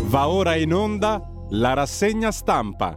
Va ora in onda la rassegna stampa.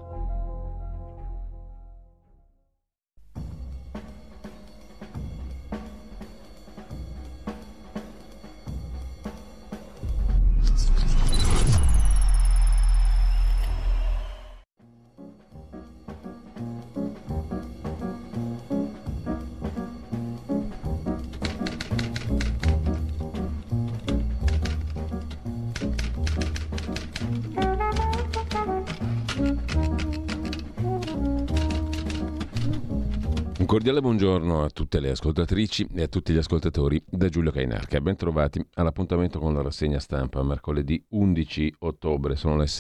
Un cordiale buongiorno a tutte le ascoltatrici e a tutti gli ascoltatori da Giulio Cainarca. Ben trovati all'appuntamento con la rassegna stampa mercoledì 11 ottobre. Sono le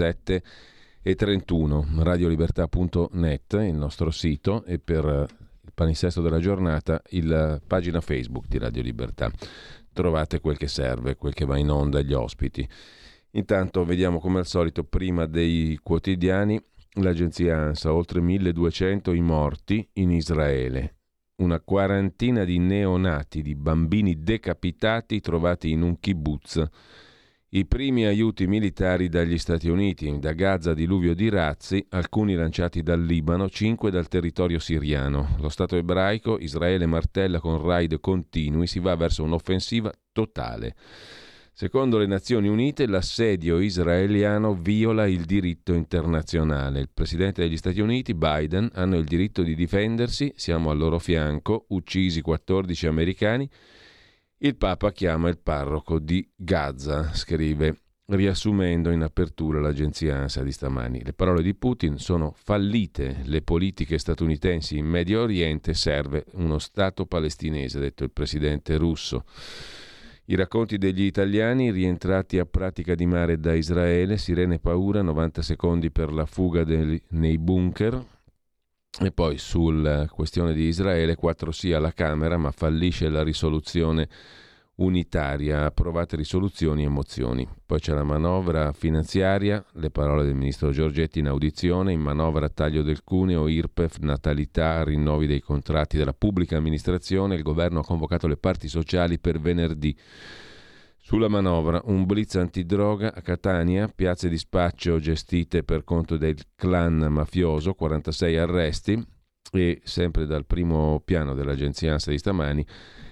7:31. Radiolibertà.net, il nostro sito, e per il palinsesto della giornata la pagina Facebook di Radio Libertà. Trovate quel che serve, quel che va in onda, gli ospiti. Intanto vediamo come al solito, prima dei quotidiani, l'agenzia ANSA, oltre 1200 i morti in Israele, una quarantina di neonati, di bambini decapitati trovati in un kibbutz, i primi aiuti militari dagli Stati Uniti, da Gaza diluvio di razzi, alcuni lanciati dal Libano, 5 dal territorio siriano. Lo Stato ebraico, Israele martella con raid continui, si va verso un'offensiva totale. Secondo le Nazioni Unite, l'assedio israeliano viola il diritto internazionale. Il presidente degli Stati Uniti, Biden, hanno il diritto di difendersi, siamo al loro fianco, uccisi 14 americani. Il Papa chiama il parroco di Gaza, scrive, riassumendo in apertura l'agenzia ANSA di stamani. Le parole di Putin: sono fallite le politiche statunitensi in Medio Oriente, serve uno Stato palestinese, ha detto il presidente russo. I racconti degli italiani rientrati a Pratica di Mare da Israele, sirene paura, 90 secondi per la fuga nei bunker. E poi sulla questione di Israele, 4 sì alla Camera, ma fallisce la risoluzione unitaria, approvate risoluzioni e mozioni. Poi c'è la manovra finanziaria, le parole del ministro Giorgetti in audizione: in manovra taglio del cuneo, IRPEF, natalità, rinnovi dei contratti della pubblica amministrazione. Il governo ha convocato le parti sociali per venerdì. Sulla manovra, un blitz antidroga a Catania, piazze di spaccio gestite per conto del clan mafioso, 46 arresti, e sempre dal primo piano dell'agenzia ANSA di stamani,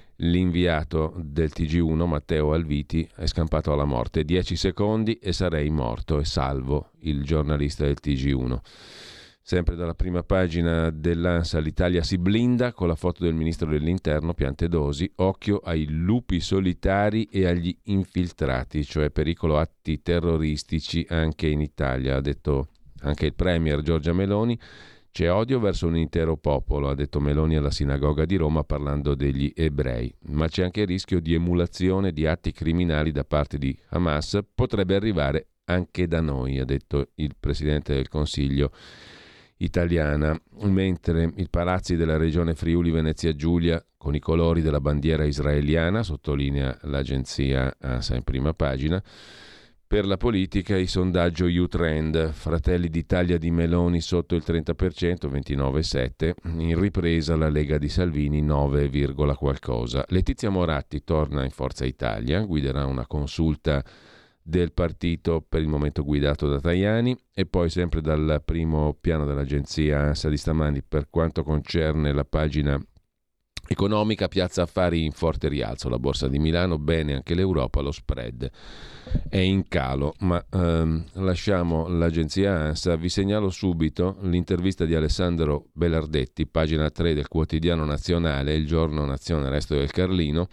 l'inviato del TG1 Matteo Alviti è scampato alla morte. 10 secondi e sarei morto e salvo, il giornalista del TG1. Sempre dalla prima pagina dell'ANSA, l'Italia si blinda, con la foto del ministro dell'Interno Piantedosi: occhio ai lupi solitari e agli infiltrati, cioè pericolo atti terroristici anche in Italia, ha detto anche il premier Giorgia Meloni. C'è odio verso un intero popolo, ha detto Meloni alla sinagoga di Roma parlando degli ebrei, ma c'è anche il rischio di emulazione di atti criminali da parte di Hamas, potrebbe arrivare anche da noi, ha detto il presidente del Consiglio italiana, mentre i palazzi della regione Friuli Venezia Giulia con i colori della bandiera israeliana, sottolinea l'agenzia ANSA in prima pagina. Per la politica, i sondaggio U-Trend, Fratelli d'Italia di Meloni sotto il 30%, 29,7%, in ripresa la Lega di Salvini 9, qualcosa. Letizia Moratti torna in Forza Italia, guiderà una consulta del partito, per il momento guidato da Tajani. E poi sempre dal primo piano dell'agenzia ANSA di stamani, per quanto concerne la pagina economica, Piazza Affari in forte rialzo, la borsa di Milano, bene anche l'Europa, lo spread è in calo, ma lasciamo l'agenzia ANSA. Vi segnalo subito l'intervista di Alessandro Belardetti, pagina 3 del quotidiano nazionale, Il Giorno, Nazione, Resto del Carlino,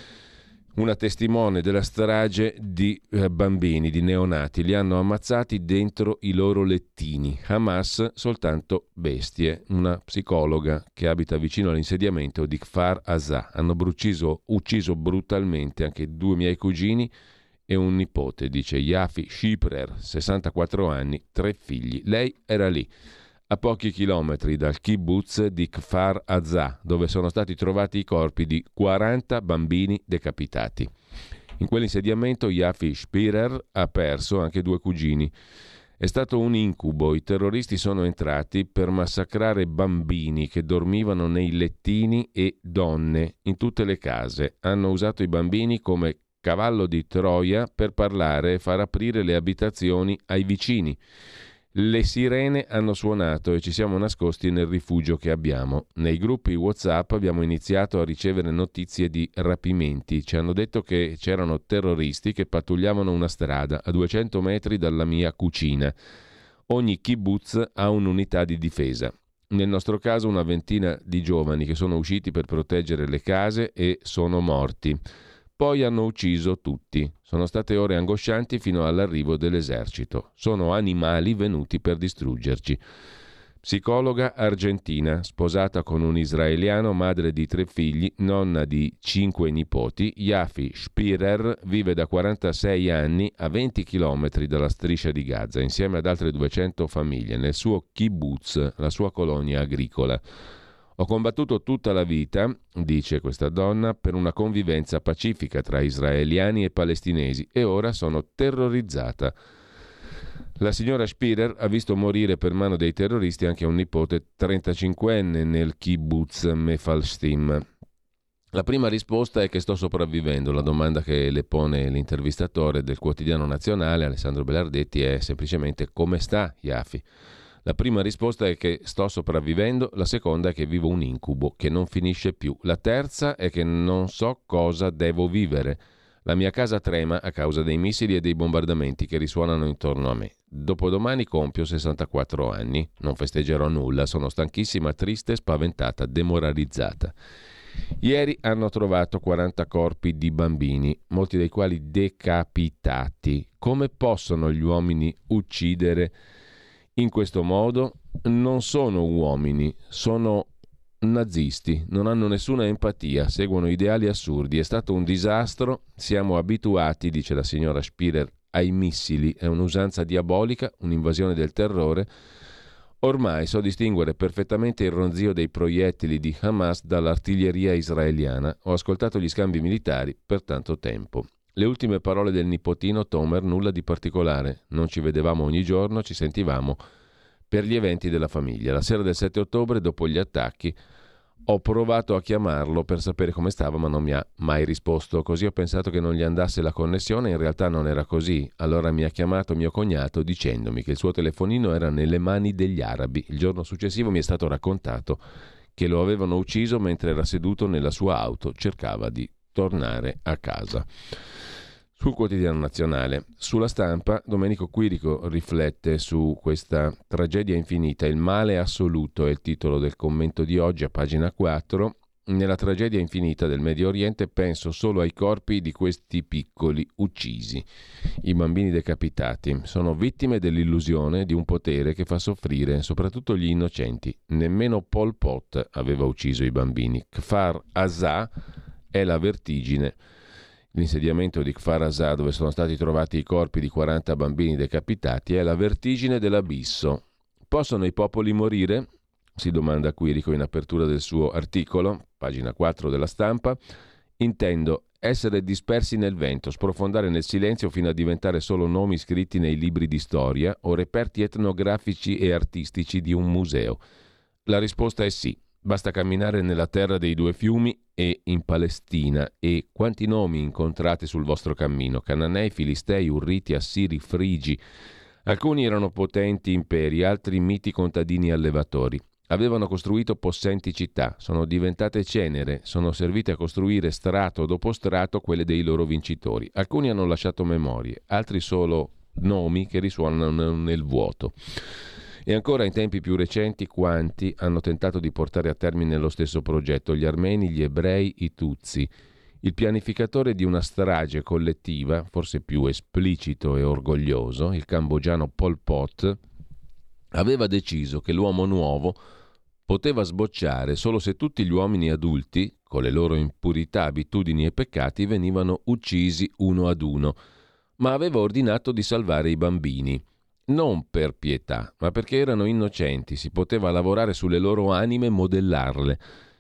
una testimone della strage di bambini, di neonati. Li hanno ammazzati dentro i loro lettini. Hamas soltanto bestie. Una psicologa che abita vicino all'insediamento di Kfar Aza. Hanno ucciso brutalmente anche 2 miei cugini e un nipote, dice Yafi Shiprer, 64 anni, 3 figli. Lei era lì, a pochi chilometri dal kibbutz di Kfar Aza, dove sono stati trovati i corpi di 40 bambini decapitati. In quell'insediamento Yafi Shpirer ha perso anche 2 cugini. È stato un incubo. I terroristi sono entrati per massacrare bambini che dormivano nei lettini e donne in tutte le case. Hanno usato i bambini come cavallo di Troia per parlare e far aprire le abitazioni ai vicini. Le sirene hanno suonato e ci siamo nascosti nel rifugio che abbiamo. Nei gruppi WhatsApp abbiamo iniziato a ricevere notizie di rapimenti. Ci hanno detto che c'erano terroristi che pattugliavano una strada a 200 metri dalla mia cucina. Ogni kibbutz ha un'unità di difesa. Nel nostro caso una ventina di giovani che sono usciti per proteggere le case e sono morti. Poi hanno ucciso tutti. Sono state ore angoscianti fino all'arrivo dell'esercito. Sono animali venuti per distruggerci. Psicologa argentina, sposata con un israeliano, madre di 3 figli, nonna di 5 nipoti, Yafi Spirer vive da 46 anni a 20 chilometri dalla striscia di Gaza, insieme ad altre 200 famiglie, nel suo kibbutz, la sua colonia agricola. Ho combattuto tutta la vita, dice questa donna, per una convivenza pacifica tra israeliani e palestinesi e ora sono terrorizzata. La signora Spirer ha visto morire per mano dei terroristi anche un nipote 35enne nel kibbutz Mefalstim. La prima risposta è che sto sopravvivendo. La domanda che le pone l'intervistatore del quotidiano nazionale, Alessandro Belardetti, è semplicemente: come sta Yafi? La prima risposta è che sto sopravvivendo, la seconda è che vivo un incubo che non finisce più, la terza è che non so cosa devo vivere. La mia casa trema a causa dei missili e dei bombardamenti che risuonano intorno a me. Dopodomani compio 64 anni, non festeggerò nulla, sono stanchissima, triste, spaventata, demoralizzata. Ieri hanno trovato 40 corpi di bambini, molti dei quali decapitati. Come possono gli uomini uccidere in questo modo? Non sono uomini, sono nazisti, non hanno nessuna empatia, seguono ideali assurdi. È stato un disastro, siamo abituati, dice la signora Spirer, ai missili, è un'usanza diabolica, un'invasione del terrore. Ormai so distinguere perfettamente il ronzio dei proiettili di Hamas dall'artiglieria israeliana. Ho ascoltato gli scambi militari per tanto tempo. Le ultime parole del nipotino Tomer, nulla di particolare. Non ci vedevamo ogni giorno, ci sentivamo per gli eventi della famiglia. La sera del 7 ottobre, dopo gli attacchi, ho provato a chiamarlo per sapere come stava, ma non mi ha mai risposto. Così ho pensato che non gli andasse la connessione, in realtà non era così. Allora mi ha chiamato mio cognato dicendomi che il suo telefonino era nelle mani degli arabi. Il giorno successivo mi è stato raccontato che lo avevano ucciso mentre era seduto nella sua auto, cercava di tornare a casa. Sul quotidiano nazionale. Sulla Stampa, Domenico Quirico riflette su questa tragedia infinita. Il male assoluto è il titolo del commento di oggi a pagina 4. Nella tragedia infinita del Medio Oriente penso solo ai corpi di questi piccoli uccisi. I bambini decapitati sono vittime dell'illusione di un potere che fa soffrire soprattutto gli innocenti. Nemmeno Pol Pot aveva ucciso i bambini. Kfar Aza è la vertigine. L'insediamento di Kfar Aza, dove sono stati trovati i corpi di 40 bambini decapitati, è la vertigine dell'abisso. Possono i popoli morire? Si domanda Quirico in apertura del suo articolo, pagina 4 della Stampa. Intendo essere dispersi nel vento, sprofondare nel silenzio fino a diventare solo nomi scritti nei libri di storia o reperti etnografici e artistici di un museo. La risposta è sì. Basta camminare nella terra dei 2 fiumi e in Palestina e quanti nomi incontrate sul vostro cammino: Cananei, Filistei, Urriti, Assiri, Frigi. Alcuni erano potenti imperi, altri miti contadini allevatori. Avevano costruito possenti città, sono diventate cenere, sono servite a costruire strato dopo strato quelle dei loro vincitori. Alcuni hanno lasciato memorie, altri solo nomi che risuonano nel vuoto. E ancora in tempi più recenti quanti hanno tentato di portare a termine lo stesso progetto: gli armeni, gli ebrei, i tutsi. Il pianificatore di una strage collettiva, forse più esplicito e orgoglioso, il cambogiano Pol Pot, aveva deciso che l'uomo nuovo poteva sbocciare solo se tutti gli uomini adulti, con le loro impurità, abitudini e peccati, venivano uccisi uno ad uno, ma aveva ordinato di salvare i bambini. Non per pietà, ma perché erano innocenti, si poteva lavorare sulle loro anime e modellarle.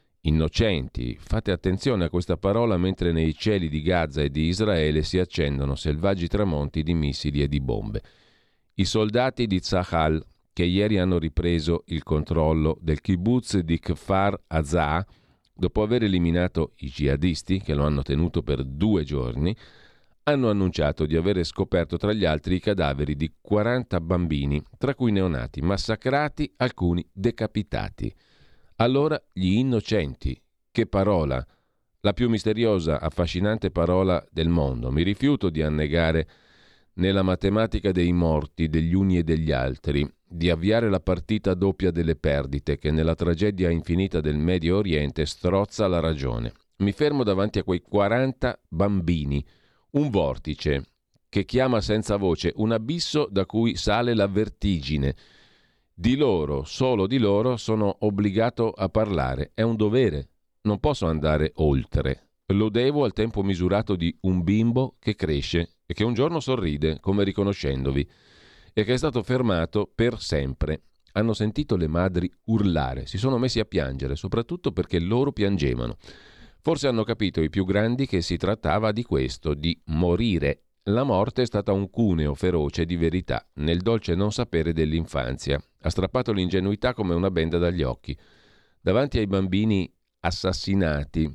Innocenti, fate attenzione a questa parola mentre nei cieli di Gaza e di Israele si accendono selvaggi tramonti di missili e di bombe. I soldati di Tzahal, che ieri hanno ripreso il controllo del kibbutz di Kfar Aza, dopo aver eliminato i jihadisti, che lo hanno tenuto per 2 giorni, hanno annunciato di avere scoperto tra gli altri i cadaveri di 40 bambini, tra cui neonati, massacrati, alcuni decapitati. Allora gli innocenti, che parola, la più misteriosa, affascinante parola del mondo. Mi rifiuto di annegare nella matematica dei morti, degli uni e degli altri, di avviare la partita doppia delle perdite che nella tragedia infinita del Medio Oriente strozza la ragione. Mi fermo davanti a quei 40 bambini, un vortice che chiama senza voce, un abisso da cui sale la vertigine. Di loro, solo di loro, sono obbligato a parlare. È un dovere. Non posso andare oltre. Lo devo al tempo misurato di un bimbo che cresce e che un giorno sorride, come riconoscendovi, e che è stato fermato per sempre. Hanno sentito le madri urlare, si sono messi a piangere, soprattutto perché loro piangevano. Forse hanno capito i più grandi che si trattava di questo, di morire. La morte è stata un cuneo feroce di verità, nel dolce non sapere dell'infanzia. Ha strappato l'ingenuità come una benda dagli occhi. Davanti ai bambini assassinati,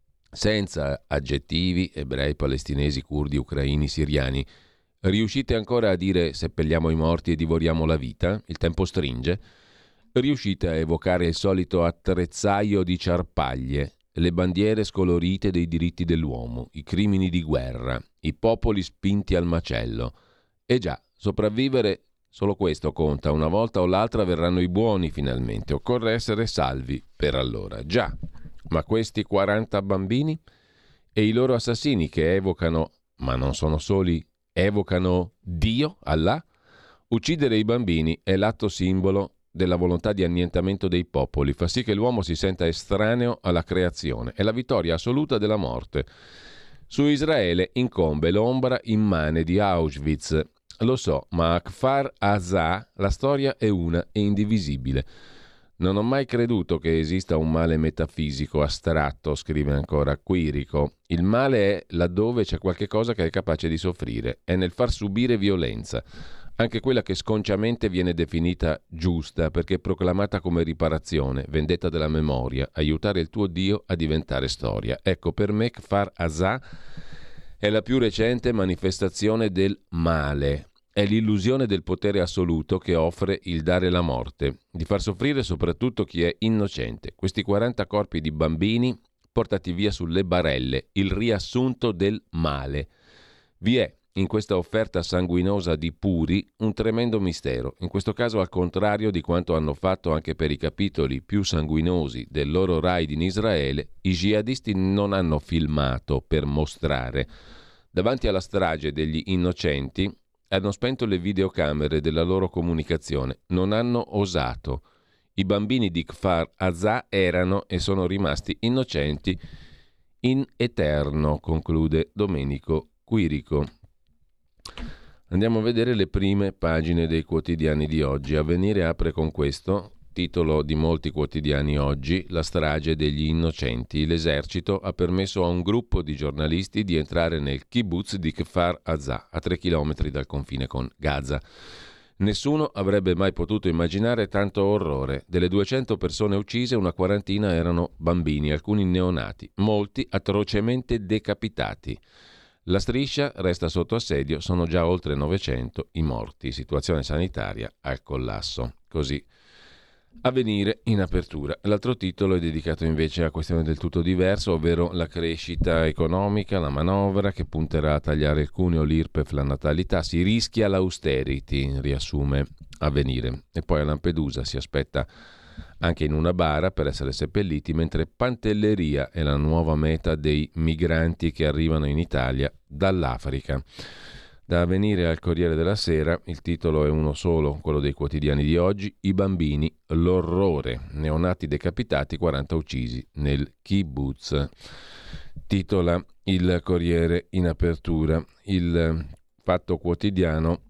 senza aggettivi, ebrei, palestinesi, curdi, ucraini, siriani, riuscite ancora a dire seppelliamo i morti e divoriamo la vita? Il tempo stringe? Riuscite a evocare il solito attrezzaio di ciarpaglie, le bandiere scolorite dei diritti dell'uomo, i crimini di guerra, i popoli spinti al macello? E già, sopravvivere, solo questo conta. Una volta o l'altra verranno i buoni finalmente. Occorre essere salvi per allora. Già, ma questi 40 bambini e i loro assassini che evocano, ma non sono soli, evocano Dio, Allah? Uccidere i bambini è l'atto simbolo della volontà di annientamento dei popoli, fa sì che l'uomo si senta estraneo alla creazione. È la vittoria assoluta della morte. Su Israele incombe l'ombra immane di Auschwitz. Lo so, ma a Kfar Aza la storia è una e indivisibile. Non ho mai creduto che esista un male metafisico, astratto, scrive ancora Quirico. Il male è laddove c'è qualche cosa che è capace di soffrire, è nel far subire violenza, anche quella che sconciamente viene definita giusta perché è proclamata come riparazione, vendetta della memoria, aiutare il tuo Dio a diventare storia. Ecco, per me Kfar Aza è la più recente manifestazione del male. È l'illusione del potere assoluto che offre il dare la morte, di far soffrire soprattutto chi è innocente. Questi 40 corpi di bambini portati via sulle barelle, il riassunto del male. Vi è in questa offerta sanguinosa di puri un tremendo mistero, in questo caso al contrario di quanto hanno fatto anche per i capitoli più sanguinosi del loro raid in Israele, i jihadisti non hanno filmato per mostrare. Davanti alla strage degli innocenti hanno spento le videocamere della loro comunicazione, non hanno osato. I bambini di Kfar Aza erano e sono rimasti innocenti in eterno, conclude Domenico Quirico. Andiamo a vedere le prime pagine dei quotidiani di oggi. Avvenire apre con questo, titolo di molti quotidiani oggi, la strage degli innocenti. L'esercito ha permesso a un gruppo di giornalisti di entrare nel kibbutz di Kfar Aza, a 3 chilometri dal confine con Gaza. Nessuno avrebbe mai potuto immaginare tanto orrore. Delle 200 persone uccise, una quarantina erano bambini, alcuni neonati, molti atrocemente decapitati. La striscia resta sotto assedio, sono già oltre 900 i morti, situazione sanitaria al collasso. Così Avvenire in apertura. L'altro titolo è dedicato invece a questione del tutto diverso, ovvero la crescita economica, la manovra che punterà a tagliare il cuneo, l'IRPEF, la natalità, si rischia l'austerity, riassume Avvenire. E poi a Lampedusa si aspetta anche in una bara per essere seppelliti, mentre Pantelleria è la nuova meta dei migranti che arrivano in Italia dall'Africa. Da Avvenire al Corriere della Sera, il titolo è uno solo, quello dei quotidiani di oggi, i bambini, l'orrore, neonati decapitati, 40 uccisi nel kibbutz. Titola il Corriere in apertura. Il Fatto Quotidiano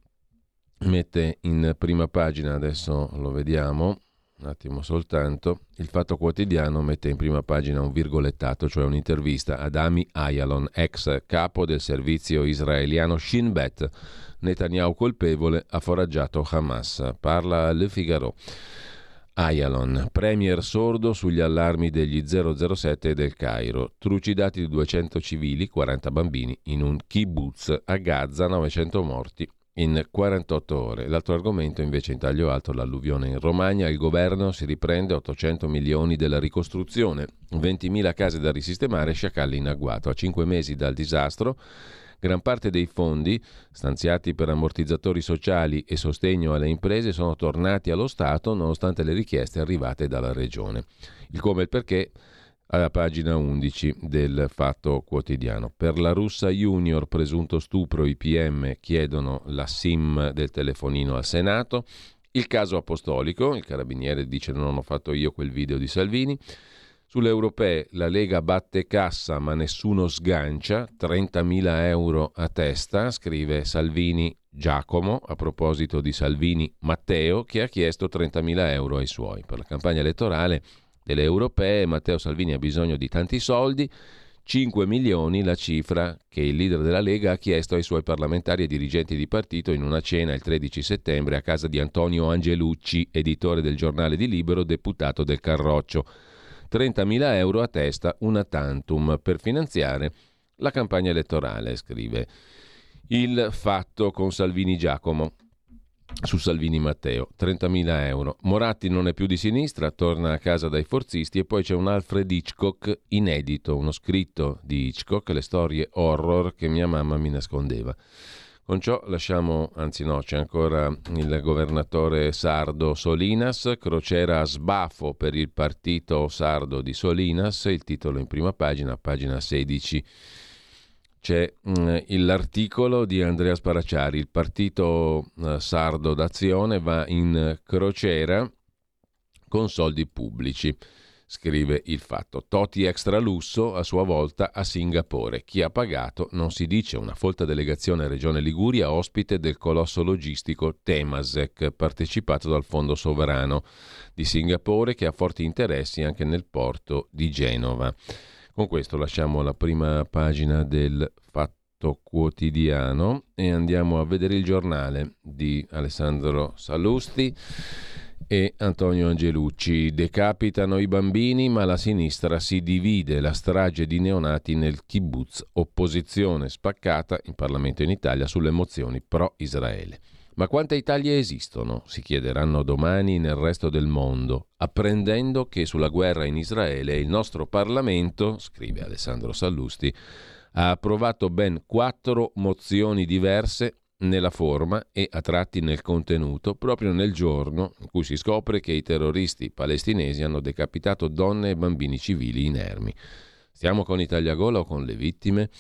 mette in prima pagina, adesso lo vediamo, un attimo soltanto, il Fatto Quotidiano mette in prima pagina un virgolettato, cioè un'intervista ad Ami Ayalon, ex capo del servizio israeliano Shin Bet. Netanyahu colpevole, ha foraggiato Hamas. Parla Le Figaro. Ayalon, premier sordo sugli allarmi degli 007 del Cairo, trucidati di 200 civili, 40 bambini, in un kibbutz a Gaza, 900 morti in 48 ore. L'altro argomento invece in taglio alto, l'alluvione in Romagna, il governo si riprende 800 milioni della ricostruzione, 20.000 case da risistemare, sciacalli in agguato. A 5 mesi dal disastro, gran parte dei fondi stanziati per ammortizzatori sociali e sostegno alle imprese sono tornati allo Stato nonostante le richieste arrivate dalla Regione. Il come e il perché alla pagina 11 del Fatto Quotidiano. Per la russa Junior, presunto stupro, i PM chiedono la SIM del telefonino al Senato. Il caso apostolico, il carabiniere dice non ho fatto io quel video di Salvini. Sulle europee la Lega batte cassa ma nessuno sgancia, 30.000 euro a testa, scrive Salvini Giacomo a proposito di Salvini Matteo, che ha chiesto 30.000 euro ai suoi. Per la campagna elettorale delle europee Matteo Salvini ha bisogno di tanti soldi, 5 milioni la cifra che il leader della Lega ha chiesto ai suoi parlamentari e dirigenti di partito in una cena il 13 settembre a casa di Antonio Angelucci, editore del giornale di Libero, deputato del Carroccio. 30.000 euro a testa, una tantum, per finanziare la campagna elettorale, scrive il Fatto con Salvini Giacomo. Su Salvini Matteo, 30.000 euro. Moratti non è più di sinistra, torna a casa dai forzisti. E poi c'è un Alfred Hitchcock inedito, uno scritto di Hitchcock, le storie horror che mia mamma mi nascondeva. Con ciò lasciamo, anzi no, c'è ancora il governatore sardo Solinas, crociera a sbafo per il partito sardo di Solinas, il titolo in prima pagina, pagina 16. C'è l'articolo di Andrea Sparacciari, il partito sardo d'azione va in crociera con soldi pubblici, scrive il Fatto. Toti extra lusso a sua volta a Singapore. Chi ha pagato non si dice. Una folta delegazione Regione Liguria, ospite del colosso logistico Temasek, partecipato dal Fondo Sovrano di Singapore, che ha forti interessi anche nel porto di Genova. Con questo lasciamo la prima pagina del Fatto Quotidiano e andiamo a vedere il giornale di Alessandro Sallusti e Antonio Angelucci. Decapitano i bambini ma la sinistra si divide, la strage di neonati nel kibbutz, opposizione spaccata in Parlamento in Italia sulle mozioni pro-Israele. Ma quante Italie esistono? Si chiederanno domani nel resto del mondo, apprendendo che sulla guerra in Israele il nostro Parlamento, scrive Alessandro Sallusti, ha approvato ben 4 mozioni diverse nella forma e a tratti nel contenuto, proprio nel giorno in cui si scopre che i terroristi palestinesi hanno decapitato donne e bambini civili inermi. Stiamo con Italia Gola o con le vittime?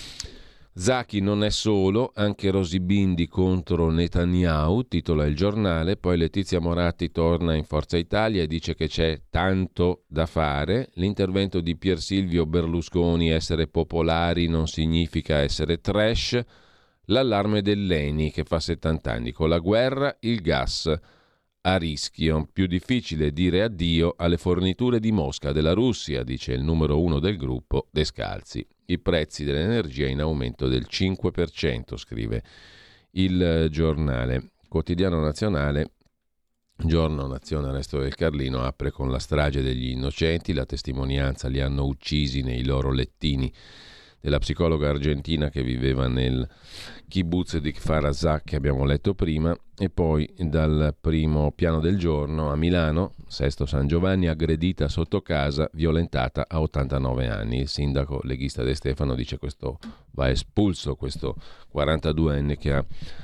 Zaki non è solo, anche Rosy Bindi contro Netanyahu, titola il giornale. Poi Letizia Moratti torna in Forza Italia e dice che c'è tanto da fare. L'intervento di Pier Silvio Berlusconi, essere popolari non significa essere trash. L'allarme dell'ENI che fa 70 anni, con la guerra il gas a rischio. Più difficile dire addio alle forniture di Mosca della Russia, dice il numero 1 del gruppo Descalzi. I prezzi dell'energia in aumento del 5%, scrive il giornale. Quotidiano Nazionale, Giorno, Nazione, Resto del Carlino, apre con la strage degli innocenti, la testimonianza li hanno uccisi nei loro lettini, della psicologa argentina che viveva nel kibbutz di Kfar Aza che abbiamo letto prima. E poi dal primo piano del giorno a Milano, Sesto San Giovanni, aggredita sotto casa, violentata a 89 anni. Il sindaco leghista De Stefano dice questo va espulso, questo 42enne che ha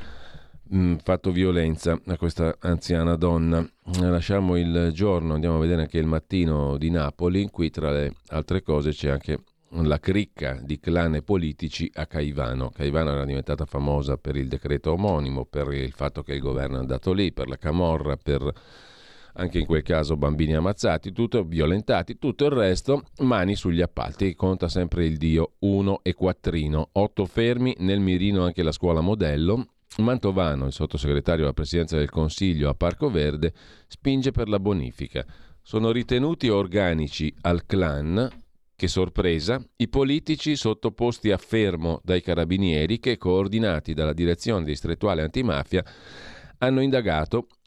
fatto violenza a questa anziana donna. Lasciamo il Giorno, andiamo a vedere anche il Mattino di Napoli. Qui tra le altre cose c'è anche la cricca di clan e politici a Caivano. Caivano era diventata famosa per il decreto omonimo, per il fatto che il governo è andato lì, per la camorra, per anche in quel caso bambini ammazzati, tutto violentati, tutto il resto, mani sugli appalti. Conta sempre il dio 1 e quattrino, 8 fermi, nel mirino anche la scuola modello. Mantovano, il sottosegretario alla presidenza del Consiglio a Parco Verde, spinge per la bonifica. Sono ritenuti organici al clan. Che sorpresa, i politici sottoposti a fermo dai carabinieri che, coordinati dalla direzione distrettuale antimafia, hanno indagato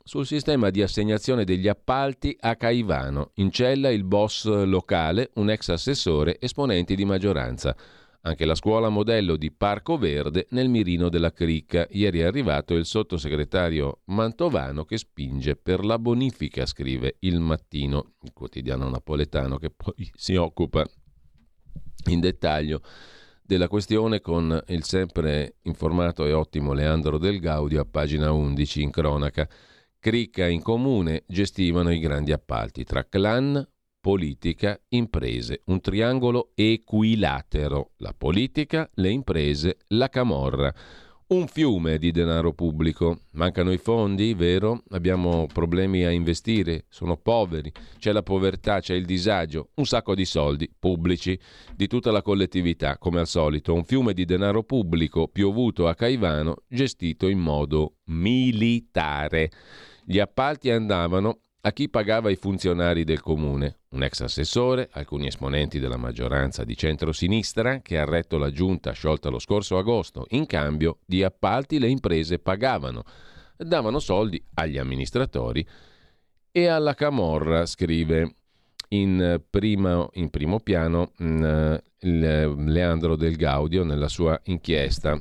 sul sistema di assegnazione degli appalti a Caivano. In cella il boss locale, un ex assessore, esponenti di maggioranza. Anche la scuola modello di Parco Verde nel mirino della cricca. Ieri è arrivato il sottosegretario Mantovano che spinge per la bonifica, scrive Il Mattino, il quotidiano napoletano, che poi si occupa in dettaglio della questione con il sempre informato e ottimo Leandro Del Gaudio a pagina 11 in cronaca. Cricca in comune gestivano i grandi appalti tra clan, politica, imprese, un triangolo equilatero, la politica, le imprese, la camorra, un fiume di denaro pubblico. Mancano i fondi, vero? Abbiamo problemi a investire, sono poveri, c'è la povertà, c'è il disagio, un sacco di soldi pubblici di tutta la collettività, come al solito, un fiume di denaro pubblico piovuto a Caivano, gestito in modo militare. Gli appalti andavano a chi pagava i funzionari del comune, un ex assessore, alcuni esponenti della maggioranza di centrosinistra che ha retto la giunta sciolta lo scorso agosto. In cambio di appalti le imprese pagavano, davano soldi agli amministratori e alla camorra, scrive in primo piano Leandro Del Gaudio nella sua inchiesta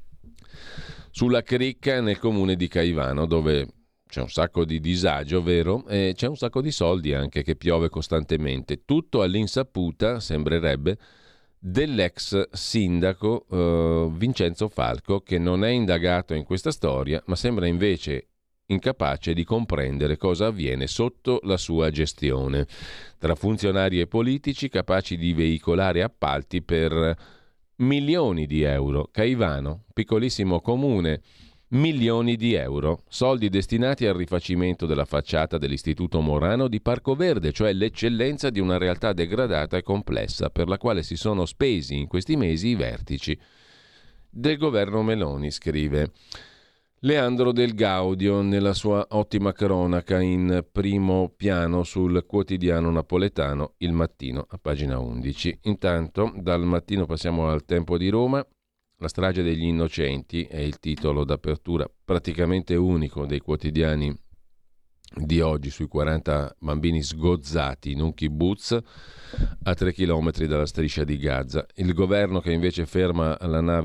sulla cricca nel comune di Caivano, dove c'è un sacco di disagio, vero? E c'è un sacco di soldi anche, che piove costantemente. Tutto all'insaputa, sembrerebbe, dell'ex sindaco Vincenzo Falco, che non è indagato in questa storia, ma sembra invece incapace di comprendere cosa avviene sotto la sua gestione. Tra funzionari e politici capaci di veicolare appalti per milioni di euro. Caivano, piccolissimo comune, milioni di euro, soldi destinati al rifacimento della facciata dell'Istituto Morano di Parco Verde, cioè l'eccellenza di una realtà degradata e complessa per la quale si sono spesi in questi mesi i vertici del governo Meloni, scrive Leandro Del Gaudio nella sua ottima cronaca in primo piano sul quotidiano napoletano Il Mattino, a pagina 11. Intanto dal Mattino passiamo al Tempo di Roma. La strage degli innocenti è il titolo d'apertura praticamente unico dei quotidiani di oggi sui 40 bambini sgozzati in un kibbutz a 3 chilometri dalla striscia di Gaza. Il governo che invece ferma la nave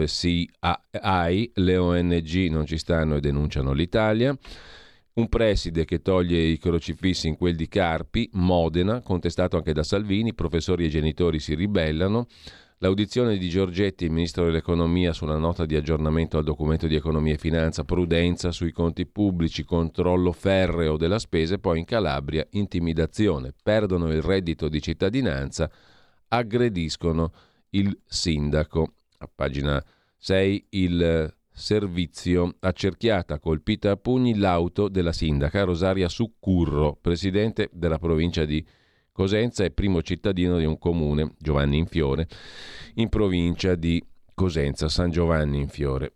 CAI, le ONG non ci stanno e denunciano l'Italia. Un preside che toglie i crocifissi in quel di Carpi, Modena, contestato anche da Salvini, professori e genitori si ribellano. L'audizione di Giorgetti, il ministro dell'economia, sulla nota di aggiornamento al documento di economia e finanza, prudenza sui conti pubblici, controllo ferreo della spesa e poi in Calabria intimidazione. Perdono il reddito di cittadinanza, aggrediscono il sindaco. A pagina 6 il servizio, accerchiata, colpita a pugni l'auto della sindaca Rosaria Succurro, presidente della provincia di Cosenza e primo cittadino di un comune, Giovanni in Fiore, in provincia di Cosenza, San Giovanni in Fiore.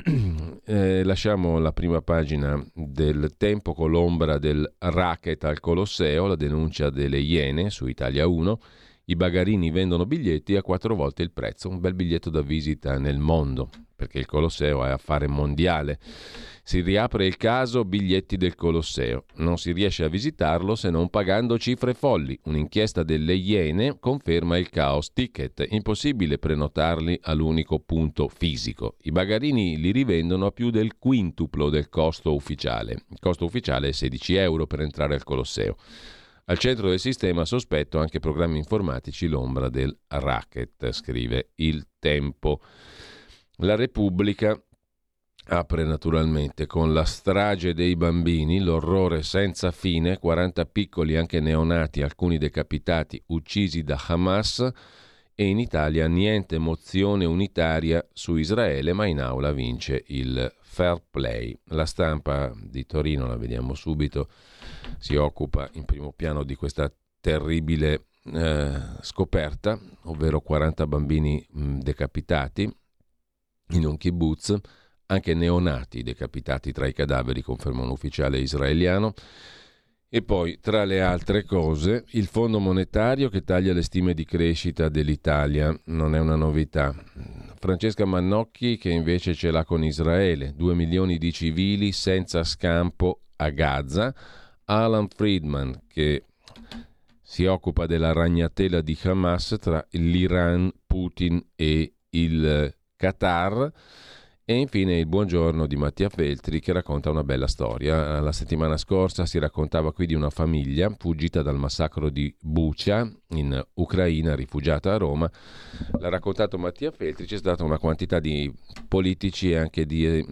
Lasciamo la prima pagina del Tempo con l'ombra del racket al Colosseo, la denuncia delle Iene su Italia 1. I bagarini vendono biglietti a 4 volte il prezzo, un bel biglietto da visita nel mondo, perché il Colosseo è affare mondiale. Si riapre il caso biglietti del Colosseo. Non si riesce a visitarlo se non pagando cifre folli. Un'inchiesta delle Iene conferma il caos ticket. Impossibile prenotarli all'unico punto fisico. I bagarini li rivendono a più del quintuplo del costo ufficiale. Il costo ufficiale è 16 euro per entrare al Colosseo. Al centro del sistema sospetto anche programmi informatici, l'ombra del racket, scrive Il Tempo. La Repubblica apre naturalmente con la strage dei bambini, l'orrore senza fine, 40 piccoli anche neonati, alcuni decapitati, uccisi da Hamas, e in Italia niente mozione unitaria su Israele, ma in aula vince il fair play. La Stampa di Torino, la vediamo subito, si occupa in primo piano di questa terribile scoperta, ovvero 40 bambini decapitati in un kibbutz, anche neonati decapitati tra i cadaveri, conferma un ufficiale israeliano. E poi, tra le altre cose, il Fondo Monetario che taglia le stime di crescita dell'Italia, non è una novità. Francesca Mannocchi che invece ce l'ha con Israele, 2 milioni di civili senza scampo a Gaza, Alan Friedman, che si occupa della ragnatela di Hamas tra l'Iran, Putin e il Qatar. E infine il buongiorno di Mattia Feltri, che racconta una bella storia. La settimana scorsa si raccontava qui di una famiglia fuggita dal massacro di Bucha in Ucraina, rifugiata a Roma. L'ha raccontato Mattia Feltri. C'è stata una quantità di politici e anche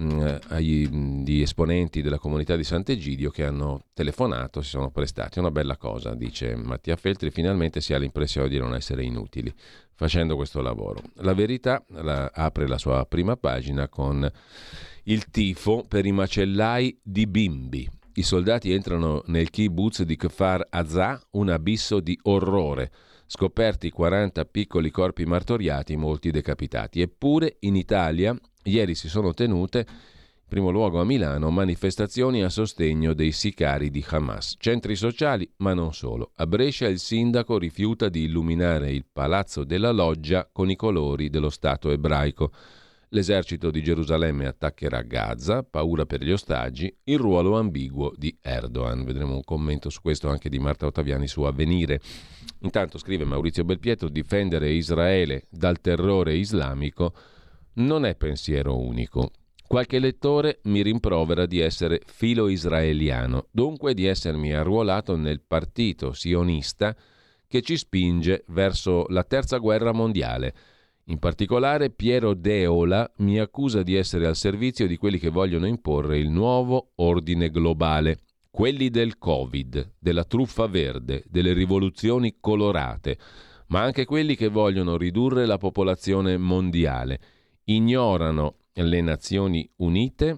di esponenti della comunità di Sant'Egidio che hanno telefonato, si sono prestati. Una bella cosa, dice Mattia Feltri, finalmente si ha l'impressione di non essere inutili facendo questo lavoro. La Verità apre la sua prima pagina con il tifo per i macellai di bimbi. I soldati entrano nel kibbutz di Kfar Azah, un abisso di orrore. Scoperti 40 piccoli corpi martoriati, molti decapitati. Eppure in Italia ieri si sono tenute, in primo luogo a Milano, manifestazioni a sostegno dei sicari di Hamas. Centri sociali, ma non solo. A Brescia il sindaco rifiuta di illuminare il palazzo della Loggia con i colori dello Stato ebraico. L'esercito di Gerusalemme attaccherà Gaza, paura per gli ostaggi, il ruolo ambiguo di Erdogan. Vedremo un commento su questo anche di Marta Ottaviani su Avvenire. Intanto scrive Maurizio Belpietro: difendere Israele dal terrore islamico non è pensiero unico. Qualche lettore mi rimprovera di essere filo-israeliano, dunque di essermi arruolato nel partito sionista che ci spinge verso la terza guerra mondiale. In particolare Piero Deola mi accusa di essere al servizio di quelli che vogliono imporre il nuovo ordine globale, quelli del Covid, della truffa verde, delle rivoluzioni colorate, ma anche quelli che vogliono ridurre la popolazione mondiale. Ignorano le Nazioni Unite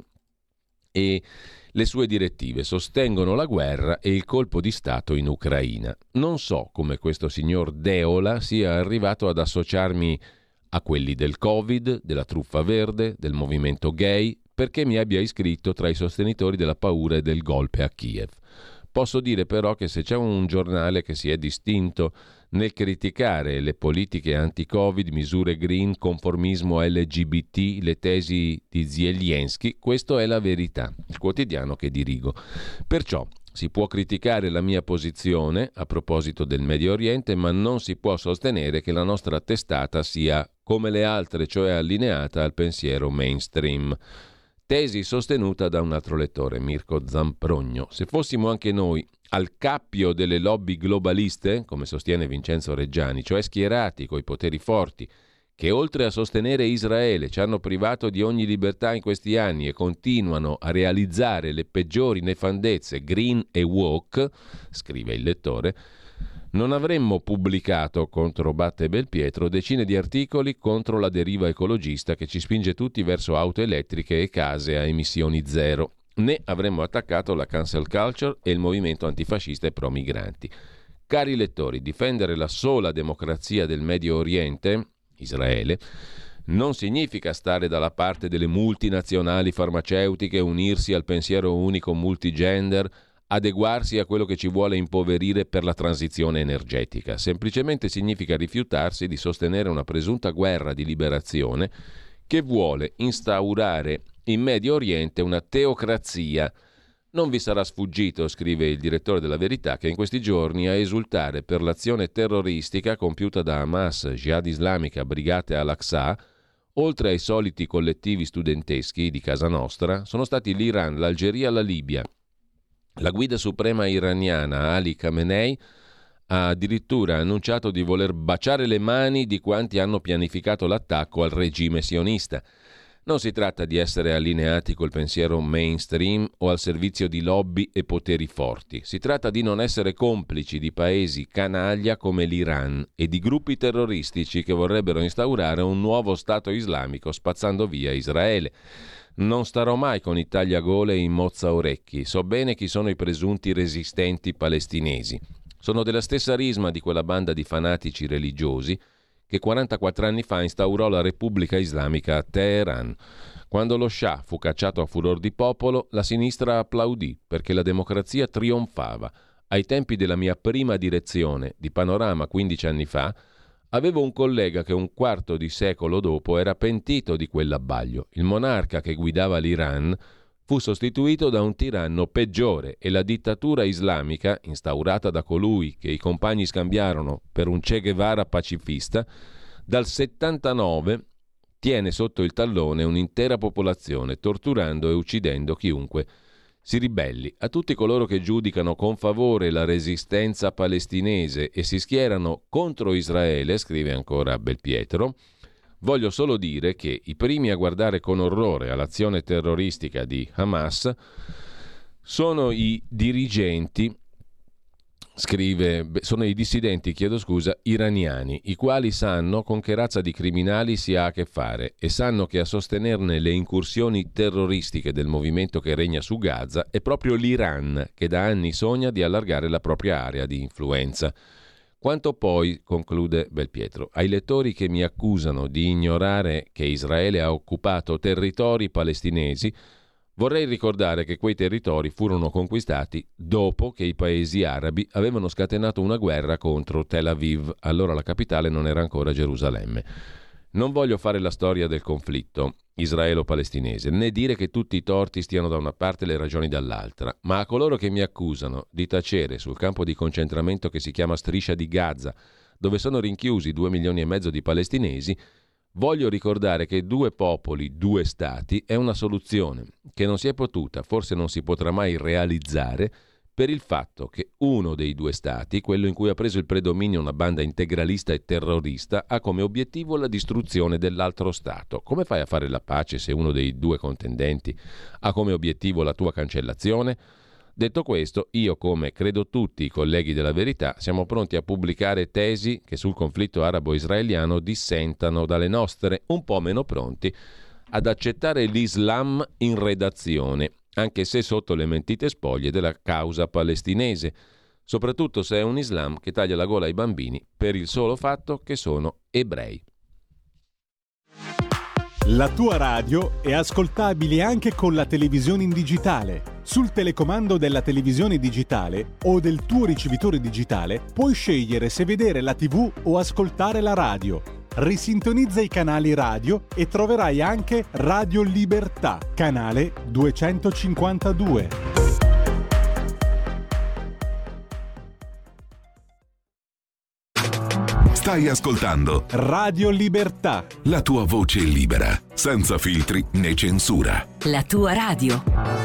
e le sue direttive, sostengono la guerra e il colpo di Stato in Ucraina. Non so come questo signor Deola sia arrivato ad associarmi a quelli del Covid, della truffa verde, del movimento gay, perché mi abbia iscritto tra i sostenitori della paura e del golpe a Kiev. Posso dire però che se c'è un giornale che si è distinto nel criticare le politiche anti-Covid, misure green, conformismo LGBT, le tesi di Zelensky, questo è La Verità, il quotidiano che dirigo. Perciò si può criticare la mia posizione a proposito del Medio Oriente, ma non si può sostenere che la nostra testata sia come le altre, cioè allineata al pensiero mainstream. Tesi sostenuta da un altro lettore, Mirko Zamprogno. Se fossimo anche noi al cappio delle lobby globaliste, come sostiene Vincenzo Reggiani, cioè schierati coi poteri forti, che oltre a sostenere Israele ci hanno privato di ogni libertà in questi anni e continuano a realizzare le peggiori nefandezze green e woke, scrive il lettore, non avremmo pubblicato, controbatte Belpietro, decine di articoli contro la deriva ecologista che ci spinge tutti verso auto elettriche e case a emissioni zero, né avremmo attaccato la cancel culture e il movimento antifascista e pro-migranti. Cari lettori, difendere la sola democrazia del Medio Oriente, Israele, non significa stare dalla parte delle multinazionali farmaceutiche, unirsi al pensiero unico multigender, adeguarsi a quello che ci vuole impoverire per la transizione energetica. Semplicemente significa rifiutarsi di sostenere una presunta guerra di liberazione che vuole instaurare in Medio Oriente una teocrazia. Non vi sarà sfuggito, scrive il direttore della Verità, che in questi giorni a esultare per l'azione terroristica compiuta da Hamas, Jihad Islamica, Brigate al-Aqsa, oltre ai soliti collettivi studenteschi di casa nostra, sono stati l'Iran, l'Algeria, la Libia. La guida suprema iraniana Ali Khamenei ha addirittura annunciato di voler baciare le mani di quanti hanno pianificato l'attacco al regime sionista. Non si tratta di essere allineati col pensiero mainstream o al servizio di lobby e poteri forti. Si tratta di non essere complici di paesi canaglia come l'Iran e di gruppi terroristici che vorrebbero instaurare un nuovo Stato islamico spazzando via Israele. Non starò mai con i tagliagole e i mozzaorecchi. So bene chi sono i presunti resistenti palestinesi. Sono della stessa risma di quella banda di fanatici religiosi che 44 anni fa instaurò la Repubblica Islamica a Teheran. Quando lo Shah fu cacciato a furor di popolo, la sinistra applaudì perché la democrazia trionfava. Ai tempi della mia prima direzione di Panorama 15 anni fa, avevo un collega che un quarto di secolo dopo era pentito di quell'abbaglio. Il monarca che guidava l'Iran fu sostituito da un tiranno peggiore e la dittatura islamica, instaurata da colui che i compagni scambiarono per un Che Guevara pacifista, dal 79 tiene sotto il tallone un'intera popolazione, torturando e uccidendo chiunque si ribelli. A tutti coloro che giudicano con favore la resistenza palestinese e si schierano contro Israele, scrive ancora Belpietro, voglio solo dire che i primi a guardare con orrore all'azione terroristica di Hamas sono i dirigenti, sono i dissidenti, iraniani, i quali sanno con che razza di criminali si ha a che fare e sanno che a sostenerne le incursioni terroristiche del movimento che regna su Gaza è proprio l'Iran, che da anni sogna di allargare la propria area di influenza. Quanto poi, conclude Belpietro, ai lettori che mi accusano di ignorare che Israele ha occupato territori palestinesi, vorrei ricordare che quei territori furono conquistati dopo che i paesi arabi avevano scatenato una guerra contro Tel Aviv, allora la capitale non era ancora Gerusalemme. Non voglio fare la storia del conflitto israelo-palestinese, né dire che tutti i torti stiano da una parte e le ragioni dall'altra, ma a coloro che mi accusano di tacere sul campo di concentramento che si chiama Striscia di Gaza, dove sono rinchiusi 2,5 milioni di palestinesi, voglio ricordare che 2 popoli, 2 stati è una soluzione che non si è potuta, forse non si potrà mai realizzare, per il fatto che uno dei 2 stati, quello in cui ha preso il predominio una banda integralista e terrorista, ha come obiettivo la distruzione dell'altro stato. Come fai a fare la pace se uno dei 2 contendenti ha come obiettivo la tua cancellazione? Detto questo, io, come credo tutti i colleghi della Verità, siamo pronti a pubblicare tesi che sul conflitto arabo-israeliano dissentano dalle nostre, un po' meno pronti ad accettare l'Islam in redazione, anche se sotto le mentite spoglie della causa palestinese, soprattutto se è un Islam che taglia la gola ai bambini per il solo fatto che sono ebrei. La tua radio è ascoltabile anche con la televisione in digitale. Sul telecomando della televisione digitale o del tuo ricevitore digitale puoi scegliere se vedere la TV o ascoltare la radio. Risintonizza i canali radio e troverai anche Radio Libertà, canale 252. Stai ascoltando Radio Libertà, la tua voce libera, senza filtri né censura. La tua radio.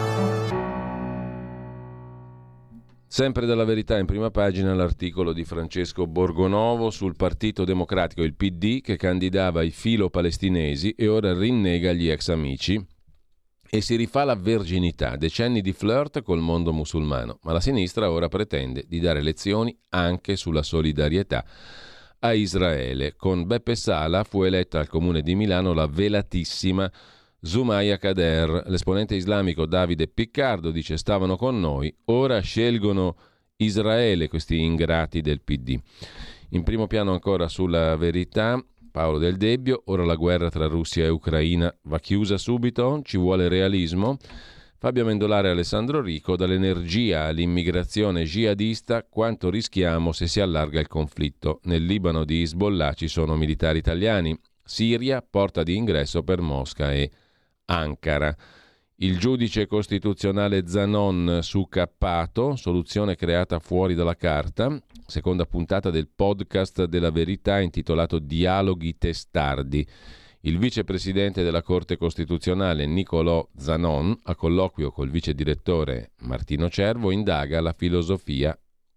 Sempre dalla Verità, in prima pagina, l'articolo di Francesco Borgonovo sul Partito Democratico, il PD, che candidava i filo-palestinesi e ora rinnega gli ex amici e si rifà la verginità, decenni di flirt col mondo musulmano, ma la sinistra ora pretende di dare lezioni anche sulla solidarietà a Israele. Con Beppe Sala fu eletta al Comune di Milano la velatissima Zumaya Kader. L'esponente islamico Davide Piccardo dice: stavano con noi, ora scelgono Israele questi ingrati del PD. In primo piano ancora sulla Verità, Paolo Del Debbio: ora la guerra tra Russia e Ucraina va chiusa subito, ci vuole realismo. Fabio Amendolare e Alessandro Rico: dall'energia all'immigrazione jihadista, quanto rischiamo se si allarga il conflitto? Nel Libano di Hezbollah ci sono militari italiani. Siria, porta di ingresso per Mosca e Ankara. Il giudice costituzionale Zanon su Cappato, soluzione creata fuori dalla carta, seconda puntata del podcast della Verità intitolato Dialoghi testardi. Il vicepresidente della Corte Costituzionale Nicolò Zanon, a colloquio col vice direttore Martino Cervo, indaga la filosofia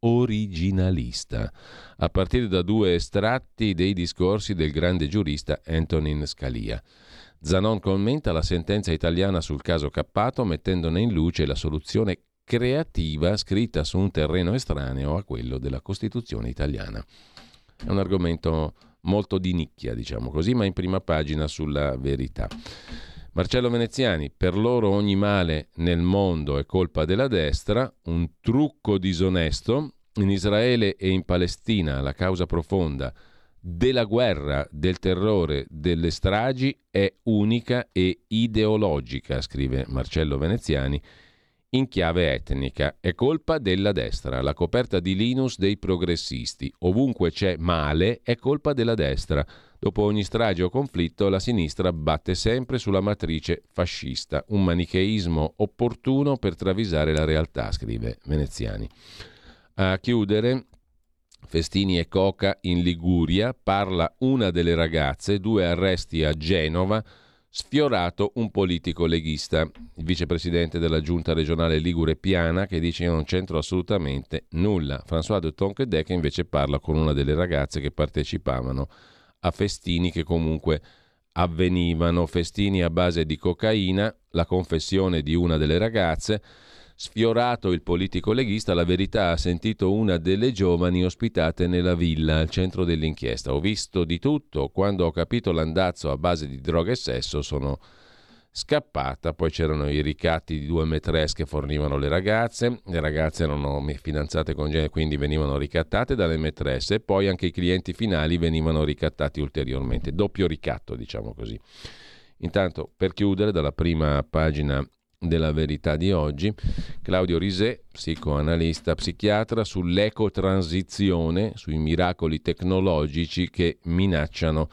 originalista, a partire da 2 estratti dei discorsi del grande giurista Antonin Scalia. Zanon commenta la sentenza italiana sul caso Cappato, mettendone in luce la soluzione creativa scritta su un terreno estraneo a quello della Costituzione italiana. È un argomento molto di nicchia, diciamo così, ma in prima pagina sulla Verità. Marcello Veneziani: per loro ogni male nel mondo è colpa della destra, un trucco disonesto. In Israele e in Palestina la causa profonda della guerra, del terrore, delle stragi è unica e ideologica, scrive Marcello Veneziani, in chiave etnica. È colpa della destra, la coperta di Linus dei progressisti. Ovunque c'è male è colpa della destra. Dopo ogni strage o conflitto la sinistra batte sempre sulla matrice fascista, un manicheismo opportuno per travisare la realtà, scrive Veneziani. A chiudere, festini e coca in Liguria, parla una delle ragazze, 2 arresti a Genova, sfiorato un politico leghista, il vicepresidente della giunta regionale Ligure Piana, che dice: io non c'entro assolutamente nulla. François de Tonquédec invece parla con una delle ragazze che partecipavano a festini che comunque avvenivano, festini a base di cocaina, la confessione di una delle ragazze. Sfiorato il politico leghista, la Verità ha sentito una delle giovani ospitate nella villa al centro dell'inchiesta. Ho visto di tutto, quando ho capito l'andazzo a base di droga e sesso sono scappata. Poi c'erano i ricatti di 2 maîtresse che fornivano le ragazze erano fidanzate con genere, quindi venivano ricattate dalle maîtresse, e poi anche i clienti finali venivano ricattati ulteriormente, doppio ricatto, diciamo così. Intanto, per chiudere, dalla prima pagina della Verità di oggi, Claudio Risè, psicoanalista, psichiatra, sull'ecotransizione, sui miracoli tecnologici che minacciano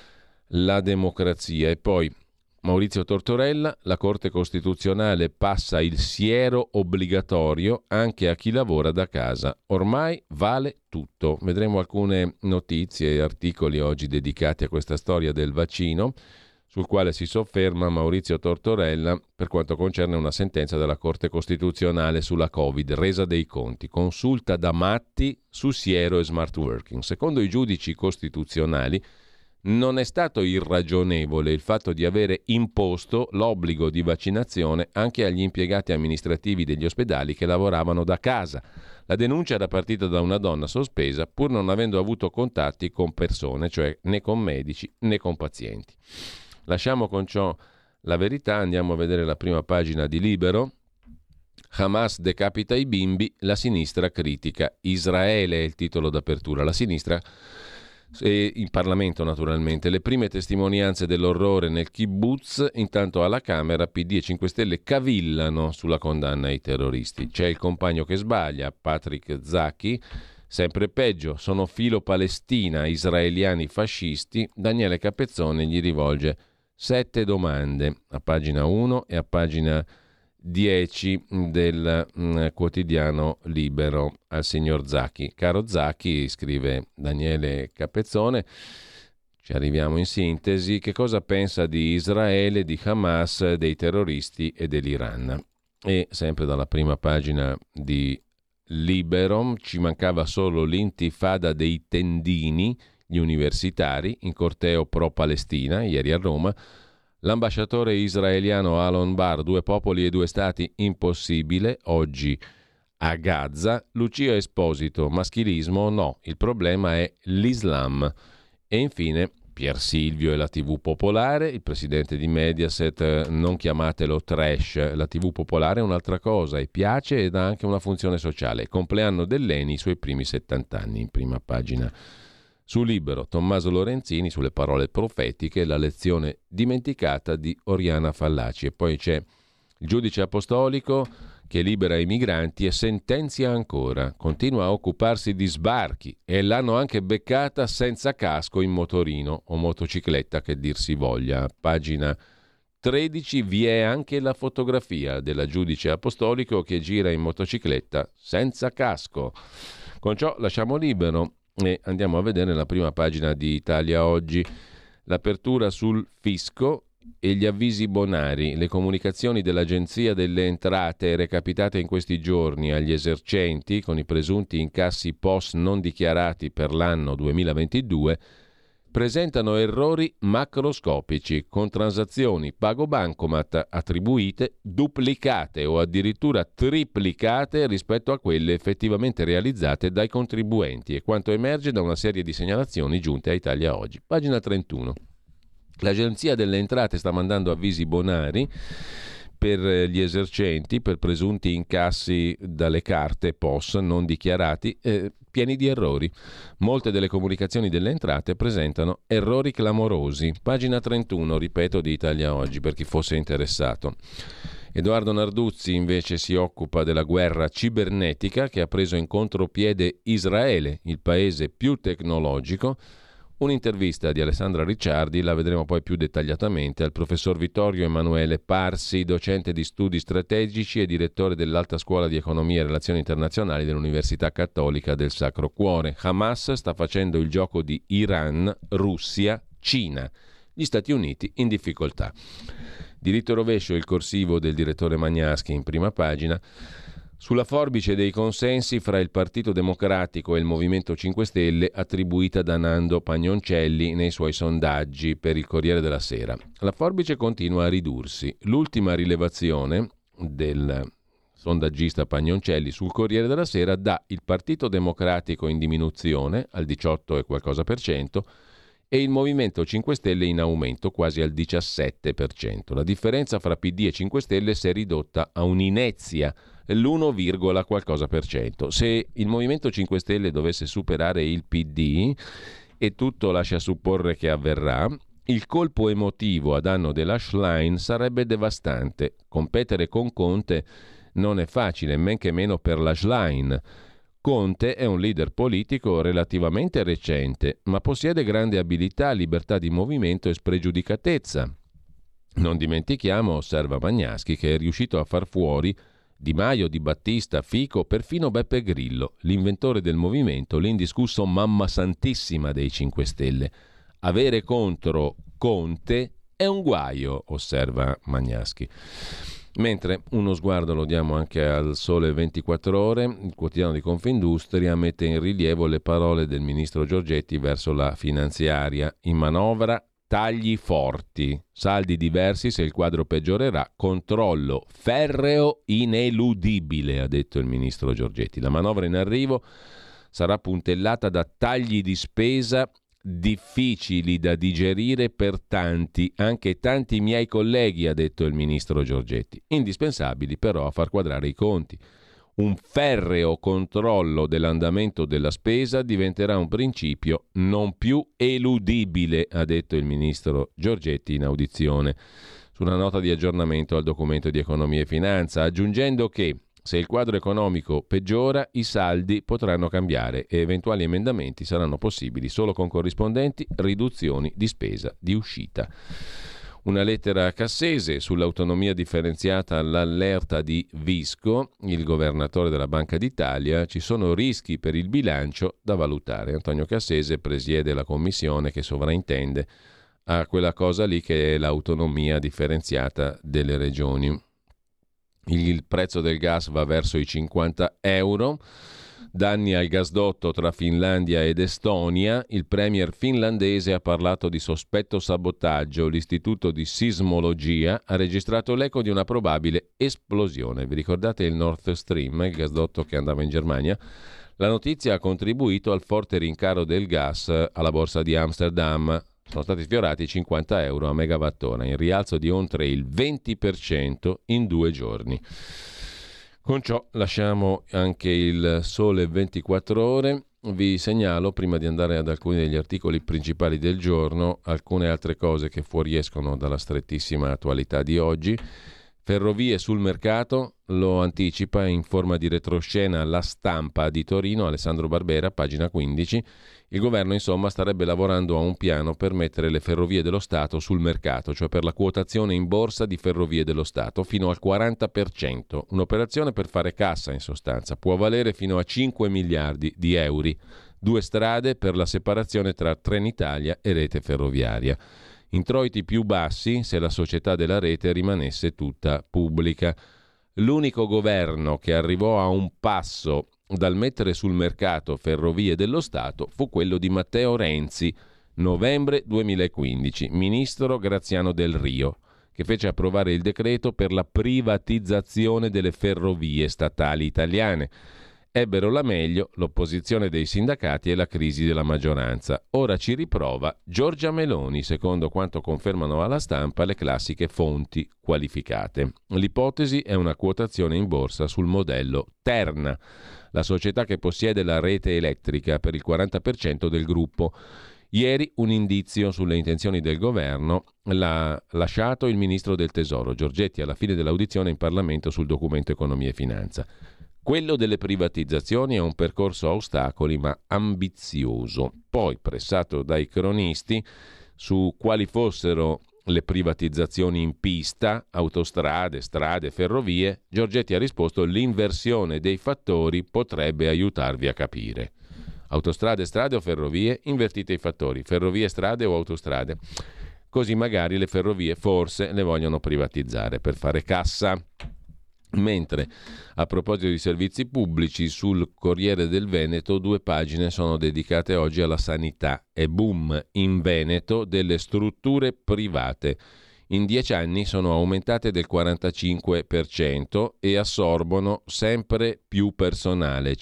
la democrazia. E poi Maurizio Tortorella, la Corte Costituzionale passa il siero obbligatorio anche a chi lavora da casa. Ormai vale tutto. Vedremo alcune notizie e articoli oggi dedicati a questa storia del vaccino, sul quale si sofferma Maurizio Tortorella per quanto concerne una sentenza della Corte Costituzionale sulla Covid, resa dei conti, consulta da matti su siero e smart working. Secondo i giudici costituzionali non è stato irragionevole il fatto di avere imposto l'obbligo di vaccinazione anche agli impiegati amministrativi degli ospedali che lavoravano da casa. La denuncia era partita da una donna sospesa pur non avendo avuto contatti con persone, cioè né con medici né con pazienti. Lasciamo con ciò la Verità, andiamo a vedere la prima pagina di Libero. Hamas decapita i bimbi, la sinistra critica Israele, è il titolo d'apertura. La sinistra e in Parlamento naturalmente, le prime testimonianze dell'orrore nel kibbutz, intanto alla Camera PD e 5 Stelle cavillano sulla condanna ai terroristi. C'è il compagno che sbaglia, Patrick Zaki, sempre peggio, sono filo Palestina, israeliani fascisti. Daniele Capezzone gli rivolge 7 domande a pagina 1 e a pagina 10 del quotidiano Libero al signor Zaki. Caro Zaki, scrive Daniele Capezzone, ci arriviamo in sintesi, che cosa pensa di Israele, di Hamas, dei terroristi e dell'Iran? E sempre dalla prima pagina di Libero, ci mancava solo l'intifada dei tendini, gli universitari, in corteo pro-Palestina, ieri a Roma. L'ambasciatore israeliano Alon Bar, 2 popoli e 2 stati, impossibile, oggi a Gaza. Lucia Esposito, maschilismo no, il problema è l'Islam. E infine Pier Silvio e la TV Popolare, il presidente di Mediaset, non chiamatelo trash, la TV Popolare è un'altra cosa e piace ed ha anche una funzione sociale. Compleanno dell'ENI, i suoi primi 70 anni, in prima pagina. Su Libero, Tommaso Lorenzini sulle parole profetiche, la lezione dimenticata di Oriana Fallaci. E poi c'è il giudice apostolico che libera i migranti e sentenzia ancora. Continua a occuparsi di sbarchi e l'hanno anche beccata senza casco in motorino o motocicletta, che dir si voglia. Pagina 13 vi è anche la fotografia della giudice apostolico che gira in motocicletta senza casco. Con ciò lasciamo Libero e andiamo a vedere la prima pagina di Italia Oggi, l'apertura sul fisco e gli avvisi bonari. Le comunicazioni dell'Agenzia delle Entrate recapitate in questi giorni agli esercenti con i presunti incassi POS non dichiarati per l'anno 2022 presentano errori macroscopici, con transazioni pago bancomat attribuite duplicate o addirittura triplicate rispetto a quelle effettivamente realizzate dai contribuenti, e quanto emerge da una serie di segnalazioni giunte a Italia Oggi. Pagina 31. L'Agenzia delle Entrate sta mandando avvisi bonari per gli esercenti per presunti incassi dalle carte POS non dichiarati, pieni di errori. Molte delle comunicazioni delle entrate presentano errori clamorosi. Pagina 31, ripeto, di Italia Oggi, per chi fosse interessato. Edoardo Narduzzi invece si occupa della guerra cibernetica che ha preso in contropiede Israele, il paese più tecnologico. Un'intervista di Alessandra Ricciardi, la vedremo poi più dettagliatamente, al professor Vittorio Emanuele Parsi, docente di studi strategici e direttore dell'Alta Scuola di Economia e Relazioni Internazionali dell'Università Cattolica del Sacro Cuore. Hamas sta facendo il gioco di Iran, Russia, Cina. Gli Stati Uniti in difficoltà. Diritto rovescio, il corsivo del direttore Magnaschi in prima pagina. Sulla forbice dei consensi fra il Partito Democratico e il Movimento 5 Stelle attribuita da Nando Pagnoncelli nei suoi sondaggi per il Corriere della Sera. La forbice continua a ridursi. L'ultima rilevazione del sondaggista Pagnoncelli sul Corriere della Sera dà il Partito Democratico in diminuzione al 18 e qualcosa per cento e il Movimento 5 Stelle in aumento quasi al 17%. La differenza fra PD e 5 Stelle si è ridotta a un'inezia, l'1, qualcosa per cento. Se il Movimento 5 Stelle dovesse superare il PD, e tutto lascia supporre che avverrà, il colpo emotivo a danno della Schlein sarebbe devastante. Competere con Conte non è facile, men che meno per la Schlein. Conte è un leader politico relativamente recente, ma possiede grande abilità, libertà di movimento e spregiudicatezza. Non dimentichiamo, osserva Magnaschi, che è riuscito a far fuori Di Maio, Di Battista, Fico, perfino Beppe Grillo, l'inventore del movimento, l'indiscusso mamma santissima dei 5 Stelle. Avere contro Conte è un guaio, osserva Magnaschi. Mentre uno sguardo lo diamo anche al Sole 24 Ore, il quotidiano di Confindustria mette in rilievo le parole del ministro Giorgetti verso la finanziaria. In manovra tagli forti, saldi diversi se il quadro peggiorerà, controllo ferreo ineludibile, ha detto il ministro Giorgetti. La manovra in arrivo sarà puntellata da tagli di spesa difficili da digerire per tanti, anche tanti miei colleghi, ha detto il ministro Giorgetti, indispensabili però a far quadrare i conti. Un ferreo controllo dell'andamento della spesa diventerà un principio non più eludibile, ha detto il ministro Giorgetti in audizione su una nota di aggiornamento al documento di economia e finanza, aggiungendo che se il quadro economico peggiora, i saldi potranno cambiare e eventuali emendamenti saranno possibili solo con corrispondenti riduzioni di spesa di uscita. Una lettera a Cassese sull'autonomia differenziata all'allerta di Visco, il governatore della Banca d'Italia. Ci sono rischi per il bilancio da valutare. Antonio Cassese presiede la commissione che sovraintende a quella cosa lì che è l'autonomia differenziata delle regioni. Il prezzo del gas va verso i 50 euro. Danni al gasdotto tra Finlandia ed Estonia. Il premier finlandese ha parlato di sospetto sabotaggio. L'Istituto di Sismologia ha registrato l'eco di una probabile esplosione. Vi ricordate il Nord Stream, il gasdotto che andava in Germania? La notizia ha contribuito al forte rincaro del gas alla borsa di Amsterdam. Sono stati sfiorati 50 euro a megawattora, in rialzo di oltre il 20% in 2 giorni. Con ciò lasciamo anche il Sole 24 Ore. Vi segnalo, prima di andare ad alcuni degli articoli principali del giorno, alcune altre cose che fuoriescono dalla strettissima attualità di oggi. Ferrovie sul mercato, lo anticipa in forma di retroscena La Stampa di Torino, Alessandro Barbera, pagina 15. Il governo, insomma, starebbe lavorando a un piano per mettere le ferrovie dello Stato sul mercato, cioè per la quotazione in borsa di Ferrovie dello Stato, fino al 40%. Un'operazione per fare cassa, in sostanza. Può valere fino a 5 miliardi di euro. 2 strade per la separazione tra Trenitalia e rete ferroviaria. Introiti più bassi se la società della rete rimanesse tutta pubblica. L'unico governo che arrivò a un passo dal mettere sul mercato Ferrovie dello Stato fu quello di Matteo Renzi, novembre 2015, ministro Graziano Del Rio, che fece approvare il decreto per la privatizzazione delle ferrovie statali italiane. Ebbero la meglio l'opposizione dei sindacati e la crisi della maggioranza. Ora ci riprova Giorgia Meloni, secondo quanto confermano alla Stampa le classiche fonti qualificate. L'ipotesi è una quotazione in borsa sul modello Terna, la società che possiede la rete elettrica per il 40% del gruppo. Ieri un indizio sulle intenzioni del governo l'ha lasciato il ministro del Tesoro, Giorgetti, alla fine dell'audizione in Parlamento sul documento Economia e Finanza. Quello delle privatizzazioni è un percorso a ostacoli ma ambizioso. Poi, pressato dai cronisti su quali fossero le privatizzazioni in pista, autostrade, strade, ferrovie, Giorgetti ha risposto: l'inversione dei fattori potrebbe aiutarvi a capire. Autostrade, strade o ferrovie? Invertite i fattori. Ferrovie, strade o autostrade? Così magari le ferrovie forse le vogliono privatizzare per fare cassa. Mentre, a proposito di servizi pubblici, sul Corriere del Veneto 2 pagine sono dedicate oggi alla sanità. E boom in Veneto delle strutture private. In 10 anni sono aumentate del 45% e assorbono sempre più personale,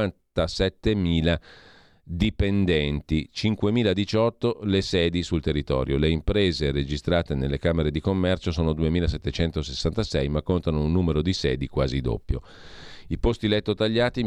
57.000 dipendenti, 5.018 le sedi sul territorio. Le imprese registrate nelle camere di commercio sono 2.766, ma contano un numero di sedi quasi doppio. I posti letto tagliati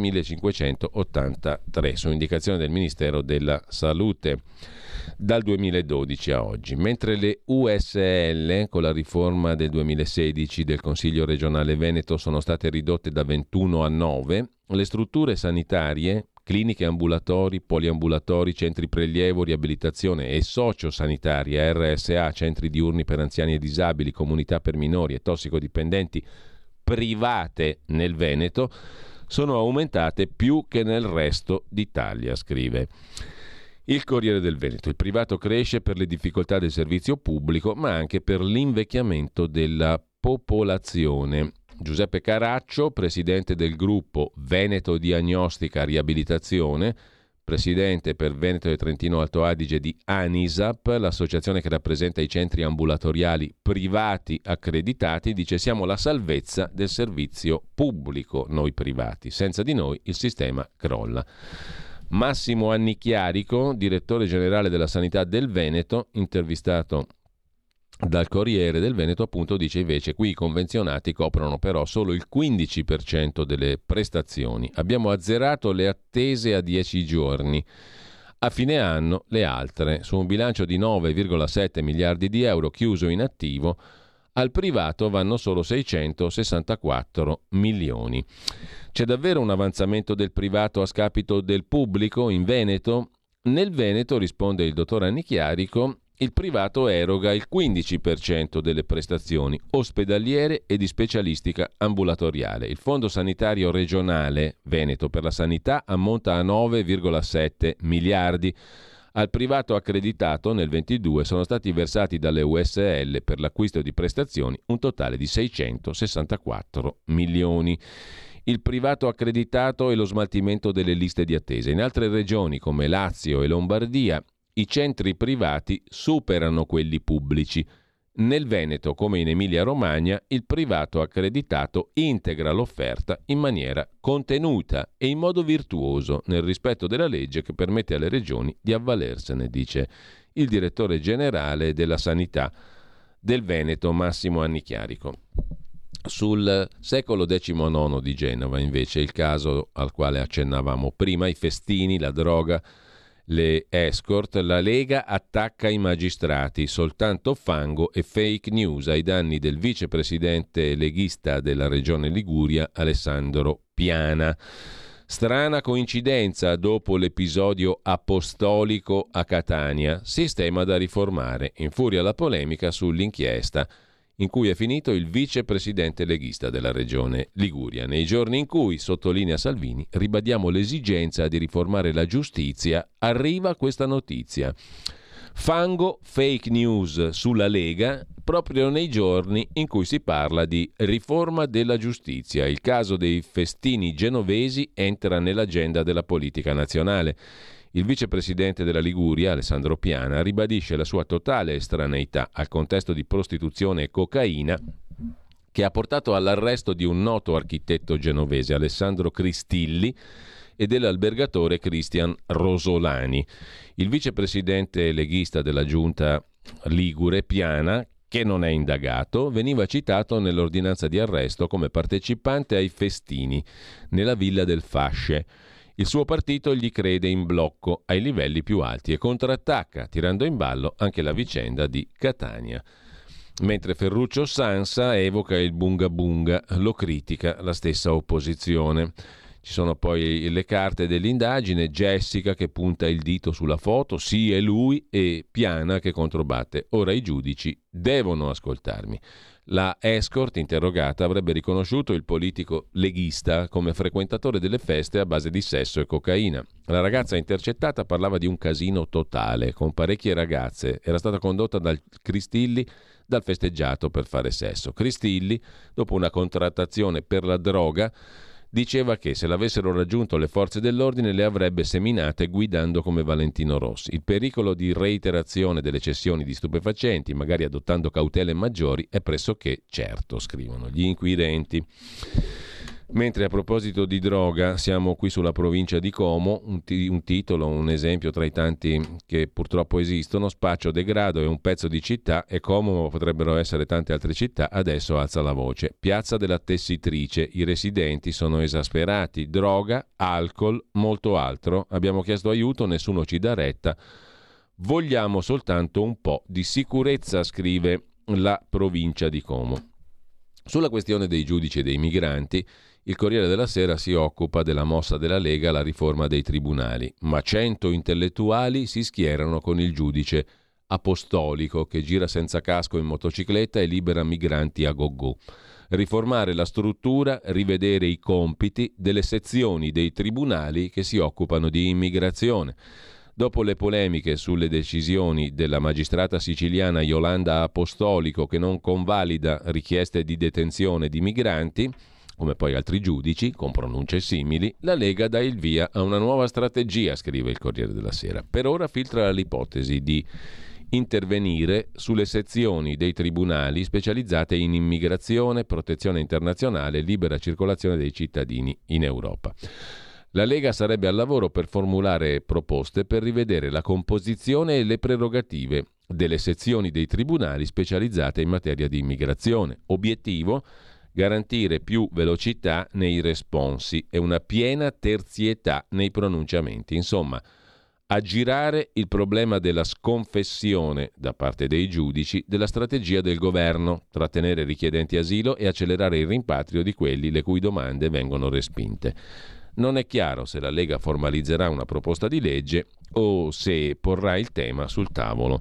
1.583 su indicazione del Ministero della Salute dal 2012 a oggi, mentre le USL con la riforma del 2016 del Consiglio regionale Veneto sono state ridotte da 21 a 9, le strutture sanitarie, cliniche, ambulatori, poliambulatori, centri prelievo, riabilitazione e sociosanitaria, RSA, centri diurni per anziani e disabili, comunità per minori e tossicodipendenti private nel Veneto sono aumentate più che nel resto d'Italia, scrive il Corriere del Veneto. Il privato cresce per le difficoltà del servizio pubblico, ma anche per l'invecchiamento della popolazione. Giuseppe Caraccio, presidente del gruppo Veneto Diagnostica Riabilitazione, presidente per Veneto e Trentino Alto Adige di ANISAP, l'associazione che rappresenta i centri ambulatoriali privati accreditati, dice: siamo la salvezza del servizio pubblico, noi privati. Senza di noi il sistema crolla. Massimo Annichiarico, direttore generale della sanità del Veneto, intervistato dal Corriere del Veneto, appunto, dice invece: qui i convenzionati coprono però solo il 15% delle prestazioni. Abbiamo azzerato le attese a 10 giorni. A fine anno le altre, su un bilancio di 9,7 miliardi di euro chiuso in attivo, al privato vanno solo 664 milioni. C'è davvero un avanzamento del privato a scapito del pubblico in Veneto? Nel Veneto, risponde il dottor Annichiarico, il privato eroga il 15% delle prestazioni ospedaliere e di specialistica ambulatoriale. Il Fondo Sanitario Regionale Veneto per la Sanità ammonta a 9,7 miliardi. Al privato accreditato nel 22 sono stati versati dalle USL per l'acquisto di prestazioni un totale di 664 milioni. Il privato accreditato e lo smaltimento delle liste di attesa. In altre regioni come Lazio e Lombardia i centri privati superano quelli pubblici. Nel Veneto, come in Emilia-Romagna, il privato accreditato integra l'offerta in maniera contenuta e in modo virtuoso, nel rispetto della legge che permette alle regioni di avvalersene, dice il direttore generale della sanità del Veneto, Massimo Annichiarico. Sul secolo XIX di Genova, invece, il caso al quale accennavamo prima, i festini, la droga, le escort, la Lega attacca i magistrati, soltanto fango e fake news ai danni del vicepresidente leghista della regione Liguria, Alessandro Piana. Strana coincidenza dopo l'episodio apostolico a Catania, sistema da riformare, infuria la polemica sull'inchiesta in cui è finito il vicepresidente leghista della regione Liguria. Nei giorni in cui, sottolinea Salvini, ribadiamo l'esigenza di riformare la giustizia, arriva questa notizia. Fango, fake news sulla Lega, proprio nei giorni in cui si parla di riforma della giustizia. Il caso dei festini genovesi entra nell'agenda della politica nazionale. Il vicepresidente della Liguria, Alessandro Piana, ribadisce la sua totale estraneità al contesto di prostituzione e cocaina che ha portato all'arresto di un noto architetto genovese, Alessandro Cristilli, e dell'albergatore Cristian Rosolani. Il vicepresidente leghista della giunta ligure, Piana, che non è indagato, veniva citato nell'ordinanza di arresto come partecipante ai festini nella Villa del Fasce. Il suo partito gli crede in blocco ai livelli più alti e contrattacca, tirando in ballo anche la vicenda di Catania. mentre Ferruccio Sansa evoca il bunga bunga, lo critica la stessa opposizione. Ci sono poi le carte dell'indagine, Jessica che punta il dito sulla foto, sì è lui, e Piana che controbatte, ora i giudici devono ascoltarmi. La escort interrogata avrebbe riconosciuto il politico leghista come frequentatore delle feste a base di sesso e cocaina. La ragazza intercettata parlava di un casino totale, con parecchie ragazze. Era stata condotta dal Cristilli dal festeggiato per fare sesso. Cristilli, dopo una contrattazione per la droga, diceva che se l'avessero raggiunto le forze dell'ordine le avrebbe seminate guidando come Valentino Rossi. Il pericolo di reiterazione delle cessioni di stupefacenti, magari adottando cautele maggiori, è pressoché certo, scrivono gli inquirenti. Mentre a proposito di droga, siamo qui sulla provincia di Como, un titolo, un esempio tra i tanti che purtroppo esistono: spaccio, degrado e un pezzo di città, e Como potrebbero essere tante altre città, adesso alza la voce. Piazza della Tessitrice, i residenti sono esasperati, droga, alcol, molto altro. Abbiamo chiesto aiuto, nessuno ci dà retta, vogliamo soltanto un po' di sicurezza, scrive la provincia di Como. Sulla questione dei giudici e dei migranti, il Corriere della Sera si occupa della mossa della Lega alla riforma dei tribunali, ma 100 intellettuali si schierano con il giudice apostolico che gira senza casco in motocicletta e libera migranti a go-go. Riformare la struttura, rivedere i compiti delle sezioni dei tribunali che si occupano di immigrazione. Dopo le polemiche sulle decisioni della magistrata siciliana Yolanda Apostolico, che non convalida richieste di detenzione di migranti, come poi altri giudici, con pronunce simili, la Lega dà il via a una nuova strategia, scrive il Corriere della Sera. Per ora filtra l'ipotesi di intervenire sulle sezioni dei tribunali specializzate in immigrazione, protezione internazionale e libera circolazione dei cittadini in Europa. La Lega sarebbe al lavoro per formulare proposte per rivedere la composizione e le prerogative delle sezioni dei tribunali specializzate in materia di immigrazione. Obiettivo: garantire più velocità nei responsi e una piena terzietà nei pronunciamenti. Insomma, aggirare il problema della sconfessione da parte dei giudici della strategia del governo, trattenere richiedenti asilo e accelerare il rimpatrio di quelli le cui domande vengono respinte. Non è chiaro se la Lega formalizzerà una proposta di legge o se porrà il tema sul tavolo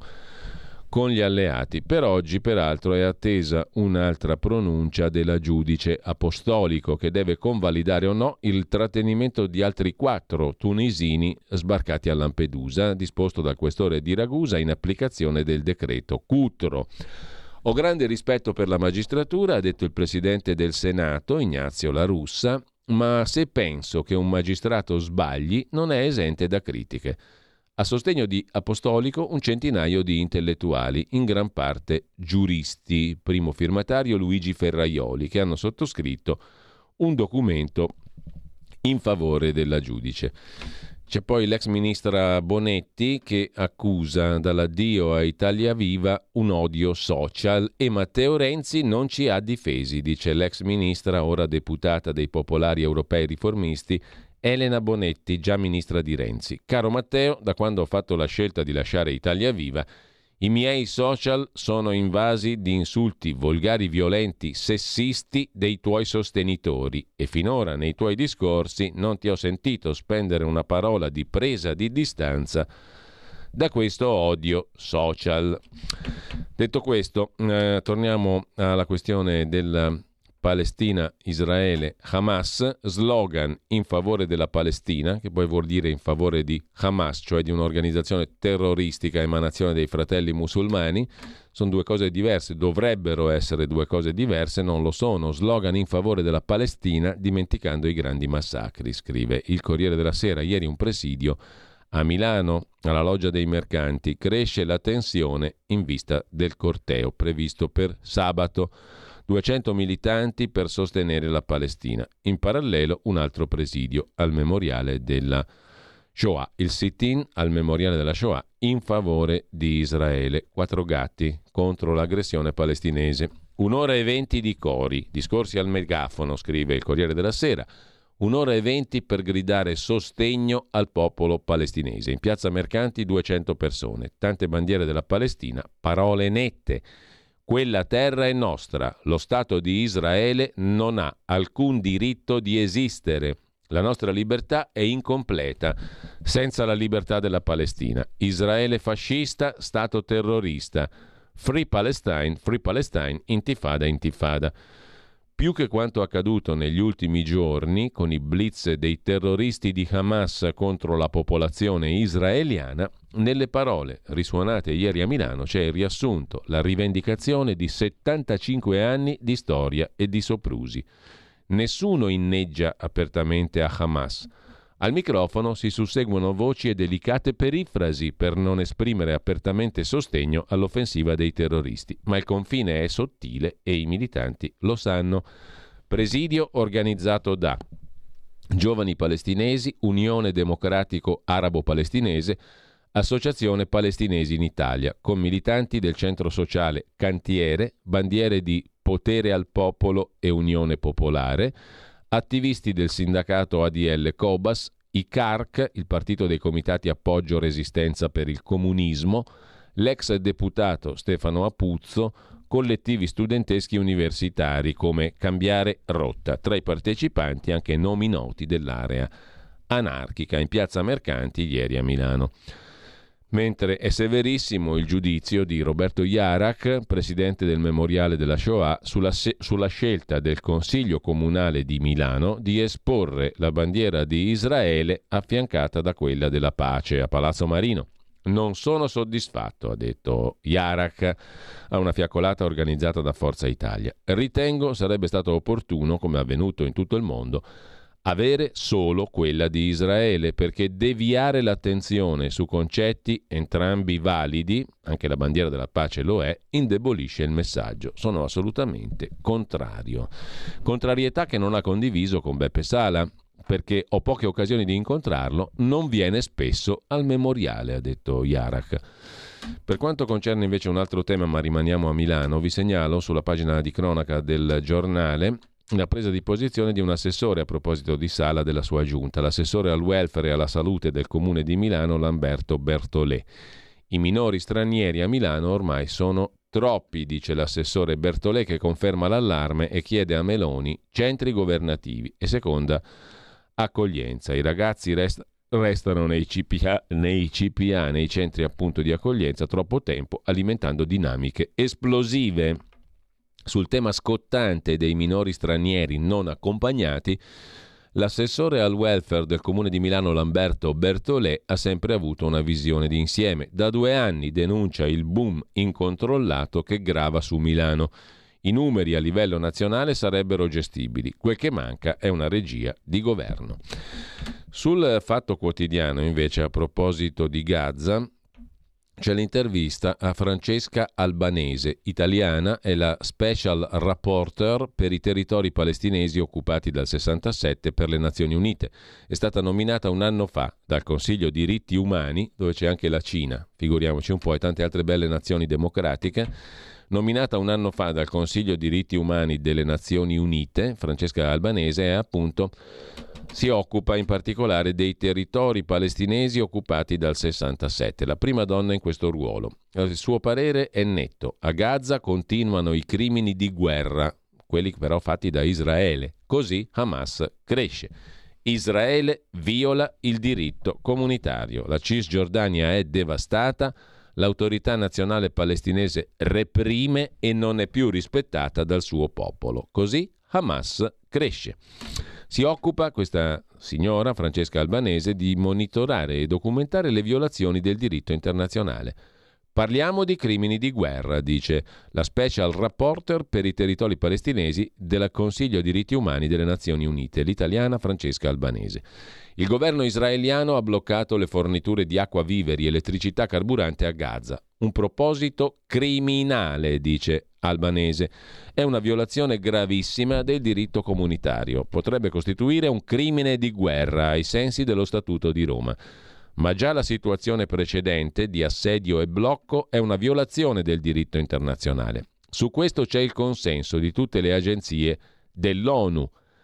con gli alleati. Per oggi, peraltro, è attesa un'altra pronuncia della giudice apostolico che deve convalidare o no il trattenimento di altri 4 tunisini sbarcati a Lampedusa, disposto dal questore di Ragusa in applicazione del decreto Cutro. Ho grande rispetto per la magistratura, ha detto il presidente del Senato, Ignazio La Russa, ma se penso che un magistrato sbagli non è esente da critiche. A sostegno di Apostolico un centinaio di intellettuali, in gran parte giuristi, primo firmatario Luigi Ferraioli, che hanno sottoscritto un documento in favore della giudice. C'è poi l'ex ministra Bonetti che accusa dall'addio a Italia Viva un odio social e Matteo Renzi non ci ha difesi, dice l'ex ministra, ora deputata dei Popolari Europei Riformisti, Elena Bonetti, già ministra di Renzi. Caro Matteo, da quando ho fatto la scelta di lasciare Italia Viva, i miei social sono invasi di insulti volgari, violenti, sessisti dei tuoi sostenitori e finora nei tuoi discorsi non ti ho sentito spendere una parola di presa di distanza da questo odio social. Detto questo, torniamo alla questione del Palestina, Israele, Hamas, slogan in favore della Palestina, che poi vuol dire in favore di Hamas, cioè di un'organizzazione terroristica emanazione dei fratelli musulmani. Sono due cose diverse, dovrebbero essere due cose diverse, non lo sono. Slogan in favore della Palestina dimenticando i grandi massacri, scrive il Corriere della Sera. Ieri un presidio a Milano, alla Loggia dei Mercanti, cresce la tensione in vista del corteo previsto per sabato. 200 militanti per sostenere la Palestina. In parallelo un altro presidio al memoriale della Shoah. Il sit-in al memoriale della Shoah in favore di Israele. 4 gatti contro l'aggressione palestinese. 1 ora e 20 di cori. Discorsi al megafono, scrive il Corriere della Sera. 1 ora e 20 per gridare sostegno al popolo palestinese. In piazza Mercanti 200 persone. Tante bandiere della Palestina. Parole nette. Quella terra è nostra, lo Stato di Israele non ha alcun diritto di esistere. La nostra libertà è incompleta senza la libertà della Palestina. Israele fascista, Stato terrorista. Free Palestine, intifada, intifada. Più che quanto accaduto negli ultimi giorni con i blitz dei terroristi di Hamas contro la popolazione israeliana, nelle parole risuonate ieri a Milano c'è il riassunto, la rivendicazione di 75 anni di storia e di soprusi. Nessuno inneggia apertamente a Hamas. Al microfono si susseguono voci e delicate perifrasi per non esprimere apertamente sostegno all'offensiva dei terroristi, ma il confine è sottile e i militanti lo sanno. Presidio organizzato da Giovani Palestinesi, Unione Democratico Arabo-Palestinese, Associazione Palestinesi in Italia, con militanti del centro sociale Cantiere, bandiere di Potere al Popolo e Unione Popolare, attivisti del sindacato ADL Cobas, i CARC, il partito dei comitati Appoggio Resistenza per il Comunismo, l'ex deputato Stefano Apuzzo, collettivi studenteschi universitari come Cambiare Rotta. Tra i partecipanti anche nomi noti dell'area anarchica in Piazza Mercanti ieri a Milano. Mentre è severissimo il giudizio di Roberto Jarak, presidente del Memoriale della Shoah, sulla scelta del Consiglio Comunale di Milano di esporre la bandiera di Israele affiancata da quella della pace a Palazzo Marino. Non sono soddisfatto, ha detto Jarak a una fiaccolata organizzata da Forza Italia. Ritengo sarebbe stato opportuno, come è avvenuto in tutto il mondo, avere solo quella di Israele, perché deviare l'attenzione su concetti entrambi validi, anche la bandiera della pace lo è, indebolisce il messaggio. Sono assolutamente contrario. Contrarietà che non ha condiviso con Beppe Sala, perché ho poche occasioni di incontrarlo, non viene spesso al memoriale, ha detto Jarak. Per quanto concerne invece un altro tema, ma rimaniamo a Milano, vi segnalo sulla pagina di cronaca del giornale la presa di posizione di un assessore a proposito di Sala della sua giunta, l'assessore al welfare e alla salute del comune di Milano Lamberto Bertolè. I minori stranieri a Milano ormai sono troppi, dice l'assessore Bertolè, che conferma l'allarme e chiede a Meloni centri governativi e seconda accoglienza. I ragazzi restano nei CPA, nei centri appunto di accoglienza, troppo tempo, alimentando dinamiche esplosive. Sul tema scottante dei minori stranieri non accompagnati, l'assessore al welfare del comune di Milano Lamberto Bertolè ha sempre avuto una visione d'insieme. Da 2 anni denuncia il boom incontrollato che grava su Milano. I numeri a livello nazionale sarebbero gestibili. Quel che manca è una regia di governo. Sul Fatto Quotidiano, invece, a proposito di Gaza, c'è l'intervista a Francesca Albanese, italiana, è la Special Rapporteur per i territori palestinesi occupati dal 67 per le Nazioni Unite. È stata nominata un anno fa dal Consiglio Diritti Umani, dove c'è anche la Cina, figuriamoci un po', e tante altre belle nazioni democratiche. Nominata un anno fa dal Consiglio Diritti Umani delle Nazioni Unite, Francesca Albanese è appunto... si occupa in particolare dei territori palestinesi occupati dal 67, la prima donna in questo ruolo. Il suo parere è netto: a Gaza continuano i crimini di guerra, quelli però fatti da Israele, così Hamas cresce. Israele viola il diritto comunitario, la Cisgiordania è devastata, l'autorità nazionale palestinese reprime e non è più rispettata dal suo popolo, così Hamas cresce. Si occupa questa signora, Francesca Albanese, di monitorare e documentare le violazioni del diritto internazionale. Parliamo di crimini di guerra, dice la Special Rapporteur per i territori palestinesi del Consiglio Diritti Umani delle Nazioni Unite, l'italiana Francesca Albanese. Il governo israeliano ha bloccato le forniture di acqua, viveri, elettricità, carburante a Gaza. Un proposito criminale, dice Albanese. È una violazione gravissima del diritto comunitario. Potrebbe costituire un crimine di guerra ai sensi dello Statuto di Roma. Ma già la situazione precedente di assedio e blocco è una violazione del diritto internazionale. Su questo c'è il consenso di tutte le agenzie dell'ONU.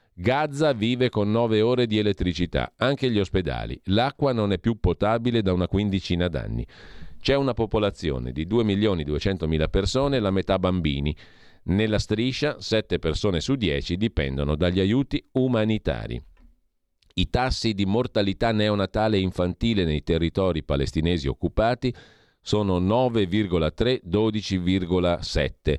Gaza vive con 9 ore di elettricità, anche gli ospedali. L'acqua non è più potabile da una quindicina d'anni. C'è una popolazione di 2.200.000 persone, la metà bambini. Nella striscia 7 persone su 10 dipendono dagli aiuti umanitari. I tassi di mortalità neonatale e infantile nei territori palestinesi occupati sono 9,3, 12,7,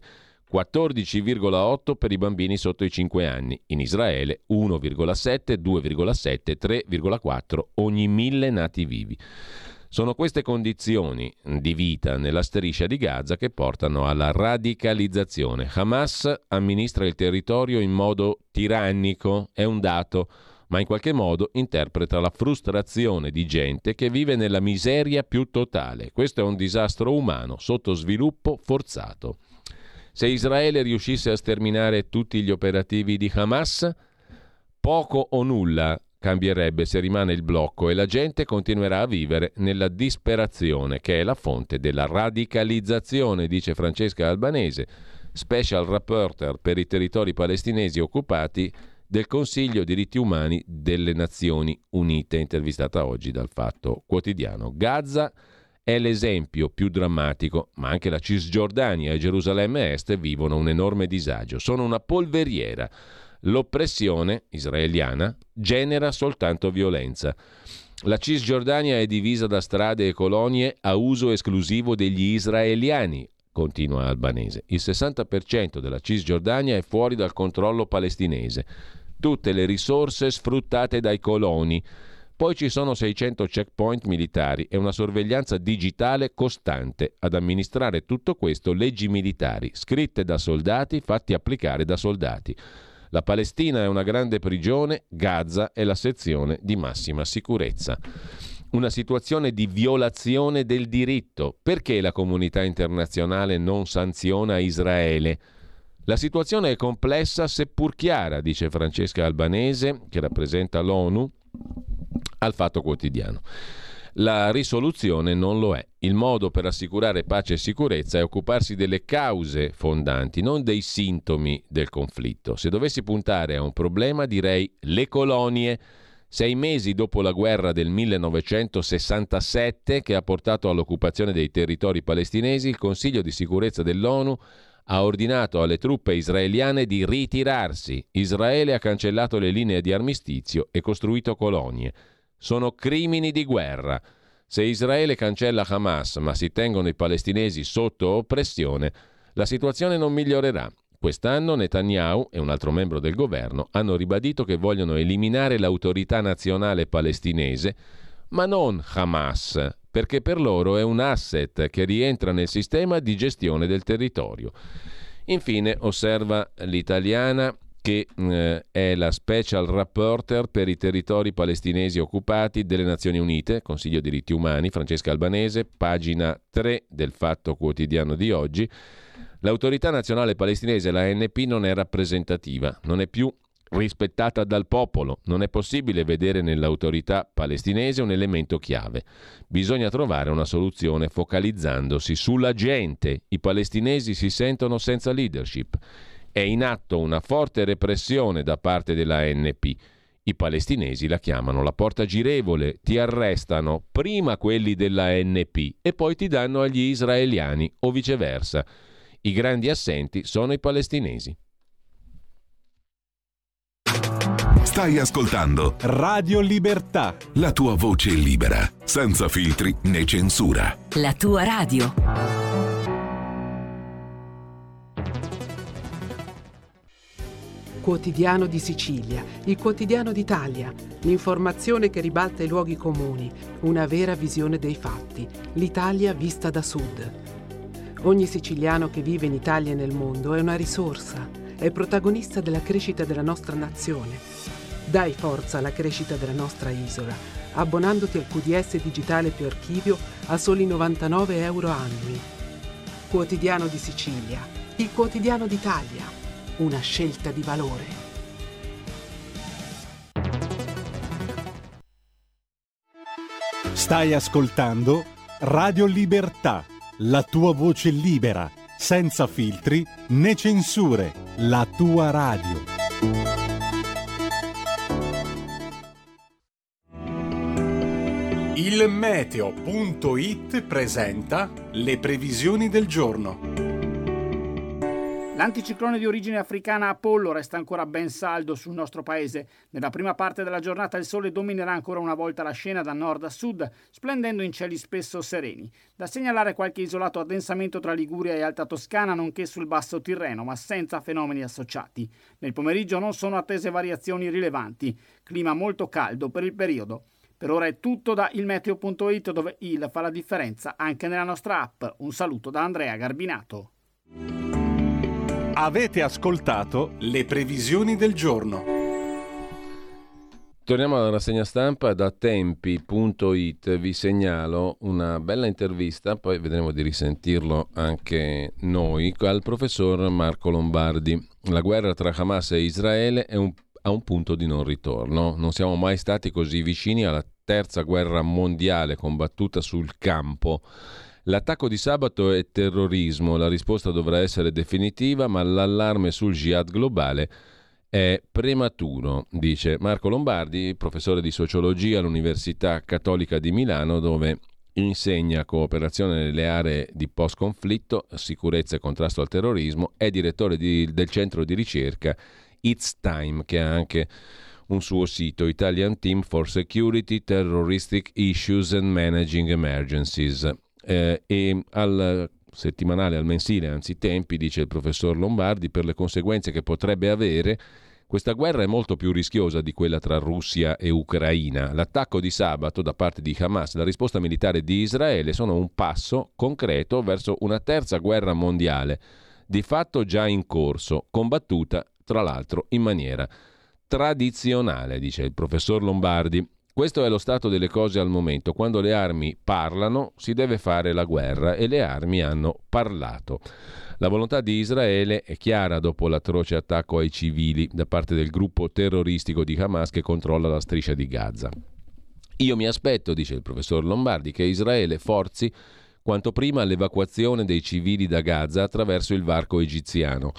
14,8 per i bambini sotto i 5 anni. In Israele 1,7, 2,7, 3,4 ogni 1000 nati vivi. Sono queste condizioni di vita nella striscia di Gaza che portano alla radicalizzazione. Hamas amministra il territorio in modo tirannico, è un dato, ma in qualche modo interpreta la frustrazione di gente che vive nella miseria più totale. Questo è un disastro umano, sottosviluppo forzato. Se Israele riuscisse a sterminare tutti gli operativi di Hamas, poco o nulla cambierebbe se rimane il blocco e la gente continuerà a vivere nella disperazione, che è la fonte della radicalizzazione, dice Francesca Albanese, special rapporteur per i territori palestinesi occupati del Consiglio diritti umani delle Nazioni Unite, intervistata oggi dal Fatto Quotidiano. Gaza è l'esempio più drammatico, ma anche la Cisgiordania e Gerusalemme Est vivono un enorme disagio. Sono una polveriera. L'oppressione israeliana genera soltanto violenza. La Cisgiordania è divisa da strade e colonie a uso esclusivo degli israeliani, continua Albanese. Il 60% della Cisgiordania è fuori dal controllo palestinese. Tutte le risorse sfruttate dai coloni. Poi ci sono 600 checkpoint militari e una sorveglianza digitale costante. Ad amministrare tutto questo leggi militari, scritte da soldati, fatti applicare da soldati. La Palestina è una grande prigione, Gaza è la sezione di massima sicurezza. Una situazione di violazione del diritto. Perché la comunità internazionale non sanziona Israele? La situazione è complessa seppur chiara, dice Francesca Albanese, che rappresenta l'ONU, al Fatto Quotidiano. La risoluzione non lo è. Il modo per assicurare pace e sicurezza è occuparsi delle cause fondanti, non dei sintomi del conflitto. Se dovessi puntare a un problema, direi le colonie. 6 mesi dopo la guerra del 1967, che ha portato all'occupazione dei territori palestinesi, il Consiglio di sicurezza dell'ONU ha ordinato alle truppe israeliane di ritirarsi. Israele ha cancellato le linee di armistizio e costruito colonie. Sono crimini di guerra. Se Israele cancella Hamas, ma si tengono i palestinesi sotto oppressione, la situazione non migliorerà. Quest'anno Netanyahu e un altro membro del governo hanno ribadito che vogliono eliminare l'autorità nazionale palestinese, ma non Hamas, perché per loro è un asset che rientra nel sistema di gestione del territorio. Infine, osserva l'italiana, che è la special rapporteur per i territori palestinesi occupati delle Nazioni Unite, Consiglio diritti umani, Francesca Albanese, pagina 3 del Fatto Quotidiano di oggi. L'autorità nazionale palestinese, la ANP, non è rappresentativa, non è più rispettata dal popolo. Non è possibile vedere nell'autorità palestinese un elemento chiave. Bisogna trovare una soluzione focalizzandosi sulla gente. I palestinesi si sentono senza leadership. È in atto una forte repressione da parte della ANP. I palestinesi la chiamano la porta girevole, ti arrestano prima quelli della ANP e poi ti danno agli israeliani o viceversa. I grandi assenti sono i palestinesi. Stai ascoltando Radio Libertà, la tua voce libera, senza filtri né censura. La tua radio. Quotidiano di Sicilia, il quotidiano d'Italia, l'informazione che ribalta i luoghi comuni, una vera visione dei fatti, l'Italia vista da sud. Ogni siciliano che vive in Italia e nel mondo è una risorsa, è protagonista della crescita della nostra nazione. Dai forza alla crescita della nostra isola, abbonandoti al QDS digitale più archivio a soli 99 euro annui. Quotidiano di Sicilia, il quotidiano d'Italia. Una scelta di valore. Stai ascoltando Radio Libertà, la tua voce libera, senza filtri né censure, la tua radio. Il meteo.it presenta le previsioni del giorno. L'anticiclone di origine africana Apollo resta ancora ben saldo sul nostro paese. Nella prima parte della giornata il sole dominerà ancora una volta la scena da nord a sud, splendendo in cieli spesso sereni. Da segnalare qualche isolato addensamento tra Liguria e Alta Toscana, nonché sul basso Tirreno, ma senza fenomeni associati. Nel pomeriggio non sono attese variazioni rilevanti. Clima molto caldo per il periodo. Per ora è tutto da ilmeteo.it, dove il fa la differenza anche nella nostra app. Un saluto da Andrea Garbinato. Avete ascoltato le previsioni del giorno. Torniamo alla rassegna stampa. Da tempi.it vi segnalo una bella intervista, poi vedremo di risentirlo anche noi, al professor Marco Lombardi. La guerra tra Hamas e Israele è a un punto di non ritorno. Non siamo mai stati così vicini alla terza guerra mondiale combattuta sul campo. L'attacco di sabato è terrorismo, la risposta dovrà essere definitiva, ma l'allarme sul jihad globale è prematuro, dice Marco Lombardi, professore di sociologia all'Università Cattolica di Milano, dove insegna cooperazione nelle aree di post-conflitto, sicurezza e contrasto al terrorismo, è direttore del centro di ricerca It's Time, che ha anche un suo sito, Italian Team for Security, Terroristic Issues and Managing Emergencies. E al settimanale, al mensile, anzi Tempi, dice il professor Lombardi, per le conseguenze che potrebbe avere, questa guerra è molto più rischiosa di quella tra Russia e Ucraina. L'attacco di sabato da parte di Hamas, la risposta militare di Israele sono un passo concreto verso una terza guerra mondiale, di fatto già in corso, combattuta tra l'altro in maniera tradizionale, dice il professor Lombardi. Questo è lo stato delle cose al momento. Quando le armi parlano si deve fare la guerra, e le armi hanno parlato. La volontà di Israele è chiara dopo l'atroce attacco ai civili da parte del gruppo terroristico di Hamas che controlla la striscia di Gaza. Io mi aspetto, dice il professor Lombardi, che Israele forzi quanto prima l'evacuazione dei civili da Gaza attraverso il varco egiziano.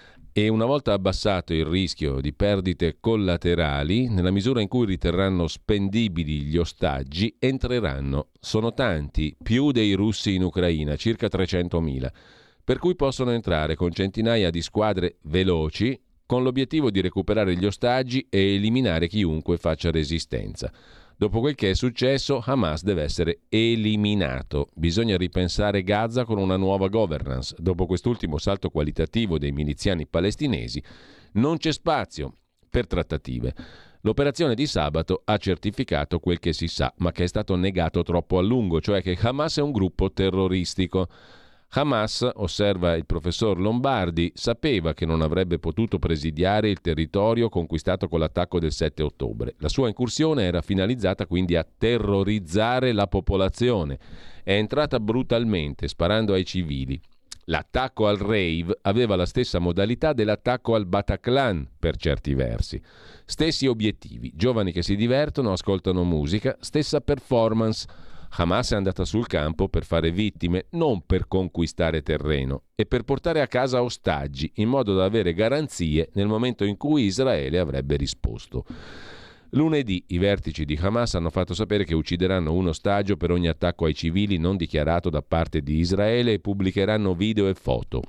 E una volta abbassato il rischio di perdite collaterali, nella misura in cui riterranno spendibili gli ostaggi, entreranno. Sono tanti, più dei russi in Ucraina, circa 300.000, per cui possono entrare con centinaia di squadre veloci, con l'obiettivo di recuperare gli ostaggi e eliminare chiunque faccia resistenza. Dopo quel che è successo, Hamas deve essere eliminato. Bisogna ripensare Gaza con una nuova governance. Dopo quest'ultimo salto qualitativo dei miliziani palestinesi, non c'è spazio per trattative. L'operazione di sabato ha certificato quel che si sa, ma che è stato negato troppo a lungo, cioè che Hamas è un gruppo terroristico. Hamas, osserva il professor Lombardi, sapeva che non avrebbe potuto presidiare il territorio conquistato con l'attacco del 7 ottobre. La sua incursione era finalizzata quindi a terrorizzare la popolazione. È entrata brutalmente, sparando ai civili. L'attacco al rave aveva la stessa modalità dell'attacco al Bataclan, per certi versi. Stessi obiettivi, giovani che si divertono, ascoltano musica, stessa performance. Hamas è andata sul campo per fare vittime, non per conquistare terreno, e per portare a casa ostaggi, in modo da avere garanzie nel momento in cui Israele avrebbe risposto. Lunedì i vertici di Hamas hanno fatto sapere che uccideranno un ostaggio per ogni attacco ai civili non dichiarato da parte di Israele e pubblicheranno video e foto.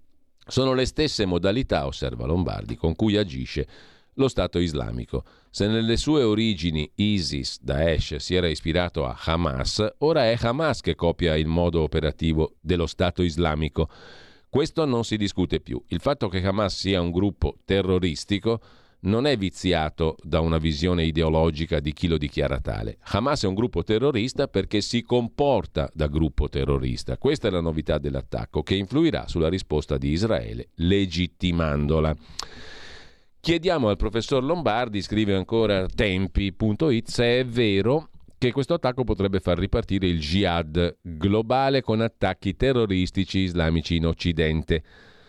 Sono le stesse modalità, osserva Lombardi, con cui agisce lo Stato islamico. Se nelle sue origini ISIS, Daesh, si era ispirato a Hamas, ora è Hamas che copia il modo operativo dello Stato islamico. Questo non si discute più. Il fatto che Hamas sia un gruppo terroristico non è viziato da una visione ideologica di chi lo dichiara tale. Hamas è un gruppo terrorista perché si comporta da gruppo terrorista. Questa è la novità dell'attacco, che influirà sulla risposta di Israele, legittimandola. Chiediamo al professor Lombardi, scrive ancora tempi.it, se è vero che questo attacco potrebbe far ripartire il jihad globale con attacchi terroristici islamici in Occidente.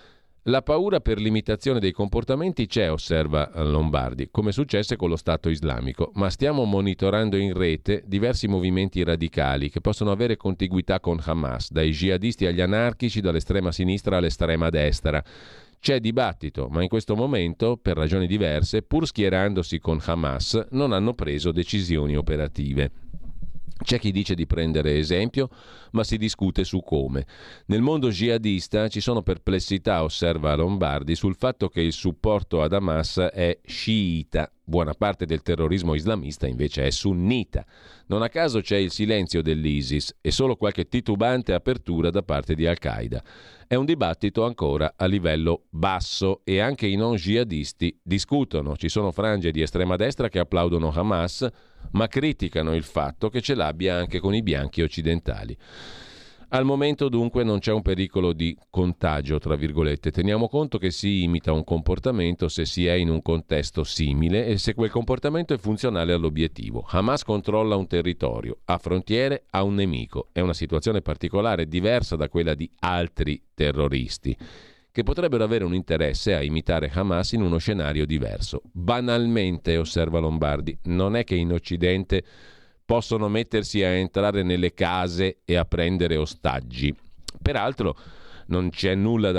La paura per l'imitazione dei comportamenti c'è, osserva Lombardi, come successe con lo Stato islamico, ma stiamo monitorando in rete diversi movimenti radicali che possono avere contiguità con Hamas, dai jihadisti agli anarchici, dall'estrema sinistra all'estrema destra. C'è dibattito, ma in questo momento, per ragioni diverse, pur schierandosi con Hamas, non hanno preso decisioni operative. C'è chi dice di prendere esempio, ma si discute su come. Nel mondo jihadista ci sono perplessità, osserva Lombardi, sul fatto che il supporto ad Hamas è sciita. Buona parte del terrorismo islamista invece è sunnita. Non a caso c'è il silenzio dell'ISIS e solo qualche titubante apertura da parte di Al-Qaeda. È un dibattito ancora a livello basso e anche i non jihadisti discutono. Ci sono frange di estrema destra che applaudono Hamas, ma criticano il fatto che ce l'abbia anche con i bianchi occidentali. Al momento dunque non c'è un pericolo di contagio, tra virgolette. Teniamo conto che si imita un comportamento se si è in un contesto simile e se quel comportamento è funzionale all'obiettivo. Hamas controlla un territorio, ha frontiere, ha un nemico. È una situazione particolare, diversa da quella di altri terroristi, che potrebbero avere un interesse a imitare Hamas in uno scenario diverso. Banalmente, osserva Lombardi, non è che in Occidente possono mettersi a entrare nelle case e a prendere ostaggi. Peraltro non c'è nulla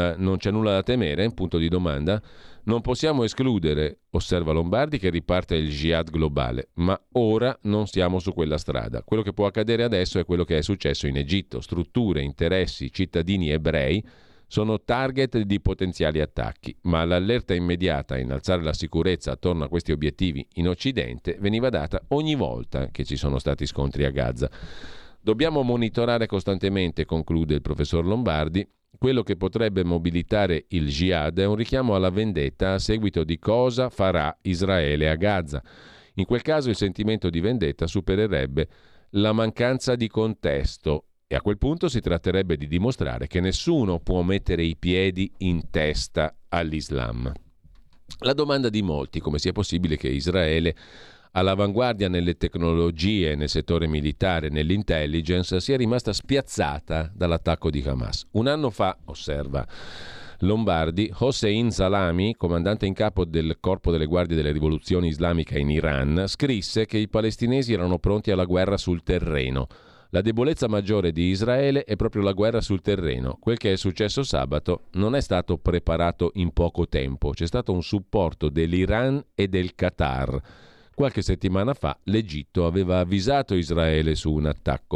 da temere, punto di domanda. Non possiamo escludere, osserva Lombardi, che riparta il jihad globale, ma ora non siamo su quella strada. Quello che può accadere adesso è quello che è successo in Egitto. Strutture, interessi, cittadini ebrei sono target di potenziali attacchi, ma l'allerta immediata a innalzare la sicurezza attorno a questi obiettivi in Occidente veniva data ogni volta che ci sono stati scontri a Gaza. Dobbiamo monitorare costantemente, conclude il professor Lombardi. Quello che potrebbe mobilitare il jihad è un richiamo alla vendetta a seguito di cosa farà Israele a Gaza. In quel caso il sentimento di vendetta supererebbe la mancanza di contesto. E a quel punto si tratterebbe di dimostrare che nessuno può mettere i piedi in testa all'Islam. La domanda di molti, come sia possibile che Israele, all'avanguardia nelle tecnologie, nel settore militare, nell'intelligence, sia rimasta spiazzata dall'attacco di Hamas. Un anno fa, osserva Lombardi, Hossein Salami, comandante in capo del Corpo delle Guardie delle Rivoluzioni Islamica in Iran, scrisse che i palestinesi erano pronti alla guerra sul terreno. La debolezza maggiore di Israele è proprio la guerra sul terreno. Quel che è successo sabato non è stato preparato in poco tempo. C'è stato un supporto dell'Iran e del Qatar. Qualche settimana fa l'Egitto aveva avvisato Israele su un attacco.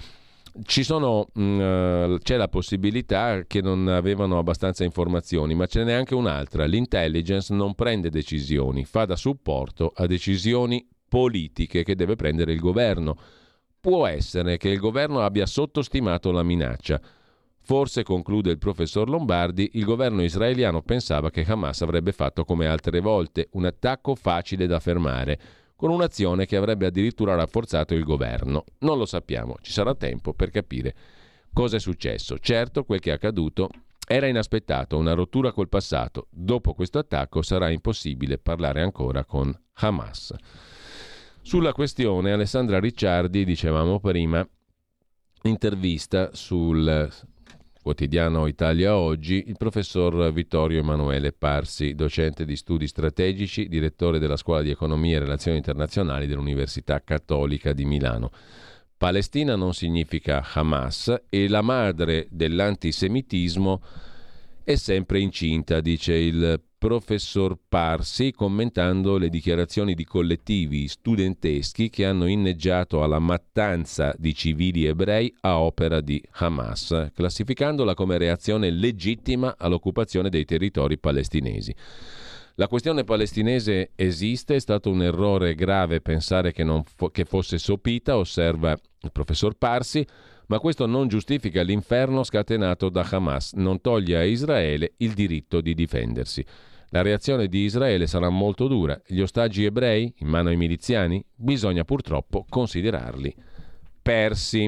C'è la possibilità che non avevano abbastanza informazioni, ma ce n'è anche un'altra. L'intelligence non prende decisioni, fa da supporto a decisioni politiche che deve prendere il governo. Può essere che il governo abbia sottostimato la minaccia. Forse, conclude il professor Lombardi, il governo israeliano pensava che Hamas avrebbe fatto come altre volte, un attacco facile da fermare, con un'azione che avrebbe addirittura rafforzato il governo. Non lo sappiamo, ci sarà tempo per capire cosa è successo. Certo, quel che è accaduto era inaspettato, una rottura col passato. Dopo questo attacco sarà impossibile parlare ancora con Hamas. Sulla questione Alessandra Ricciardi, dicevamo prima, intervista sul quotidiano Italia Oggi il professor Vittorio Emanuele Parsi, docente di studi strategici, direttore della Scuola di Economia e Relazioni Internazionali dell'Università Cattolica di Milano. Palestina non significa Hamas e la madre dell'antisemitismo è sempre incinta, dice il professor Parsi, commentando le dichiarazioni di collettivi studenteschi che hanno inneggiato alla mattanza di civili ebrei a opera di Hamas, classificandola come reazione legittima all'occupazione dei territori palestinesi. La questione palestinese esiste, è stato un errore grave pensare che fosse sopita, osserva il professor Parsi, ma questo non giustifica l'inferno scatenato da Hamas, non toglie a Israele il diritto di difendersi. La reazione di Israele sarà molto dura. Gli ostaggi ebrei in mano ai miliziani? Bisogna purtroppo considerarli persi.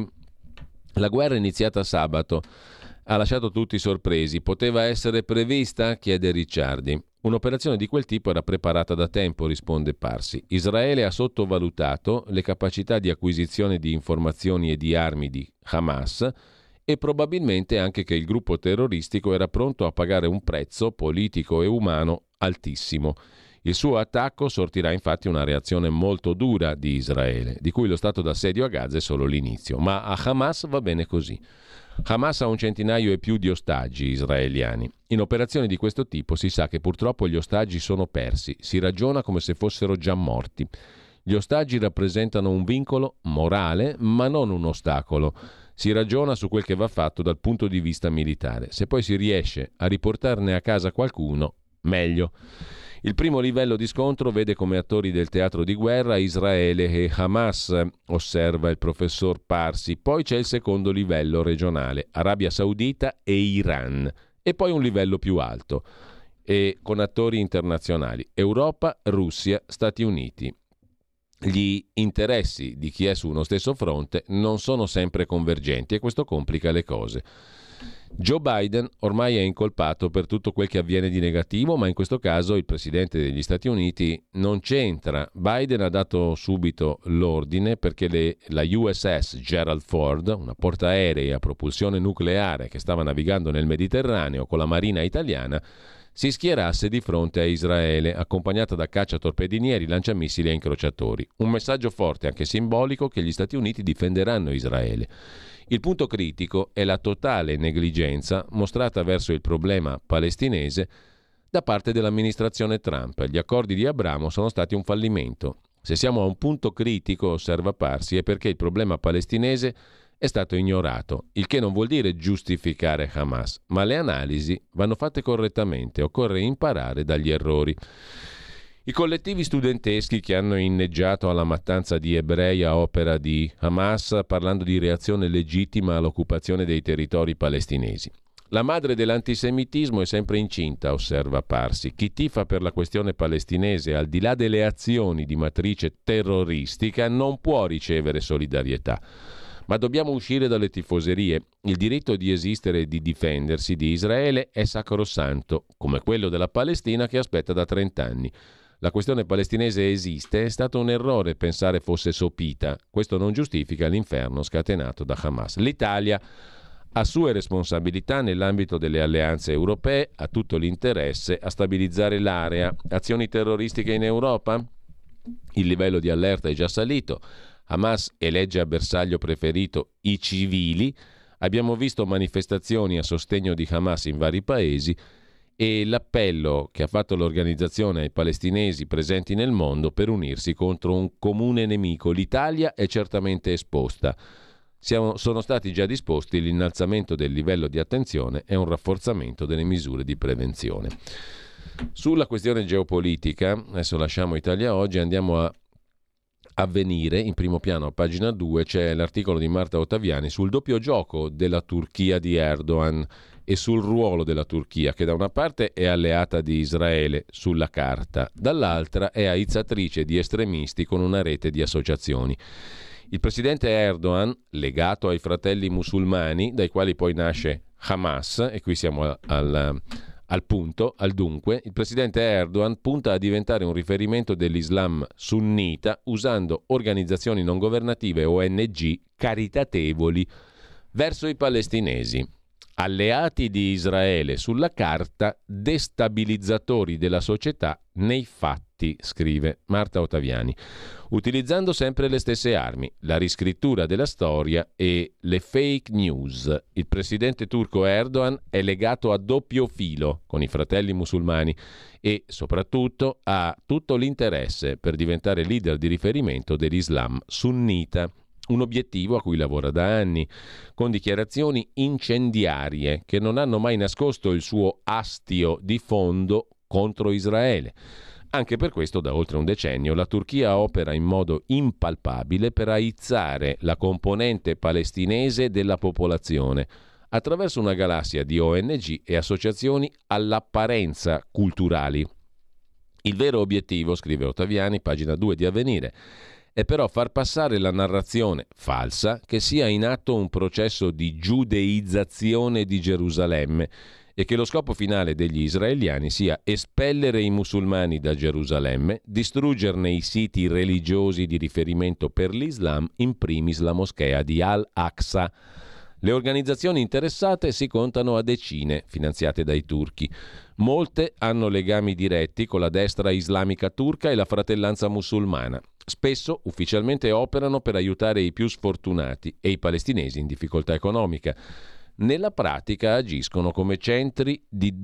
La guerra iniziata sabato ha lasciato tutti sorpresi. Poteva essere prevista? Chiede Ricciardi. Un'operazione di quel tipo era preparata da tempo, risponde Parsi. Israele ha sottovalutato le capacità di acquisizione di informazioni e di armi di Hamas e probabilmente anche che il gruppo terroristico era pronto a pagare un prezzo politico e umano altissimo. Il suo attacco sortirà infatti una reazione molto dura di Israele, di cui lo stato d'assedio a Gaza è solo l'inizio, ma a Hamas va bene così. Hamas ha 100 centinaio e più di ostaggi israeliani. In operazioni di questo tipo si sa che purtroppo gli ostaggi sono persi, si ragiona come se fossero già morti. Gli ostaggi rappresentano un vincolo morale, ma non un ostacolo. Si ragiona su quel che va fatto dal punto di vista militare. Se poi si riesce a riportarne a casa qualcuno, meglio. Il primo livello di scontro vede come attori del teatro di guerra Israele e Hamas, osserva il professor Parsi. Poi c'è il secondo livello regionale, Arabia Saudita e Iran. E poi un livello più alto, e con attori internazionali, Europa, Russia, Stati Uniti. Gli interessi di chi è su uno stesso fronte non sono sempre convergenti e questo complica le cose. Joe Biden ormai è incolpato per tutto quel che avviene di negativo, ma in questo caso il presidente degli Stati Uniti non c'entra. Biden ha dato subito l'ordine perché la USS Gerald Ford, una portaerei a propulsione nucleare che stava navigando nel Mediterraneo con la marina italiana, si schierasse di fronte a Israele, accompagnata da cacciatorpedinieri, lanciamissili e incrociatori. Un messaggio forte, anche simbolico, che gli Stati Uniti difenderanno Israele. Il punto critico è la totale negligenza mostrata verso il problema palestinese da parte dell'amministrazione Trump. Gli accordi di Abramo sono stati un fallimento. Se siamo a un punto critico, osserva Parsi, è perché il problema palestinese è stato ignorato, il che non vuol dire giustificare Hamas, ma le analisi vanno fatte correttamente, occorre imparare dagli errori. I collettivi studenteschi che hanno inneggiato alla mattanza di ebrei a opera di Hamas, parlando di reazione legittima all'occupazione dei territori palestinesi. La madre dell'antisemitismo è sempre incinta, osserva Parsi. Chi tifa per la questione palestinese, al di là delle azioni di matrice terroristica, non può ricevere solidarietà. Ma dobbiamo uscire dalle tifoserie. Il diritto di esistere e di difendersi di Israele è sacrosanto, come quello della Palestina che aspetta da 30 anni. La questione palestinese esiste, è stato un errore pensare fosse sopita. Questo non giustifica l'inferno scatenato da Hamas. L'Italia ha sue responsabilità nell'ambito delle alleanze europee, ha tutto l'interesse a stabilizzare l'area. Azioni terroristiche in Europa? Il livello di allerta è già salito. Hamas elegge a bersaglio preferito i civili. Abbiamo visto manifestazioni a sostegno di Hamas in vari paesi e l'appello che ha fatto l'organizzazione ai palestinesi presenti nel mondo per unirsi contro un comune nemico. L'Italia è certamente esposta. Sono stati già disposti l'innalzamento del livello di attenzione e un rafforzamento delle misure di prevenzione. Sulla questione geopolitica, adesso lasciamo Italia Oggi, andiamo a Avvenire, in primo piano a pagina 2 c'è l'articolo di Marta Ottaviani sul doppio gioco della Turchia di Erdogan e sul ruolo della Turchia, che da una parte è alleata di Israele sulla carta, dall'altra è aizzatrice di estremisti con una rete di associazioni. Il presidente Erdogan, legato ai fratelli musulmani, dai quali poi nasce Hamas, e qui siamo al punto, al dunque, il presidente Erdogan punta a diventare un riferimento dell'Islam sunnita usando organizzazioni non governative, ONG, caritatevoli verso i palestinesi. Alleati di Israele sulla carta, destabilizzatori della società nei fatti, scrive Marta Ottaviani, utilizzando sempre le stesse armi, la riscrittura della storia e le fake news. Il presidente turco Erdogan è legato a doppio filo con i fratelli musulmani e soprattutto ha tutto l'interesse per diventare leader di riferimento dell'Islam sunnita. Un obiettivo a cui lavora da anni, con dichiarazioni incendiarie che non hanno mai nascosto il suo astio di fondo contro Israele. Anche per questo, da oltre un decennio, la Turchia opera in modo impalpabile per aizzare la componente palestinese della popolazione, attraverso una galassia di ONG e associazioni all'apparenza culturali. Il vero obiettivo, scrive Ottaviani, pagina 2 di Avvenire, è però far passare la narrazione falsa che sia in atto un processo di giudeizzazione di Gerusalemme e che lo scopo finale degli israeliani sia espellere i musulmani da Gerusalemme, distruggerne i siti religiosi di riferimento per l'Islam, in primis la moschea di Al-Aqsa. Le organizzazioni interessate si contano a decine, finanziate dai turchi. Molte hanno legami diretti con la destra islamica turca e la fratellanza musulmana. Spesso ufficialmente operano per aiutare i più sfortunati e i palestinesi in difficoltà economica. Nella pratica agiscono come centri di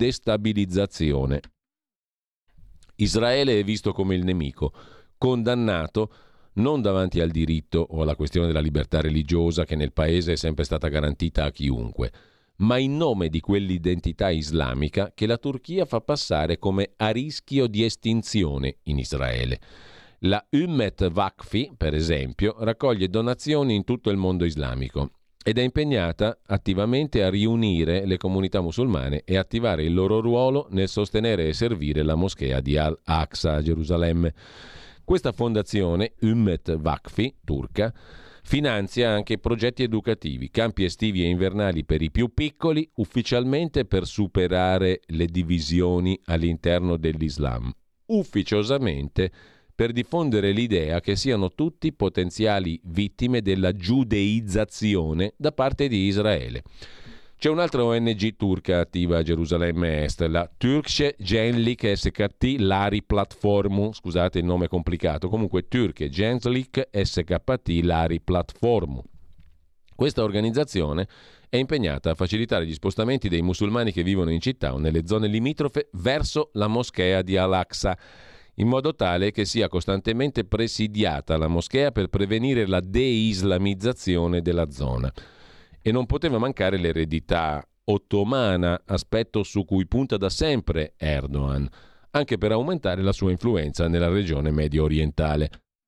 destabilizzazione. Israele è visto come il nemico, condannato non davanti al diritto o alla questione della libertà religiosa che nel paese è sempre stata garantita a chiunque, ma in nome di quell'identità islamica che la Turchia fa passare come a rischio di estinzione in Israele. La Ümmet Vakfi, per esempio, raccoglie donazioni in tutto il mondo islamico ed è impegnata attivamente a riunire le comunità musulmane e attivare il loro ruolo nel sostenere e servire la moschea di Al-Aqsa a Gerusalemme. Questa fondazione, Ümmet Vakfi, turca, finanzia anche progetti educativi, campi estivi e invernali per i più piccoli, ufficialmente per superare le divisioni all'interno dell'Islam, ufficiosamente per diffondere l'idea che siano tutti potenziali vittime della giudeizzazione da parte di Israele. C'è un'altra ONG turca attiva a Gerusalemme Est, la Türkçe Gençlik SKT Lari Platformu, scusate il nome complicato, comunque Türkçe Gençlik SKT Lari Platformu. Questa organizzazione è impegnata a facilitare gli spostamenti dei musulmani che vivono in città o nelle zone limitrofe verso la moschea di Al-Aqsa, in modo tale che sia costantemente presidiata la moschea per prevenire la deislamizzazione della zona. E non poteva mancare l'eredità ottomana, aspetto su cui punta da sempre Erdogan, anche per aumentare la sua influenza nella regione medio orientale.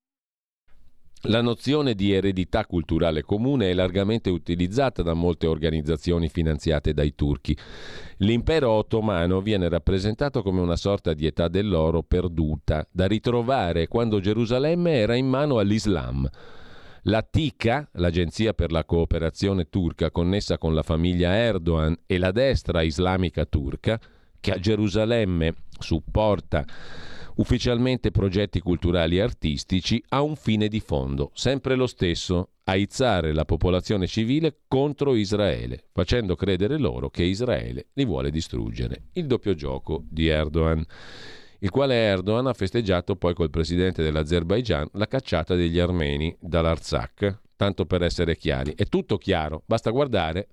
La nozione di eredità culturale comune è largamente utilizzata da molte organizzazioni finanziate dai turchi. L'impero ottomano viene rappresentato come una sorta di età dell'oro perduta, da ritrovare quando Gerusalemme era in mano all'Islam. La TICA, l'Agenzia per la Cooperazione Turca connessa con la famiglia Erdogan, e la destra islamica turca, che a Gerusalemme supporta ufficialmente progetti culturali e artistici, ha un fine di fondo, sempre lo stesso: aizzare la popolazione civile contro Israele, facendo credere loro che Israele li vuole distruggere. Il doppio gioco di Erdogan, il quale Erdogan ha festeggiato poi col presidente dell'Azerbaigian la cacciata degli armeni dall'Artsakh. Tanto per essere chiari, è tutto chiaro, basta guardare.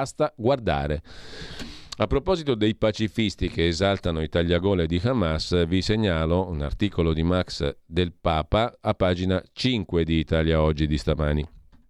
A proposito dei pacifisti che esaltano i tagliagole di Hamas, vi segnalo un articolo di Max Del Papa a pagina 5 di Italia Oggi di stamani.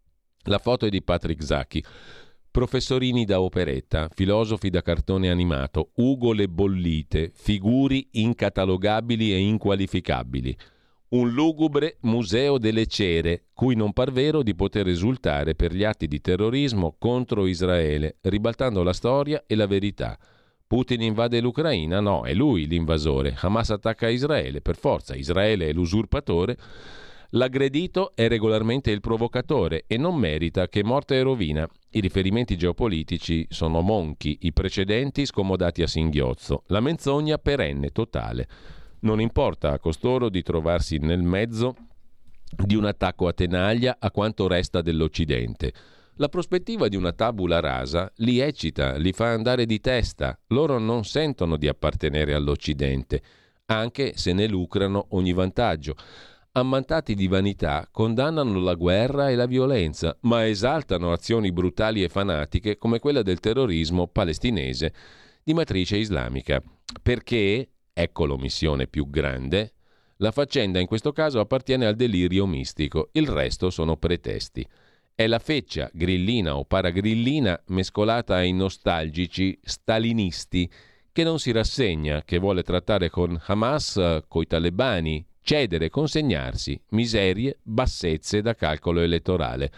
La foto è di Patrick Zaki. Professorini da operetta, filosofi da cartone animato, ugole bollite, figuri incatalogabili e inqualificabili. Un lugubre museo delle cere, cui non par vero di poter esultare per gli atti di terrorismo contro Israele, ribaltando la storia e la verità. Putin invade l'Ucraina? No, è lui l'invasore. Hamas attacca Israele, per forza. Israele è l'usurpatore. L'aggredito è regolarmente il provocatore e non merita che morte e rovina. I riferimenti geopolitici sono monchi, i precedenti scomodati a singhiozzo, la menzogna perenne, totale. Non importa a costoro di trovarsi nel mezzo di un attacco a tenaglia a quanto resta dell'Occidente. La prospettiva di una tabula rasa li eccita, li fa andare di testa. Loro non sentono di appartenere all'Occidente, anche se ne lucrano ogni vantaggio. Ammantati di vanità, condannano la guerra e la violenza, ma esaltano azioni brutali e fanatiche come quella del terrorismo palestinese di matrice islamica. Perché, ecco l'omissione più grande, la faccenda in questo caso appartiene al delirio mistico, il resto sono pretesti. È la feccia, grillina o paragrillina, mescolata ai nostalgici stalinisti, che non si rassegna, che vuole trattare con Hamas, coi talebani, cedere, consegnarsi, miserie, bassezze da calcolo elettorale.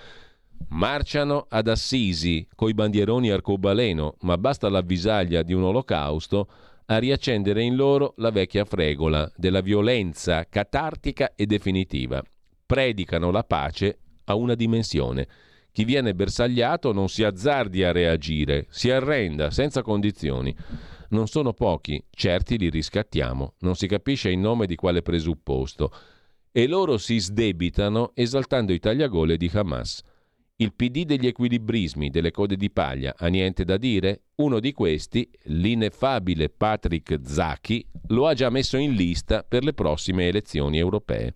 Marciano ad Assisi coi bandieroni arcobaleno, ma basta l'avvisaglia di un olocausto a riaccendere in loro la vecchia fregola della violenza catartica e definitiva. Predicano la pace a una dimensione. Chi viene bersagliato non si azzardi a reagire, si arrenda senza condizioni. Non sono pochi, certi li riscattiamo, non si capisce in nome di quale presupposto. E loro si sdebitano esaltando i tagliagole di Hamas. Il PD degli equilibrismi, delle code di paglia, ha niente da dire? Uno di questi, l'ineffabile Patrick Zaki, lo ha già messo in lista per le prossime elezioni europee.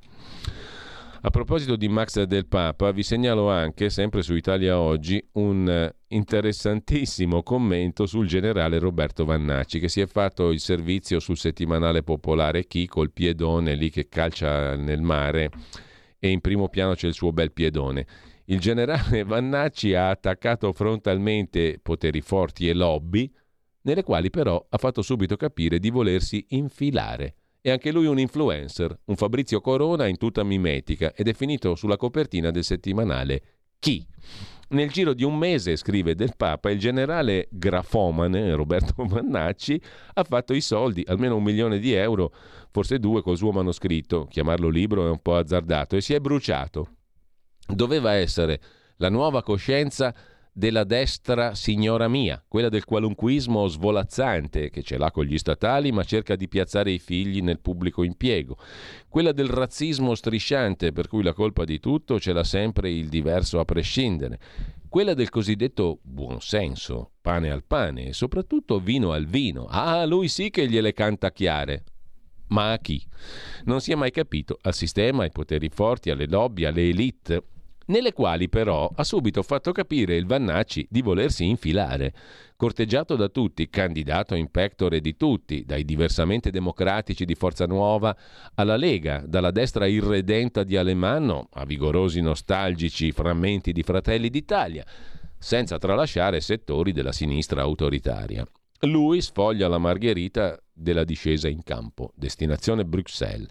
A proposito di Max Del Papa, vi segnalo anche, sempre su Italia Oggi, un interessantissimo commento sul generale Roberto Vannacci, che si è fatto il servizio sul settimanale popolare Chi, col piedone lì che calcia nel mare e in primo piano c'è il suo bel piedone. Il generale Vannacci ha attaccato frontalmente poteri forti e lobby, nelle quali però ha fatto subito capire di volersi infilare. È anche lui un influencer, un Fabrizio Corona in tuta mimetica, ed è finito sulla copertina del settimanale Chi. Nel giro di un mese, scrive Del Papa, il generale grafomane Roberto Vannacci ha fatto i soldi, almeno 1 milione di euro, forse 2 col suo manoscritto, chiamarlo libro è un po' azzardato, e si è bruciato. Doveva essere la nuova coscienza della destra signora mia, quella del qualunquismo svolazzante che ce l'ha con gli statali ma cerca di piazzare i figli nel pubblico impiego, quella del razzismo strisciante per cui la colpa di tutto ce l'ha sempre il diverso a prescindere, quella del cosiddetto buonsenso, pane al pane e soprattutto vino al vino. Ah, lui sì che gliele canta chiare. Ma a chi? Non si è mai capito, al sistema, ai poteri forti, alle lobby, alle elite, nelle quali però ha subito fatto capire il Vannacci di volersi infilare, corteggiato da tutti, candidato in pectore di tutti, dai diversamente democratici di Forza Nuova alla Lega, dalla destra irredenta di Alemanno a vigorosi nostalgici frammenti di Fratelli d'Italia, senza tralasciare settori della sinistra autoritaria. Lui sfoglia la margherita della discesa in campo, destinazione Bruxelles.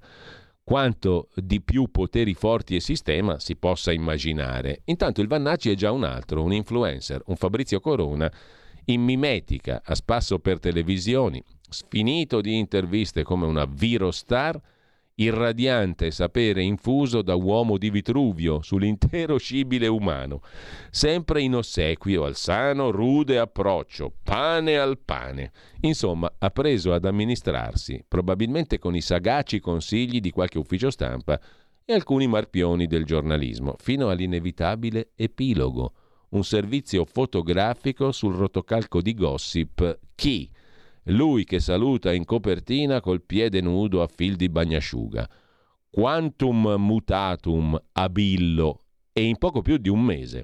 Quanto di più poteri forti e sistema si possa immaginare. Intanto il Vannacci è già un altro, un influencer, un Fabrizio Corona in mimetica, a spasso per televisioni, sfinito di interviste come una virostar, irradiante sapere infuso da uomo di Vitruvio sull'intero scibile umano, sempre in ossequio al sano, rude approccio, pane al pane. Insomma, ha preso ad amministrarsi, probabilmente con i sagaci consigli di qualche ufficio stampa e alcuni marpioni del giornalismo, fino all'inevitabile epilogo, un servizio fotografico sul rotocalco di gossip Chi? Lui che saluta in copertina col piede nudo a fil di bagnasciuga. Quantum mutatum abillo, e in poco più di un mese.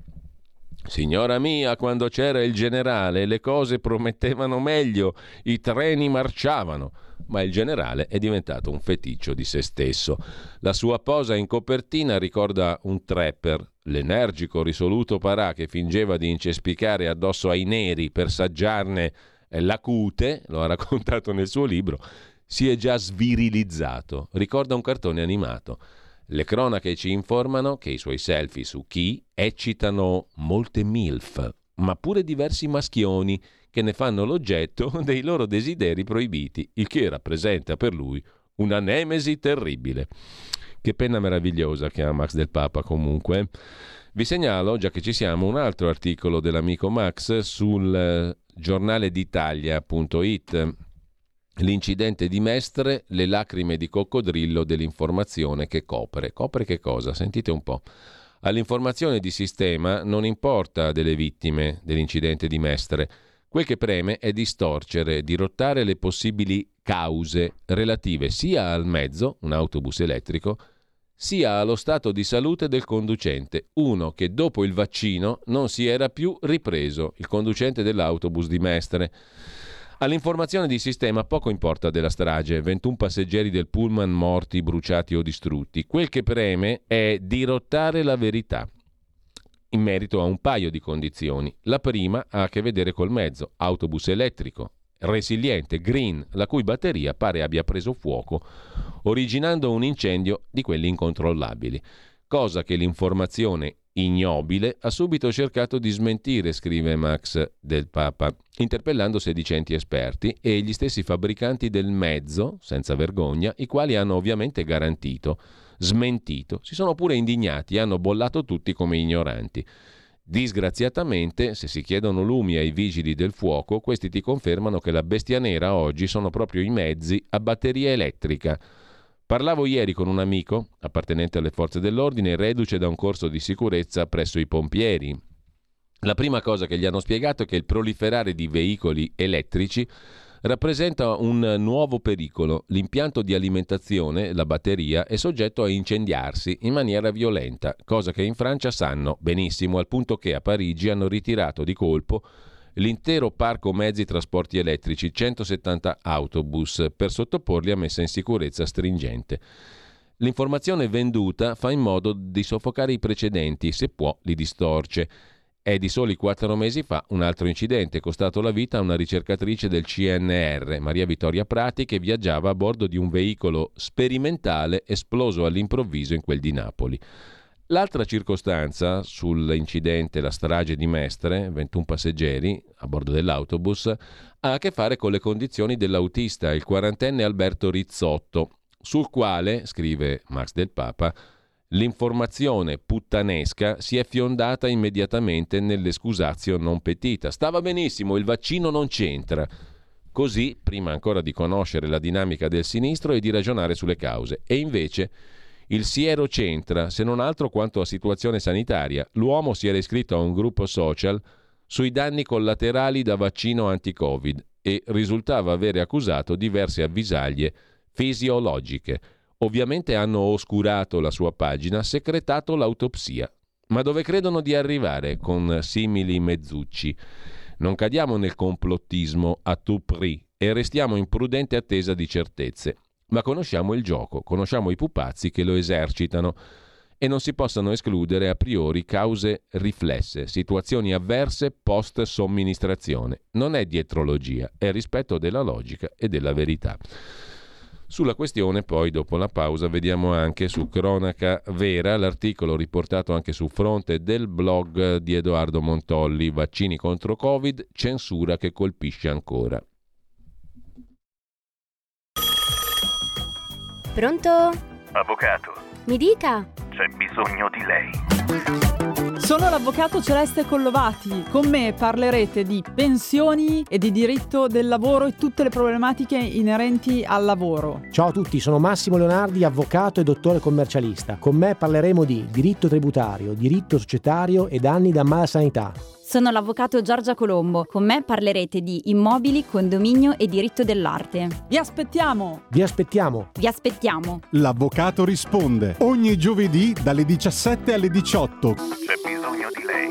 Signora mia, quando c'era il generale le cose promettevano meglio, i treni marciavano, ma il generale è diventato un feticcio di se stesso. La sua posa in copertina ricorda un trapper, l'energico risoluto Parà che fingeva di incespicare addosso ai neri per saggiarne la cute, lo ha raccontato nel suo libro, si è già svirilizzato, ricorda un cartone animato. Le cronache ci informano che i suoi selfie su Chi eccitano molte MILF, ma pure diversi maschioni che ne fanno l'oggetto dei loro desideri proibiti, il che rappresenta per lui una nemesi terribile. Che penna meravigliosa che ha Max Del Papa comunque. Vi segnalo, già che ci siamo, un altro articolo dell'amico Max sul giornale d'Italia.it. L'incidente di Mestre, le lacrime di coccodrillo dell'informazione che copre. Copre che cosa? Sentite un po'. All'informazione di sistema non importa delle vittime dell'incidente di Mestre. Quel che preme è distorcere, dirottare le possibili cause relative sia al mezzo, un autobus elettrico, sia allo stato di salute del conducente, uno che dopo il vaccino non si era più ripreso, il conducente dell'autobus di Mestre. All'informazione di sistema poco importa della strage, 21 passeggeri del pullman morti, bruciati o distrutti. Quel che preme è dirottare la verità in merito a un paio di condizioni. La prima ha a che vedere col mezzo, autobus elettrico, resiliente, green, la cui batteria pare abbia preso fuoco, originando un incendio di quelli incontrollabili, cosa che l'informazione ignobile ha subito cercato di smentire, scrive Max Del Papa, interpellando sedicenti esperti e gli stessi fabbricanti del mezzo, senza vergogna, i quali hanno ovviamente garantito, smentito, si sono pure indignati e hanno bollato tutti come ignoranti. Disgraziatamente, se si chiedono lumi ai vigili del fuoco, questi ti confermano che la bestia nera oggi sono proprio i mezzi a batteria elettrica. Parlavo ieri con un amico, appartenente alle forze dell'ordine, reduce da un corso di sicurezza presso i pompieri. La prima cosa che gli hanno spiegato è che il proliferare di veicoli elettrici rappresenta un nuovo pericolo. L'impianto di alimentazione, la batteria, è soggetto a incendiarsi in maniera violenta, cosa che in Francia sanno benissimo, al punto che a Parigi hanno ritirato di colpo l'intero parco mezzi trasporti elettrici, 170 autobus, per sottoporli a messa in sicurezza stringente. L'informazione venduta fa in modo di soffocare i precedenti, se può li distorce. È di soli 4 mesi fa un altro incidente costato la vita a una ricercatrice del CNR, Maria Vittoria Prati, che viaggiava a bordo di un veicolo sperimentale esploso all'improvviso in quel di Napoli. L'altra circostanza sull'incidente, la strage di Mestre, 21 passeggeri a bordo dell'autobus, ha a che fare con le condizioni dell'autista, il 40enne Alberto Rizzotto, sul quale, scrive Max Del Papa, l'informazione puttanesca si è fiondata immediatamente nell'excusatio non petita. Stava benissimo, il vaccino non c'entra. Così, prima ancora di conoscere la dinamica del sinistro e di ragionare sulle cause. E invece il siero c'entra, se non altro quanto a situazione sanitaria. L'uomo si era iscritto a un gruppo social sui danni collaterali da vaccino anti-Covid e risultava avere accusato diverse avvisaglie fisiologiche. Ovviamente hanno oscurato la sua pagina, secretato l'autopsia. Ma dove credono di arrivare con simili mezzucci? Non cadiamo nel complottismo a tout prix e restiamo in prudente attesa di certezze. Ma conosciamo il gioco, conosciamo i pupazzi che lo esercitano e non si possono escludere a priori cause riflesse, situazioni avverse post-somministrazione. Non è dietrologia, è rispetto della logica e della verità. Sulla questione poi, dopo la pausa, vediamo anche su Cronaca Vera l'articolo riportato anche su Fronte del blog di Edoardo Montolli, vaccini contro Covid, censura che colpisce ancora. Pronto? Avvocato, Mi dica. c'è bisogno di lei. Sono l'avvocato Celeste Collovati. Con me parlerete di pensioni e di diritto del lavoro e tutte le problematiche inerenti al lavoro. Ciao a tutti, sono Massimo Leonardi, avvocato e dottore commercialista. Con me parleremo di diritto tributario, diritto societario e danni da malasanità. Sono l'avvocato Giorgia Colombo. Con me parlerete di immobili, condominio e diritto dell'arte. Vi aspettiamo! Vi aspettiamo! Vi aspettiamo! L'avvocato risponde ogni giovedì dalle 17 alle 18. C'è bisogno di lei.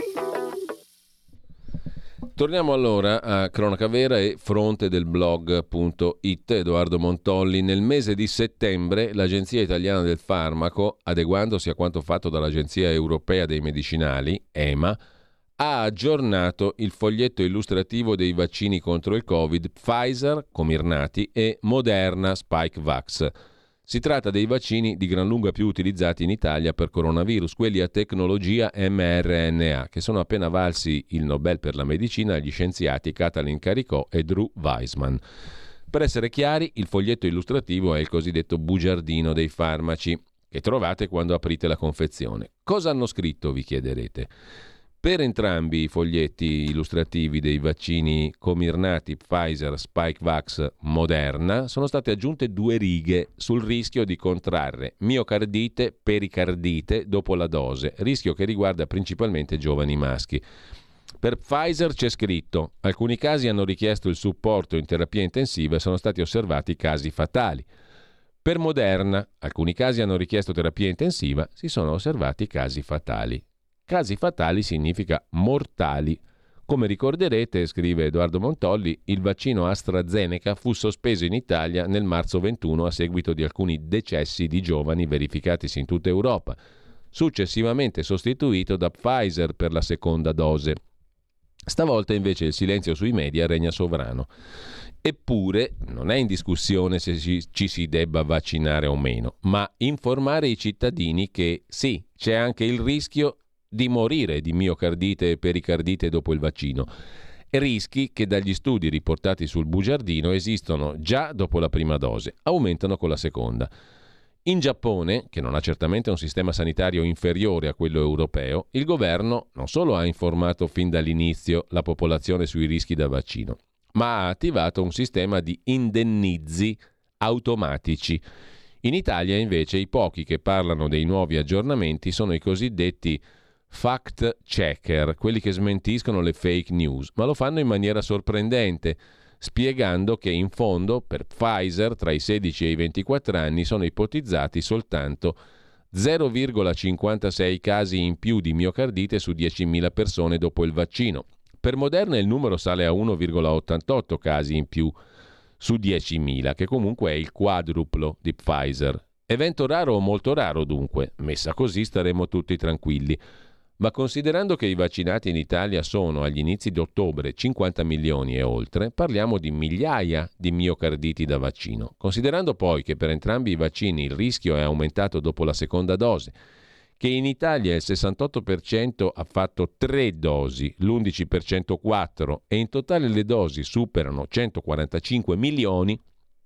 Torniamo allora a Cronaca Vera e Fronte del blog.it. Edoardo Montolli. Nel mese di settembre l'Agenzia Italiana del Farmaco, adeguandosi a quanto fatto dall'Agenzia Europea dei Medicinali, EMA, ha aggiornato il foglietto illustrativo dei vaccini contro il Covid Pfizer, Comirnaty, e Moderna, Spikevax. Si tratta dei vaccini di gran lunga più utilizzati in Italia per coronavirus, quelli a tecnologia mRNA, che sono appena valsi il Nobel per la medicina agli scienziati Katalin Karikó e Drew Weissman. Per essere chiari, il foglietto illustrativo è il cosiddetto bugiardino dei farmaci, che trovate quando aprite la confezione. Cosa hanno scritto, vi chiederete? Per entrambi i foglietti illustrativi dei vaccini Comirnaty, Pfizer, Spikevax, Moderna sono state aggiunte 2 righe sul rischio di contrarre miocardite, pericardite dopo la dose, rischio che riguarda principalmente giovani maschi. Per Pfizer c'è scritto: alcuni casi hanno richiesto il supporto in terapia intensiva e sono stati osservati casi fatali. Per Moderna, alcuni casi hanno richiesto terapia intensiva, si sono osservati casi fatali. Casi fatali significa mortali. Come ricorderete, scrive Edoardo Montolli, il vaccino AstraZeneca fu sospeso in Italia nel marzo 21 a seguito di alcuni decessi di giovani verificatisi in tutta Europa, successivamente sostituito da Pfizer per la seconda dose. Stavolta invece il silenzio sui media regna sovrano. Eppure non è in discussione se ci si debba vaccinare o meno, ma informare i cittadini che sì, c'è anche il rischio di morire di miocardite e pericardite dopo il vaccino. Rischi che dagli studi riportati sul bugiardino esistono già dopo la prima dose, aumentano con la seconda. In Giappone, che non ha certamente un sistema sanitario inferiore a quello europeo, il governo non solo ha informato fin dall'inizio la popolazione sui rischi da vaccino, ma ha attivato un sistema di indennizi automatici. In Italia, invece, i pochi che parlano dei nuovi aggiornamenti sono i cosiddetti fact checker, quelli che smentiscono le fake news, ma lo fanno in maniera sorprendente, spiegando che in fondo per Pfizer tra i 16 e i 24 anni sono ipotizzati soltanto 0,56 casi in più di miocardite su 10.000 persone dopo il vaccino. Per Moderna il numero sale a 1,88 casi in più su 10.000, che comunque è il quadruplo di Pfizer. Evento raro o molto raro dunque, messa così staremo tutti tranquilli. Ma considerando che i vaccinati in Italia sono agli inizi di ottobre 50 milioni e oltre, parliamo di migliaia di miocarditi da vaccino. Considerando poi che per entrambi i vaccini il rischio è aumentato dopo la seconda dose, che in Italia il 68% ha fatto 3 dosi, l'11% 4 e in totale le dosi superano 145 milioni,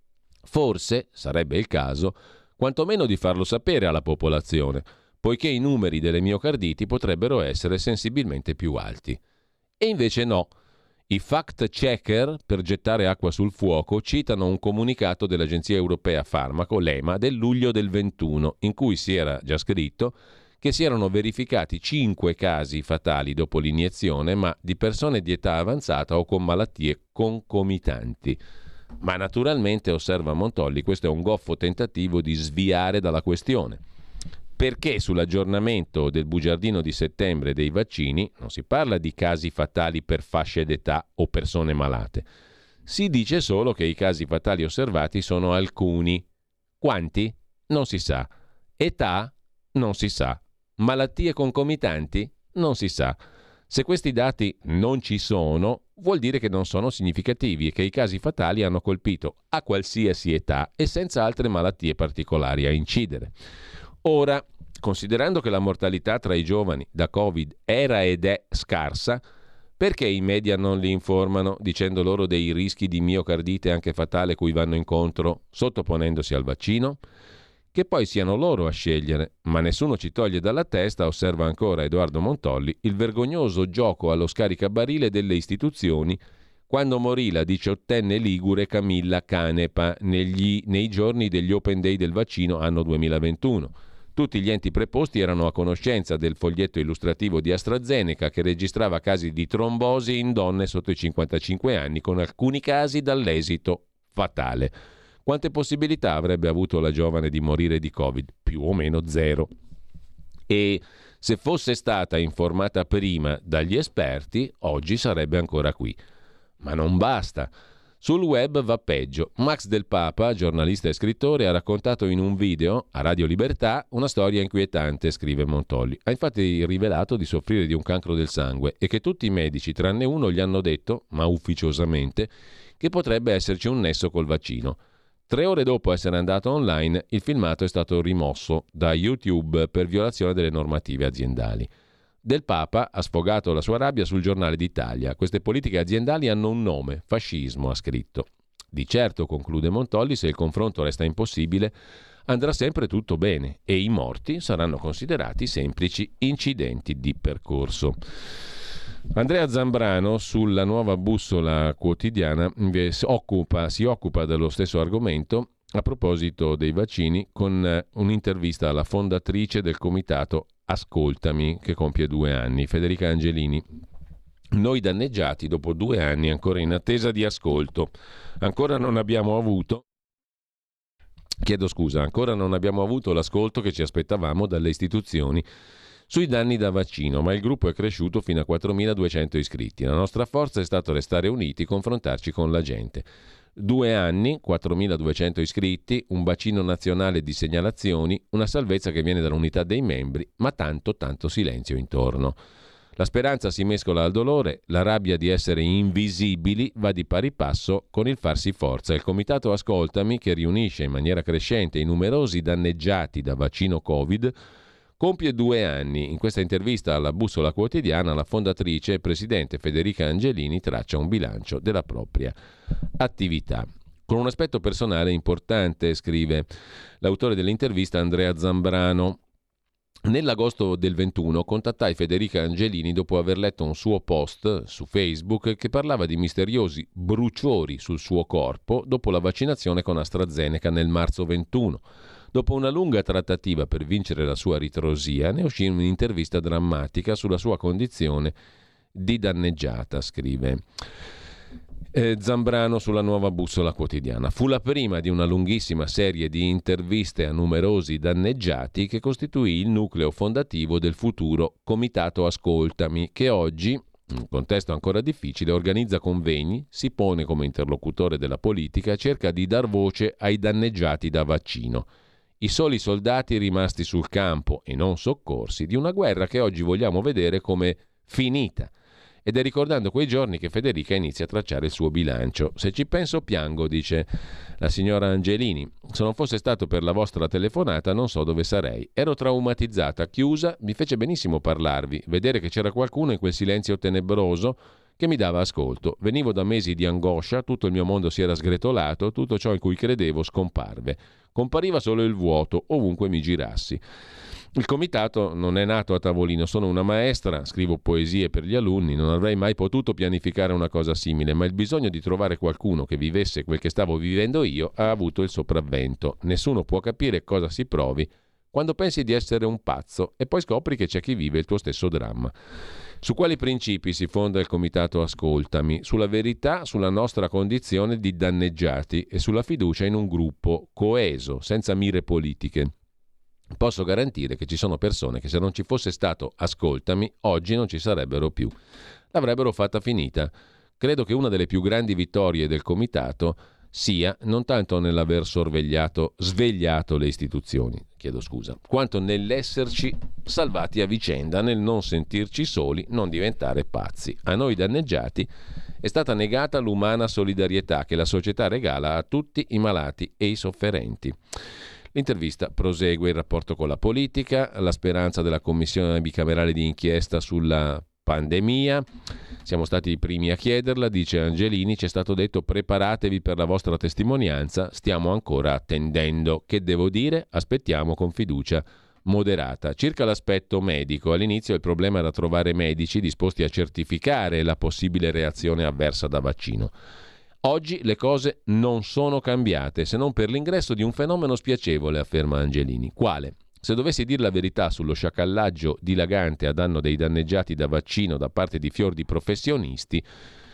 forse sarebbe il caso quantomeno di farlo sapere alla popolazione, poiché i numeri delle miocarditi potrebbero essere sensibilmente più alti. E invece no. I fact-checker, per gettare acqua sul fuoco, citano un comunicato dell'Agenzia Europea Farmaco, l'EMA, del luglio del 21, in cui si era già scritto che si erano verificati 5 casi fatali dopo l'iniezione, ma di persone di età avanzata o con malattie concomitanti. Ma naturalmente, osserva Montolli, questo è un goffo tentativo di sviare dalla questione. Perché sull'aggiornamento del bugiardino di settembre dei vaccini non si parla di casi fatali per fasce d'età o persone malate. Si dice solo che i casi fatali osservati sono alcuni. Quanti? Non si sa. Età? Non si sa. Malattie concomitanti? Non si sa. Se questi dati non ci sono, vuol dire che non sono significativi e che i casi fatali hanno colpito a qualsiasi età e senza altre malattie particolari a incidere. Ora, considerando che la mortalità tra i giovani da Covid era ed è scarsa, perché i media non li informano dicendo loro dei rischi di miocardite anche fatale cui vanno incontro sottoponendosi al vaccino? Che poi siano loro a scegliere, ma nessuno ci toglie dalla testa, osserva ancora Edoardo Montolli, il vergognoso gioco allo scaricabarile delle istituzioni quando morì la 18enne ligure Camilla Canepa nei giorni degli Open Day del vaccino anno 2021. Tutti gli enti preposti erano a conoscenza del foglietto illustrativo di AstraZeneca che registrava casi di trombosi in donne sotto i 55 anni, con alcuni casi dall'esito fatale. Quante possibilità avrebbe avuto la giovane di morire di Covid? Più o meno 0. E se fosse stata informata prima dagli esperti, oggi sarebbe ancora qui. Ma non basta. Sul web va peggio. Max Del Papa, giornalista e scrittore, ha raccontato in un video a Radio Libertà una storia inquietante, scrive Montolli. Ha infatti rivelato di soffrire di un cancro del sangue e che tutti i medici, tranne uno, gli hanno detto, ma ufficiosamente, che potrebbe esserci un nesso col vaccino. 3 ore dopo essere andato online, il filmato è stato rimosso da YouTube per violazione delle normative aziendali. Del Papa ha sfogato la sua rabbia sul Giornale d'Italia. Queste politiche aziendali hanno un nome, fascismo, ha scritto. Di certo, conclude Montolli, se il confronto resta impossibile, andrà sempre tutto bene e i morti saranno considerati semplici incidenti di percorso. Andrea Zambrano sulla Nuova Bussola Quotidiana si occupa dello stesso argomento a proposito dei vaccini con un'intervista alla fondatrice del comitato Ascoltami, che compie 2 anni, Federica Angelini. Noi danneggiati dopo 2 anni ancora in attesa di ascolto. Ancora non abbiamo avuto l'ascolto che ci aspettavamo dalle istituzioni sui danni da vaccino, ma il gruppo è cresciuto fino a 4.200 iscritti. La nostra forza è stata restare uniti, confrontarci con la gente. 2 anni, 4.200 iscritti, un bacino nazionale di segnalazioni, una salvezza che viene dall'unità dei membri, ma tanto silenzio intorno. La speranza si mescola al dolore, la rabbia di essere invisibili va di pari passo con il farsi forza. Il comitato Ascoltami, che riunisce in maniera crescente i numerosi danneggiati da vaccino Covid, compie 2 anni. In questa intervista alla Bussola Quotidiana la fondatrice e presidente Federica Angelini traccia un bilancio della propria attività. Con un aspetto personale importante, scrive l'autore dell'intervista Andrea Zambrano. Nell'agosto del 21 contattai Federica Angelini dopo aver letto un suo post su Facebook che parlava di misteriosi bruciori sul suo corpo dopo la vaccinazione con AstraZeneca nel marzo 21. Dopo una lunga trattativa per vincere la sua ritrosia, ne uscì un'intervista drammatica sulla sua condizione di danneggiata, scrive Zambrano sulla Nuova Bussola Quotidiana. Fu la prima di una lunghissima serie di interviste a numerosi danneggiati che costituì il nucleo fondativo del futuro Comitato Ascoltami, che oggi, in un contesto ancora difficile, organizza convegni, si pone come interlocutore della politica e cerca di dar voce ai danneggiati da vaccino. i soli soldati rimasti sul campo e non soccorsi di una guerra che oggi vogliamo vedere come finita. Ed è ricordando quei giorni che Federica inizia a tracciare il suo bilancio. Se ci penso piango, dice la signora Angelini. Se non fosse stato per la vostra telefonata non so dove sarei. Ero traumatizzata, chiusa, mi fece benissimo parlarvi, vedere che c'era qualcuno in quel silenzio tenebroso che mi dava ascolto. Venivo da mesi di angoscia, tutto il mio mondo si era sgretolato, tutto ciò in cui credevo scomparve. Compariva solo il vuoto, ovunque mi girassi. Il comitato non è nato a tavolino, sono una maestra, scrivo poesie per gli alunni, non avrei mai potuto pianificare una cosa simile, ma il bisogno di trovare qualcuno che vivesse quel che stavo vivendo io ha avuto il sopravvento. Nessuno può capire cosa si provi quando pensi di essere un pazzo e poi scopri che c'è chi vive il tuo stesso dramma. Su quali principi si fonda il comitato Ascoltami? Sulla verità, sulla nostra condizione di danneggiati e sulla fiducia in un gruppo coeso, senza mire politiche. Posso garantire che ci sono persone che se non ci fosse stato Ascoltami, oggi non ci sarebbero più. L'avrebbero fatta finita. Credo che una delle più grandi vittorie del comitato sia non tanto nell'aver svegliato le istituzioni, quanto nell'esserci salvati a vicenda, nel non sentirci soli, non diventare pazzi. A noi danneggiati è stata negata l'umana solidarietà che la società regala a tutti i malati e i sofferenti. L'intervista prosegue il rapporto con la politica, la speranza della commissione bicamerale di inchiesta sulla pandemia. Siamo stati i primi a chiederla, dice Angelini, ci è stato detto preparatevi per la vostra testimonianza, stiamo ancora attendendo. Che devo dire? Aspettiamo con fiducia moderata. Circa l'aspetto medico, all'inizio il problema era trovare medici disposti a certificare la possibile reazione avversa da vaccino. Oggi le cose non sono cambiate, se non per l'ingresso di un fenomeno spiacevole, afferma Angelini. Quale? Se dovessi dire la verità sullo sciacallaggio dilagante a danno dei danneggiati da vaccino da parte di fior di professionisti,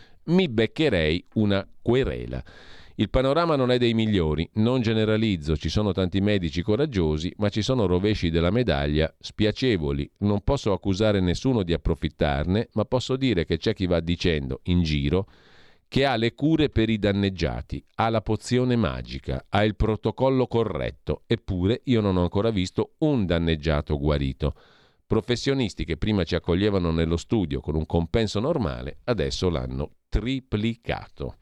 mi beccherei una querela. Il panorama non è dei migliori, non generalizzo, ci sono tanti medici coraggiosi, ma ci sono rovesci della medaglia spiacevoli. Non posso accusare nessuno di approfittarne, ma posso dire che c'è chi va dicendo in giro che ha le cure per i danneggiati, ha la pozione magica, ha il protocollo corretto, eppure io non ho ancora visto un danneggiato guarito. Professionisti che prima ci accoglievano nello studio con un compenso normale, adesso l'hanno triplicato.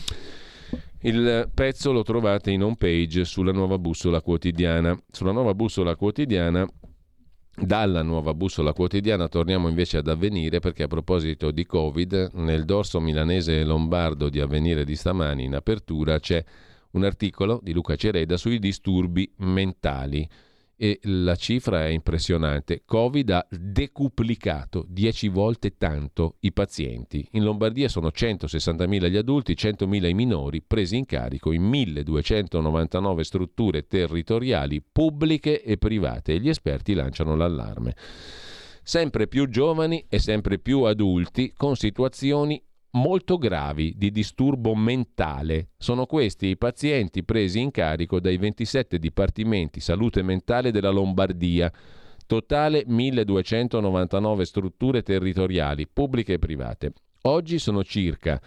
Il pezzo lo trovate in home page sulla Nuova Bussola Quotidiana. Sulla Nuova Bussola Quotidiana, dalla Nuova Bussola Quotidiana torniamo invece ad Avvenire, perché a proposito di Covid, nel dorso milanese e lombardo di Avvenire di stamani in apertura c'è un articolo di Luca Cereda sui disturbi mentali e la cifra è impressionante. Covid ha decuplicato 10 volte tanto i pazienti. In Lombardia sono 160.000 gli adulti, 100.000 i minori presi in carico in 1.299 strutture territoriali pubbliche e private e gli esperti lanciano l'allarme. Sempre più giovani e sempre più adulti con situazioni molto gravi di disturbo mentale. Sono questi i pazienti presi in carico dai 27 dipartimenti salute mentale della Lombardia. Totale 1.299 strutture territoriali, pubbliche e private. Oggi sono circa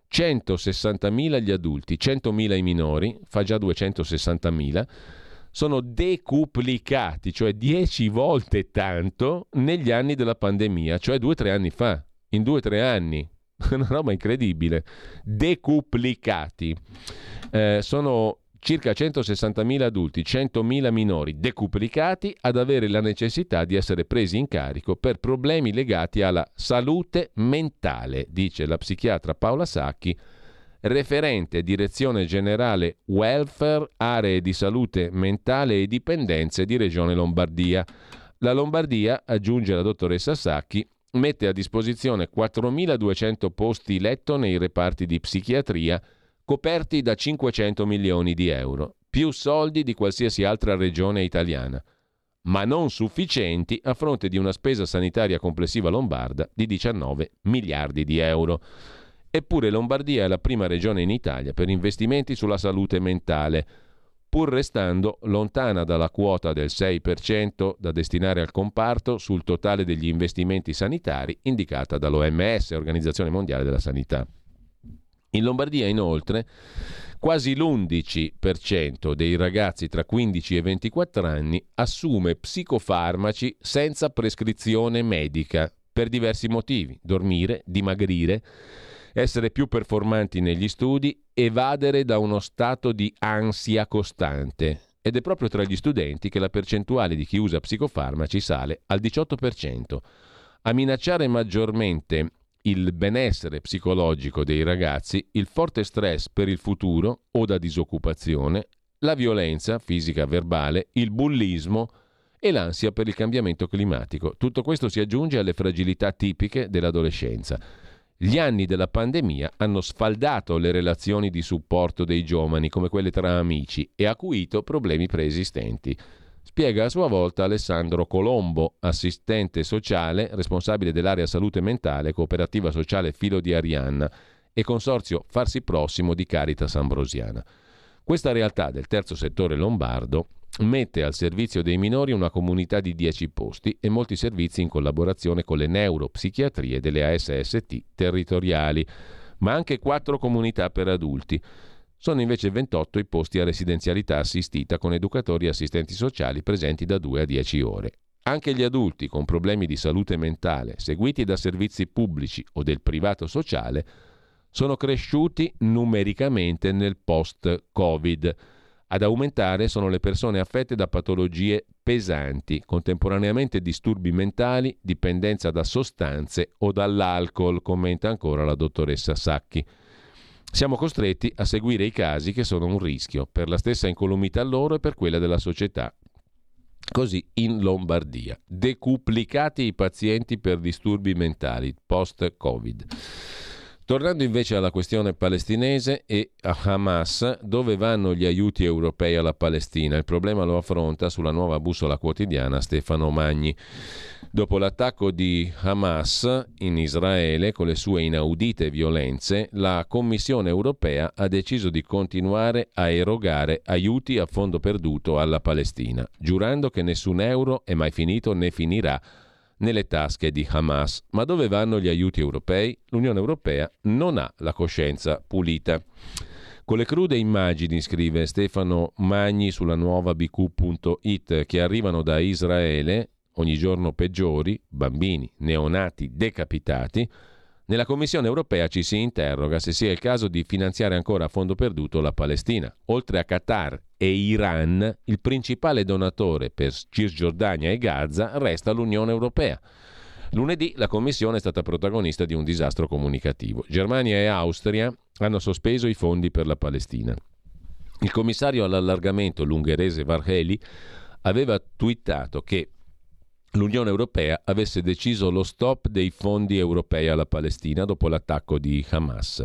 160.000 gli adulti, 100.000 i minori, fa già 260.000. Sono decuplicati, cioè 10 volte tanto negli anni della pandemia, cioè 2-3 anni fa. In 2-3 anni. Una roba incredibile. Decuplicati. Sono circa 160.000 adulti, 100.000 minori decuplicati ad avere la necessità di essere presi in carico per problemi legati alla salute mentale, dice la psichiatra Paola Sacchi, referente Direzione Generale Welfare, Aree di Salute Mentale e Dipendenze di Regione Lombardia. La Lombardia, aggiunge la dottoressa Sacchi, mette a disposizione 4.200 posti letto nei reparti di psichiatria coperti da 500 milioni di euro, più soldi di qualsiasi altra regione italiana, ma non sufficienti a fronte di una spesa sanitaria complessiva lombarda di 19 miliardi di euro. Eppure Lombardia è la prima regione in Italia per investimenti sulla salute mentale, pur restando lontana dalla quota del 6% da destinare al comparto sul totale degli investimenti sanitari indicata dall'OMS, Organizzazione Mondiale della Sanità. In Lombardia, inoltre, quasi l'11% dei ragazzi tra 15 e 24 anni assume psicofarmaci senza prescrizione medica per diversi motivi: dormire, dimagrire, essere più performanti negli studi, evadere da uno stato di ansia costante. Ed è proprio tra gli studenti che la percentuale di chi usa psicofarmaci sale al 18%. A minacciare maggiormente il benessere psicologico dei ragazzi, il forte stress per il futuro o da disoccupazione, la violenza fisica verbale, il bullismo e l'ansia per il cambiamento climatico. Tutto questo si aggiunge alle fragilità tipiche dell'adolescenza. Gli anni della pandemia hanno sfaldato le relazioni di supporto dei giovani, come quelle tra amici, e acuito problemi preesistenti. Spiega a sua volta Alessandro Colombo, assistente sociale, responsabile dell'area salute mentale, cooperativa sociale Filo di Arianna e consorzio Farsi Prossimo di Caritas Ambrosiana. Questa realtà del terzo settore lombardo mette al servizio dei minori una comunità di 10 posti e molti servizi in collaborazione con le neuropsichiatrie delle ASST territoriali, ma anche 4 comunità per adulti. Sono invece 28 i posti a residenzialità assistita con educatori e assistenti sociali presenti da 2 a 10 ore. Anche gli adulti con problemi di salute mentale, seguiti da servizi pubblici o del privato sociale, sono cresciuti numericamente nel post-Covid. Ad aumentare sono le persone affette da patologie pesanti, contemporaneamente disturbi mentali, dipendenza da sostanze o dall'alcol, commenta ancora la dottoressa Sacchi. Siamo costretti a seguire i casi che sono un rischio per la stessa incolumità loro e per quella della società. Così in Lombardia, decuplicati i pazienti per disturbi mentali post-Covid. Tornando invece alla questione palestinese e a Hamas, dove vanno gli aiuti europei alla Palestina? Il problema lo affronta sulla Nuova Bussola Quotidiana Stefano Magni. Dopo l'attacco di Hamas in Israele con le sue inaudite violenze, la Commissione europea ha deciso di continuare a erogare aiuti a fondo perduto alla Palestina, giurando che nessun euro è mai finito né finirà nelle tasche di Hamas. Ma dove vanno gli aiuti europei? L'Unione Europea non ha la coscienza pulita. Con le crude immagini, scrive Stefano Magni sulla nuova bq.it, che arrivano da Israele, ogni giorno peggiori, bambini, neonati decapitati, nella Commissione europea ci si interroga se sia il caso di finanziare ancora a fondo perduto la Palestina. Oltre a Qatar e Iran, il principale donatore per Cisgiordania e Gaza resta l'Unione Europea. Lunedì la Commissione è stata protagonista di un disastro comunicativo. Germania e Austria hanno sospeso i fondi per la Palestina. Il commissario all'allargamento, l'ungherese Varhelyi, aveva twittato che l'Unione Europea avesse deciso lo stop dei fondi europei alla Palestina dopo l'attacco di Hamas.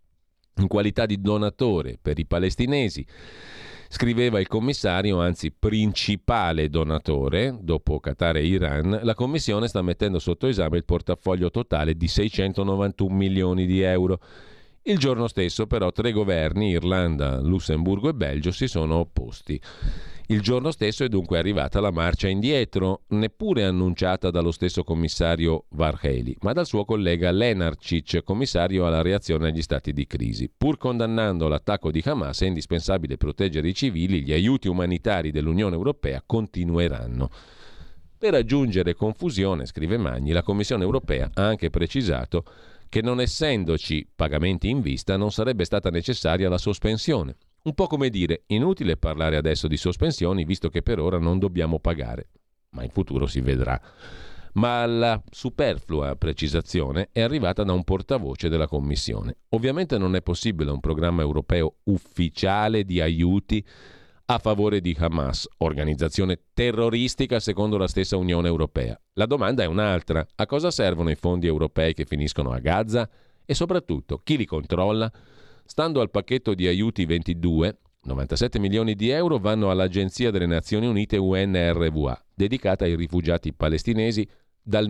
In qualità di donatore per i palestinesi, scriveva il commissario, anzi principale donatore, dopo Qatar e Iran, la Commissione sta mettendo sotto esame il portafoglio totale di 691 milioni di euro. Il giorno stesso però 3 governi, Irlanda, Lussemburgo e Belgio, si sono opposti. Il giorno stesso è dunque arrivata la marcia indietro, neppure annunciata dallo stesso commissario Varhelyi, ma dal suo collega Lenarčič, commissario alla reazione agli stati di crisi. Pur condannando l'attacco di Hamas, è indispensabile proteggere i civili, gli aiuti umanitari dell'Unione Europea continueranno. Per aggiungere confusione, scrive Magni, la Commissione Europea ha anche precisato che non essendoci pagamenti in vista non sarebbe stata necessaria la sospensione. Un po' come dire, inutile parlare adesso di sospensioni visto che per ora non dobbiamo pagare, ma in futuro si vedrà. Ma la superflua precisazione è arrivata da un portavoce della Commissione. Ovviamente non è possibile un programma europeo ufficiale di aiuti a favore di Hamas, organizzazione terroristica secondo la stessa Unione Europea. La domanda è un'altra: a cosa servono i fondi europei che finiscono a Gaza? E soprattutto, chi li controlla? Stando al pacchetto di aiuti 22, 97 milioni di euro vanno all'Agenzia delle Nazioni Unite UNRWA, dedicata ai rifugiati palestinesi dal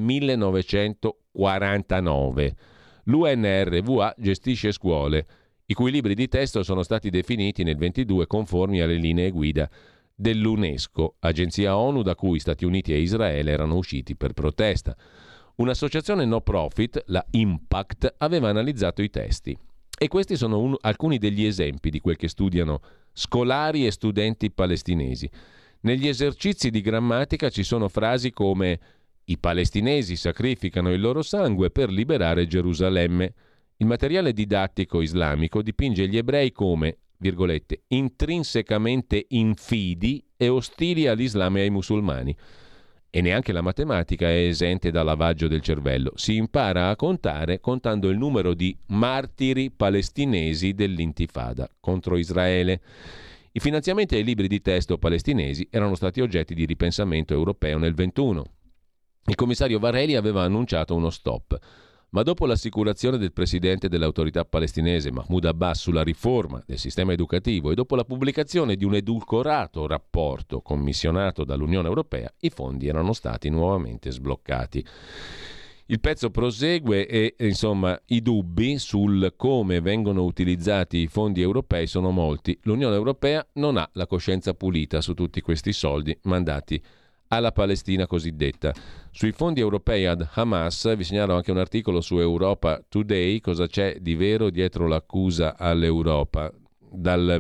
1949. L'UNRWA gestisce scuole, i cui libri di testo sono stati definiti nel 22 conformi alle linee guida dell'UNESCO, agenzia ONU da cui Stati Uniti e Israele erano usciti per protesta. Un'associazione no profit, la Impact, aveva analizzato i testi. E questi sono alcuni degli esempi di quel che studiano scolari e studenti palestinesi. Negli esercizi di grammatica ci sono frasi come «I palestinesi sacrificano il loro sangue per liberare Gerusalemme». Il materiale didattico islamico dipinge gli ebrei come, virgolette, intrinsecamente infidi e ostili all'Islam e ai musulmani. E neanche la matematica è esente da lavaggio del cervello. Si impara a contare contando il numero di martiri palestinesi dell'intifada contro Israele. I finanziamenti ai libri di testo palestinesi erano stati oggetti di ripensamento europeo nel 1921. Il commissario Varela aveva annunciato uno stop, ma dopo l'assicurazione del presidente dell'autorità palestinese Mahmoud Abbas sulla riforma del sistema educativo e dopo la pubblicazione di un edulcorato rapporto commissionato dall'Unione Europea, i fondi erano stati nuovamente sbloccati. Il pezzo prosegue e, insomma, i dubbi sul come vengono utilizzati i fondi europei sono molti. L'Unione Europea non ha la coscienza pulita su tutti questi soldi mandati alla Palestina cosiddetta. Sui fondi europei ad Hamas vi segnalo anche un articolo su Europa Today, cosa c'è di vero dietro l'accusa all'Europa. Dal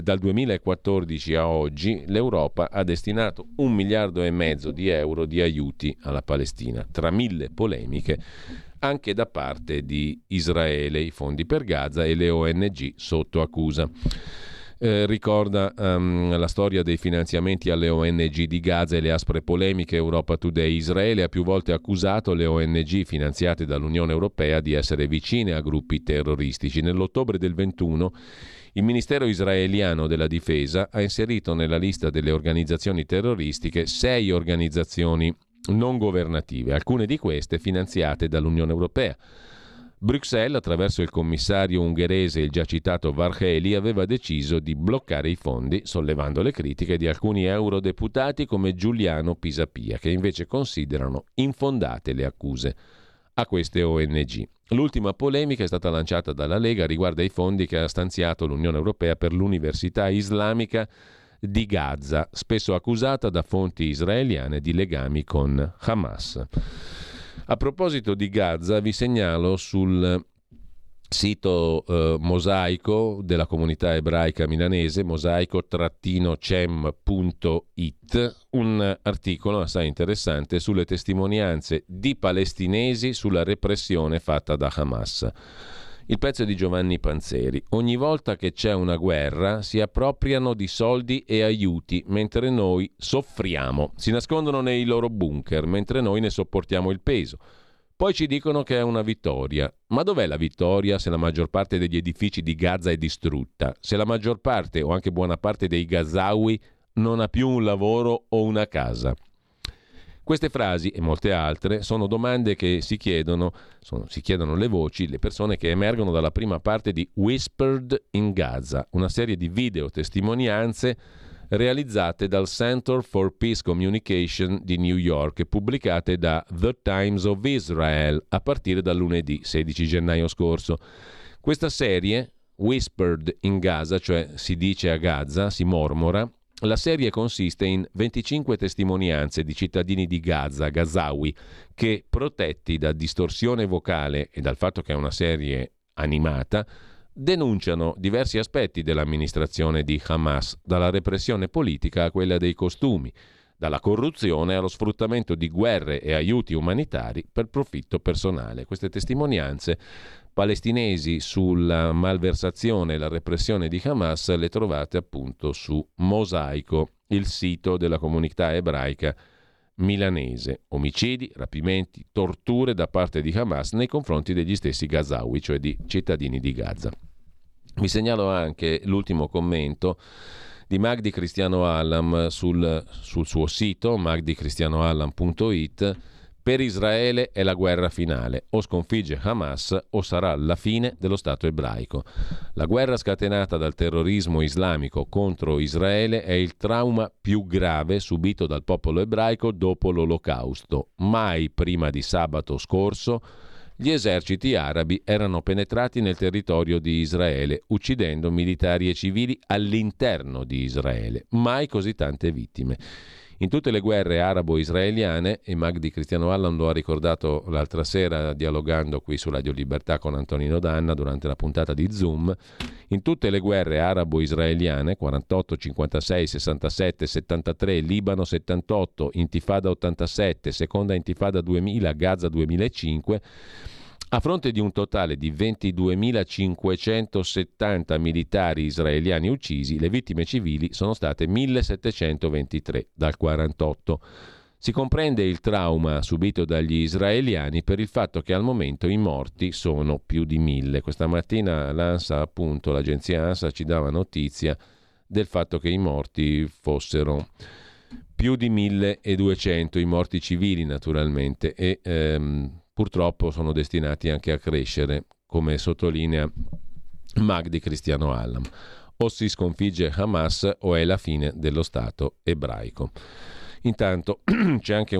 2014 a oggi l'Europa ha destinato 1,5 miliardi di euro di aiuti alla Palestina, tra mille polemiche anche da parte di Israele, i fondi per Gaza e le ONG sotto accusa. Ricorda la storia dei finanziamenti alle ONG di Gaza e le aspre polemiche. Europa Today: Israele ha più volte accusato le ONG finanziate dall'Unione Europea di essere vicine a gruppi terroristici. Nell'ottobre del 21 il Ministero israeliano della Difesa ha inserito nella lista delle organizzazioni terroristiche 6 organizzazioni non governative, alcune di queste finanziate dall'Unione Europea. Bruxelles, attraverso il commissario ungherese, il già citato Varhely, aveva deciso di bloccare i fondi, sollevando le critiche di alcuni eurodeputati come Giuliano Pisapia, che invece considerano infondate le accuse a queste ONG. L'ultima polemica è stata lanciata dalla Lega, riguarda i fondi che ha stanziato l'Unione Europea per l'Università Islamica di Gaza, spesso accusata da fonti israeliane di legami con Hamas. A proposito di Gaza, vi segnalo sul sito Mosaico della comunità ebraica milanese, mosaico-cem.it, un articolo assai interessante sulle testimonianze di palestinesi sulla repressione fatta da Hamas. Il pezzo è di Giovanni Panzeri. Ogni volta che c'è una guerra si appropriano di soldi e aiuti mentre noi soffriamo. Si nascondono nei loro bunker mentre noi ne sopportiamo il peso. Poi ci dicono che è una vittoria. Ma dov'è la vittoria se la maggior parte degli edifici di Gaza è distrutta? Se la maggior parte o anche buona parte dei gazawi non ha più un lavoro o una casa? Queste frasi e molte altre sono domande che si chiedono le voci, le persone che emergono dalla prima parte di Whispered in Gaza, una serie di video testimonianze realizzate dal Center for Peace Communication di New York e pubblicate da The Times of Israel a partire dal lunedì 16 gennaio scorso. Questa serie, Whispered in Gaza, cioè si dice a Gaza, si mormora, la serie consiste in 25 testimonianze di cittadini di Gaza, gazawi, che, protetti da distorsione vocale e dal fatto che è una serie animata, denunciano diversi aspetti dell'amministrazione di Hamas, dalla repressione politica a quella dei costumi, dalla corruzione allo sfruttamento di guerre e aiuti umanitari per profitto personale. Queste testimonianze palestinesi sulla malversazione e la repressione di Hamas le trovate appunto su Mosaico, il sito della comunità ebraica milanese. Omicidi, rapimenti, torture da parte di Hamas nei confronti degli stessi gazawi, cioè di cittadini di Gaza. Vi segnalo anche l'ultimo commento di Magdi Cristiano Allam sul suo sito magdicristianoallam.it. Per Israele è la guerra finale, o sconfigge Hamas o sarà la fine dello Stato ebraico. La guerra scatenata dal terrorismo islamico contro Israele è il trauma più grave subito dal popolo ebraico dopo l'Olocausto. Mai prima di sabato scorso gli eserciti arabi erano penetrati nel territorio di Israele, uccidendo militari e civili all'interno di Israele. Mai così tante vittime. In tutte le guerre arabo-israeliane, e Magdi Cristiano Allam lo ha ricordato l'altra sera dialogando qui su Radio Libertà con Antonino Danna durante la puntata di Zoom, in tutte le guerre arabo-israeliane, 48, 56, 67, 73, Libano 78, Intifada 87, seconda Intifada 2000, Gaza 2005, a fronte di un totale di 22.570 militari israeliani uccisi, le vittime civili sono state 1.723 dal 48. Si comprende il trauma subito dagli israeliani per il fatto che al momento i morti sono più di 1.000. Questa mattina l'ANSA, appunto, l'agenzia ANSA ci dava notizia del fatto che i morti fossero più di 1.200, i morti civili naturalmente, e purtroppo sono destinati anche a crescere, come sottolinea Magdi Cristiano Allam. O si sconfigge Hamas o è la fine dello Stato ebraico. Intanto c'è anche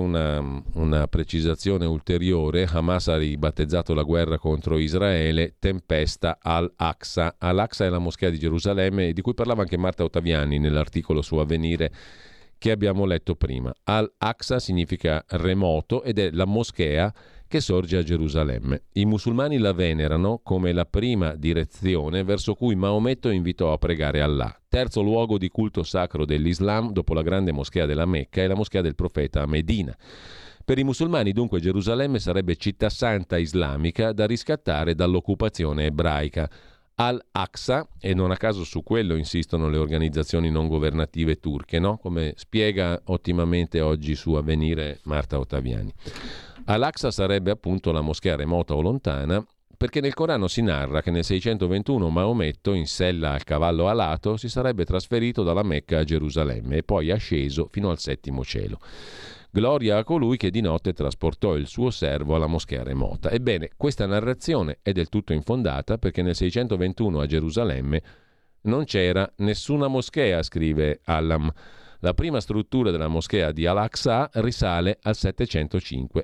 una precisazione ulteriore. Hamas ha ribattezzato la guerra contro Israele tempesta al-Aqsa. Al-Aqsa è la moschea di Gerusalemme di cui parlava anche Marta Ottaviani nell'articolo su Avvenire che abbiamo letto prima. Al-Aqsa significa remoto ed è la moschea che sorge a Gerusalemme. I musulmani la venerano come la prima direzione verso cui Maometto invitò a pregare Allah. Terzo luogo di culto sacro dell'Islam dopo la grande moschea della Mecca e la moschea del profeta a Medina. Per i musulmani dunque Gerusalemme sarebbe città santa islamica da riscattare dall'occupazione ebraica. Al-Aqsa, e non a caso su quello insistono le organizzazioni non governative turche, no? Come spiega ottimamente oggi su Avvenire Marta Ottaviani. Al-Aqsa sarebbe appunto la moschea remota o lontana, perché nel Corano si narra che nel 621 Maometto, in sella al cavallo alato, si sarebbe trasferito dalla Mecca a Gerusalemme e poi asceso fino al settimo cielo. Gloria a colui che di notte trasportò il suo servo alla moschea remota. Ebbene, questa narrazione è del tutto infondata perché nel 621 a Gerusalemme non c'era nessuna moschea, scrive Allam. La prima struttura della moschea di Al-Aqsa risale al 705,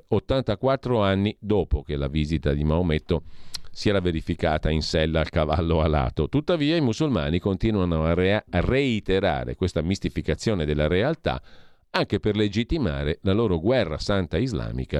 84 anni dopo che la visita di Maometto si era verificata in sella al cavallo alato. Tuttavia i musulmani continuano a reiterare questa mistificazione della realtà anche per legittimare la loro guerra santa islamica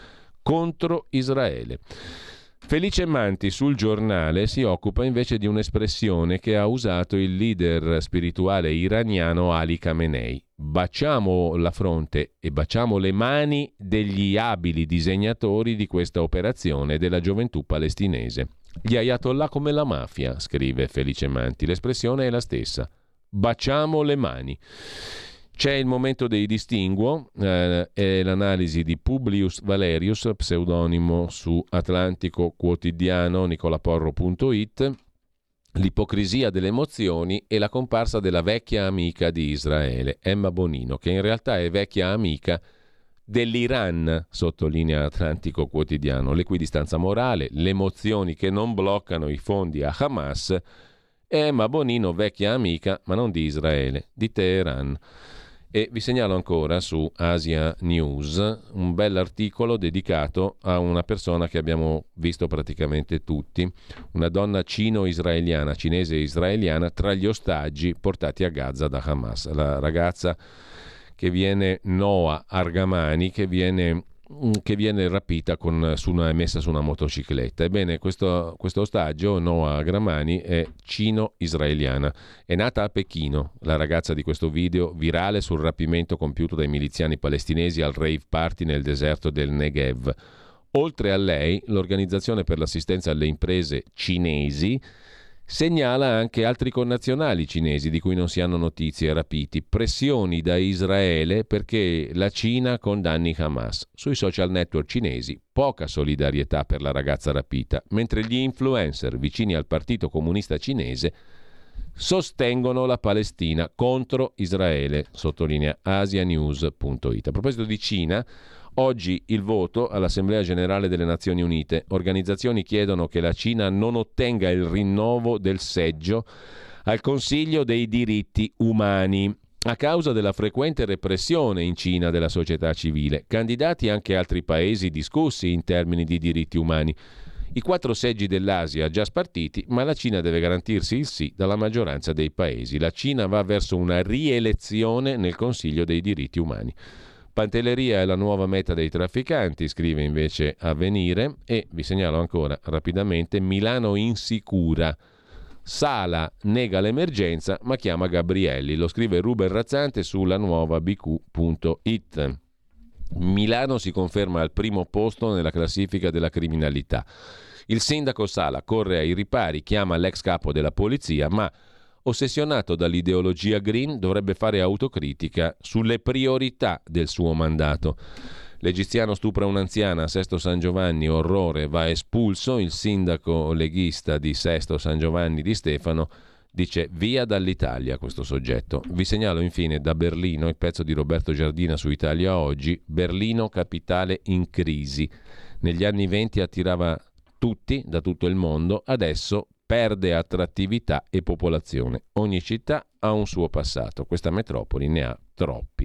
contro Israele. Felice Manti sul Giornale si occupa invece di un'espressione che ha usato il leader spirituale iraniano Ali Khamenei. Baciamo la fronte e baciamo le mani degli abili disegnatori di questa operazione della gioventù palestinese. Gli ayatollah come la mafia, scrive Felice Manti. L'espressione è la stessa. Baciamo le mani. C'è il momento dei distinguo, è l'analisi di Publius Valerius, pseudonimo su Atlantico Quotidiano, nicolaporro.it, l'ipocrisia delle emozioni e la comparsa della vecchia amica di Israele, Emma Bonino, che in realtà è vecchia amica dell'Iran, sottolinea Atlantico Quotidiano, l'equidistanza morale, le emozioni che non bloccano i fondi a Hamas, e Emma Bonino vecchia amica, ma non di Israele, di Teheran. E vi segnalo ancora su Asia News un bell'articolo dedicato a una persona che abbiamo visto praticamente tutti, una donna cino-israeliana, cinese-israeliana, tra gli ostaggi portati a Gaza da Hamas. La ragazza che viene Noa Argamani, che viene rapita messa su una motocicletta. Ebbene, questo ostaggio, Noa Argamani, è cino-israeliana. È nata a Pechino, la ragazza di questo video virale sul rapimento compiuto dai miliziani palestinesi al rave party nel deserto del Negev. Oltre a lei, l'Organizzazione per l'assistenza alle imprese cinesi segnala anche altri connazionali cinesi di cui non si hanno notizie rapiti, pressioni da Israele perché la Cina condanni Hamas. Sui social network cinesi poca solidarietà per la ragazza rapita, mentre gli influencer vicini al Partito Comunista Cinese sostengono la Palestina contro Israele, sottolinea asianews.it. A proposito di Cina, oggi il voto all'Assemblea Generale delle Nazioni Unite. Organizzazioni chiedono che la Cina non ottenga il rinnovo del seggio al Consiglio dei diritti umani a causa della frequente repressione in Cina della società civile. Candidati anche altri paesi discussi in termini di diritti umani. I 4 seggi dell'Asia già spartiti, ma la Cina deve garantirsi il sì dalla maggioranza dei paesi. La Cina va verso una rielezione nel Consiglio dei diritti umani. Pantelleria è la nuova meta dei trafficanti, scrive invece Avvenire, e vi segnalo ancora rapidamente Milano insicura. Sala nega l'emergenza ma chiama Gabrielli, lo scrive Ruben Razzante sulla nuova bq.it. Milano si conferma al primo posto nella classifica della criminalità. Il sindaco Sala corre ai ripari, chiama l'ex capo della polizia, ma ossessionato dall'ideologia green dovrebbe fare autocritica sulle priorità del suo mandato. L'egiziano stupra un'anziana a Sesto San Giovanni, orrore, va espulso. Il sindaco leghista di Sesto San Giovanni Di Stefano dice via dall'Italia questo soggetto. Vi segnalo infine da Berlino il pezzo di Roberto Giardina su Italia Oggi. Berlino, capitale in crisi. Negli anni 20 attirava tutti da tutto il mondo, adesso perde attrattività e popolazione. Ogni città ha un suo passato, questa metropoli ne ha troppi.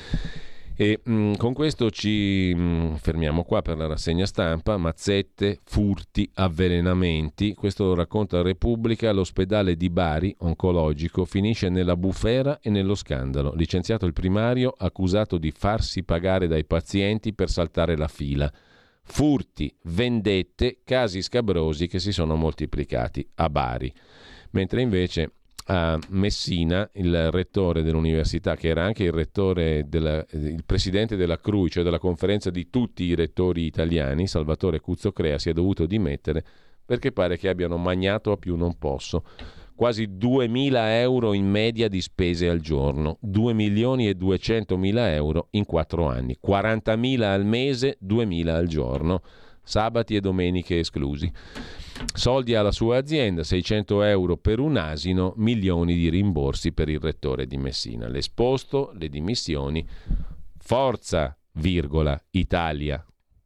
E con questo ci fermiamo qua per la rassegna stampa. Mazzette, furti, avvelenamenti, questo lo racconta Repubblica. L'ospedale di Bari, oncologico, finisce nella bufera e nello scandalo. Licenziato il primario, accusato di farsi pagare dai pazienti per saltare la fila. Furti, vendette, casi scabrosi che si sono moltiplicati a Bari. Mentre invece a Messina il rettore dell'università, che era anche il rettore il presidente della CRUI, cioè della conferenza di tutti i rettori italiani, Salvatore Cuzzocrea, si è dovuto dimettere perché pare che abbiano magnato a più non posso. Quasi 2.000 euro in media di spese al giorno, 2.200.000 euro in 4 anni, 40.000 al mese, 2.000 al giorno, sabati e domeniche esclusi. Soldi alla sua azienda, 600 euro per un asino, milioni di rimborsi per il rettore di Messina. L'esposto, le dimissioni, forza, virgola, Italia.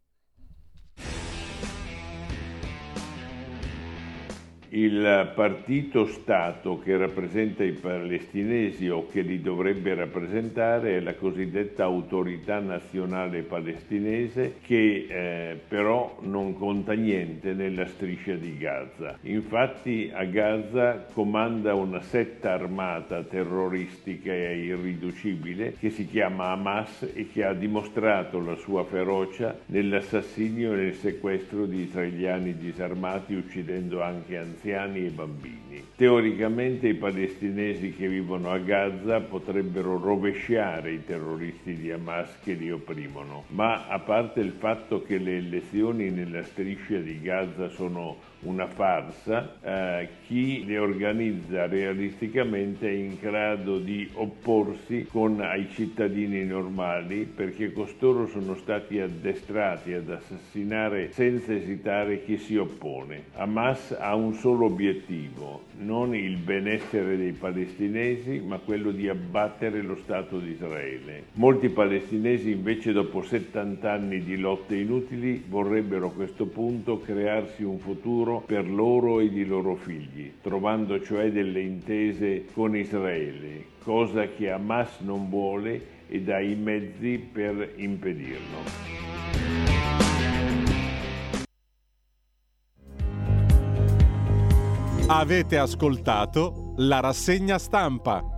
Il partito Stato che rappresenta i palestinesi o che li dovrebbe rappresentare è la cosiddetta Autorità Nazionale Palestinese, che però non conta niente nella striscia di Gaza. Infatti a Gaza comanda una setta armata terroristica e irriducibile che si chiama Hamas e che ha dimostrato la sua ferocia nell'assassinio e nel sequestro di israeliani disarmati, uccidendo anche anziani e bambini. Teoricamente i palestinesi che vivono a Gaza potrebbero rovesciare i terroristi di Hamas che li opprimono, ma a parte il fatto che le elezioni nella striscia di Gaza sono una farsa, chi le organizza realisticamente è in grado di opporsi ai cittadini normali, perché costoro sono stati addestrati ad assassinare senza esitare chi si oppone. Hamas ha un solo obiettivo, non il benessere dei palestinesi, ma quello di abbattere lo Stato di Israele. Molti palestinesi invece, dopo 70 anni di lotte inutili, vorrebbero a questo punto crearsi un futuro per loro ed i loro figli, trovando cioè delle intese con Israele, cosa che Hamas non vuole ed ha i mezzi per impedirlo. Avete ascoltato la rassegna stampa.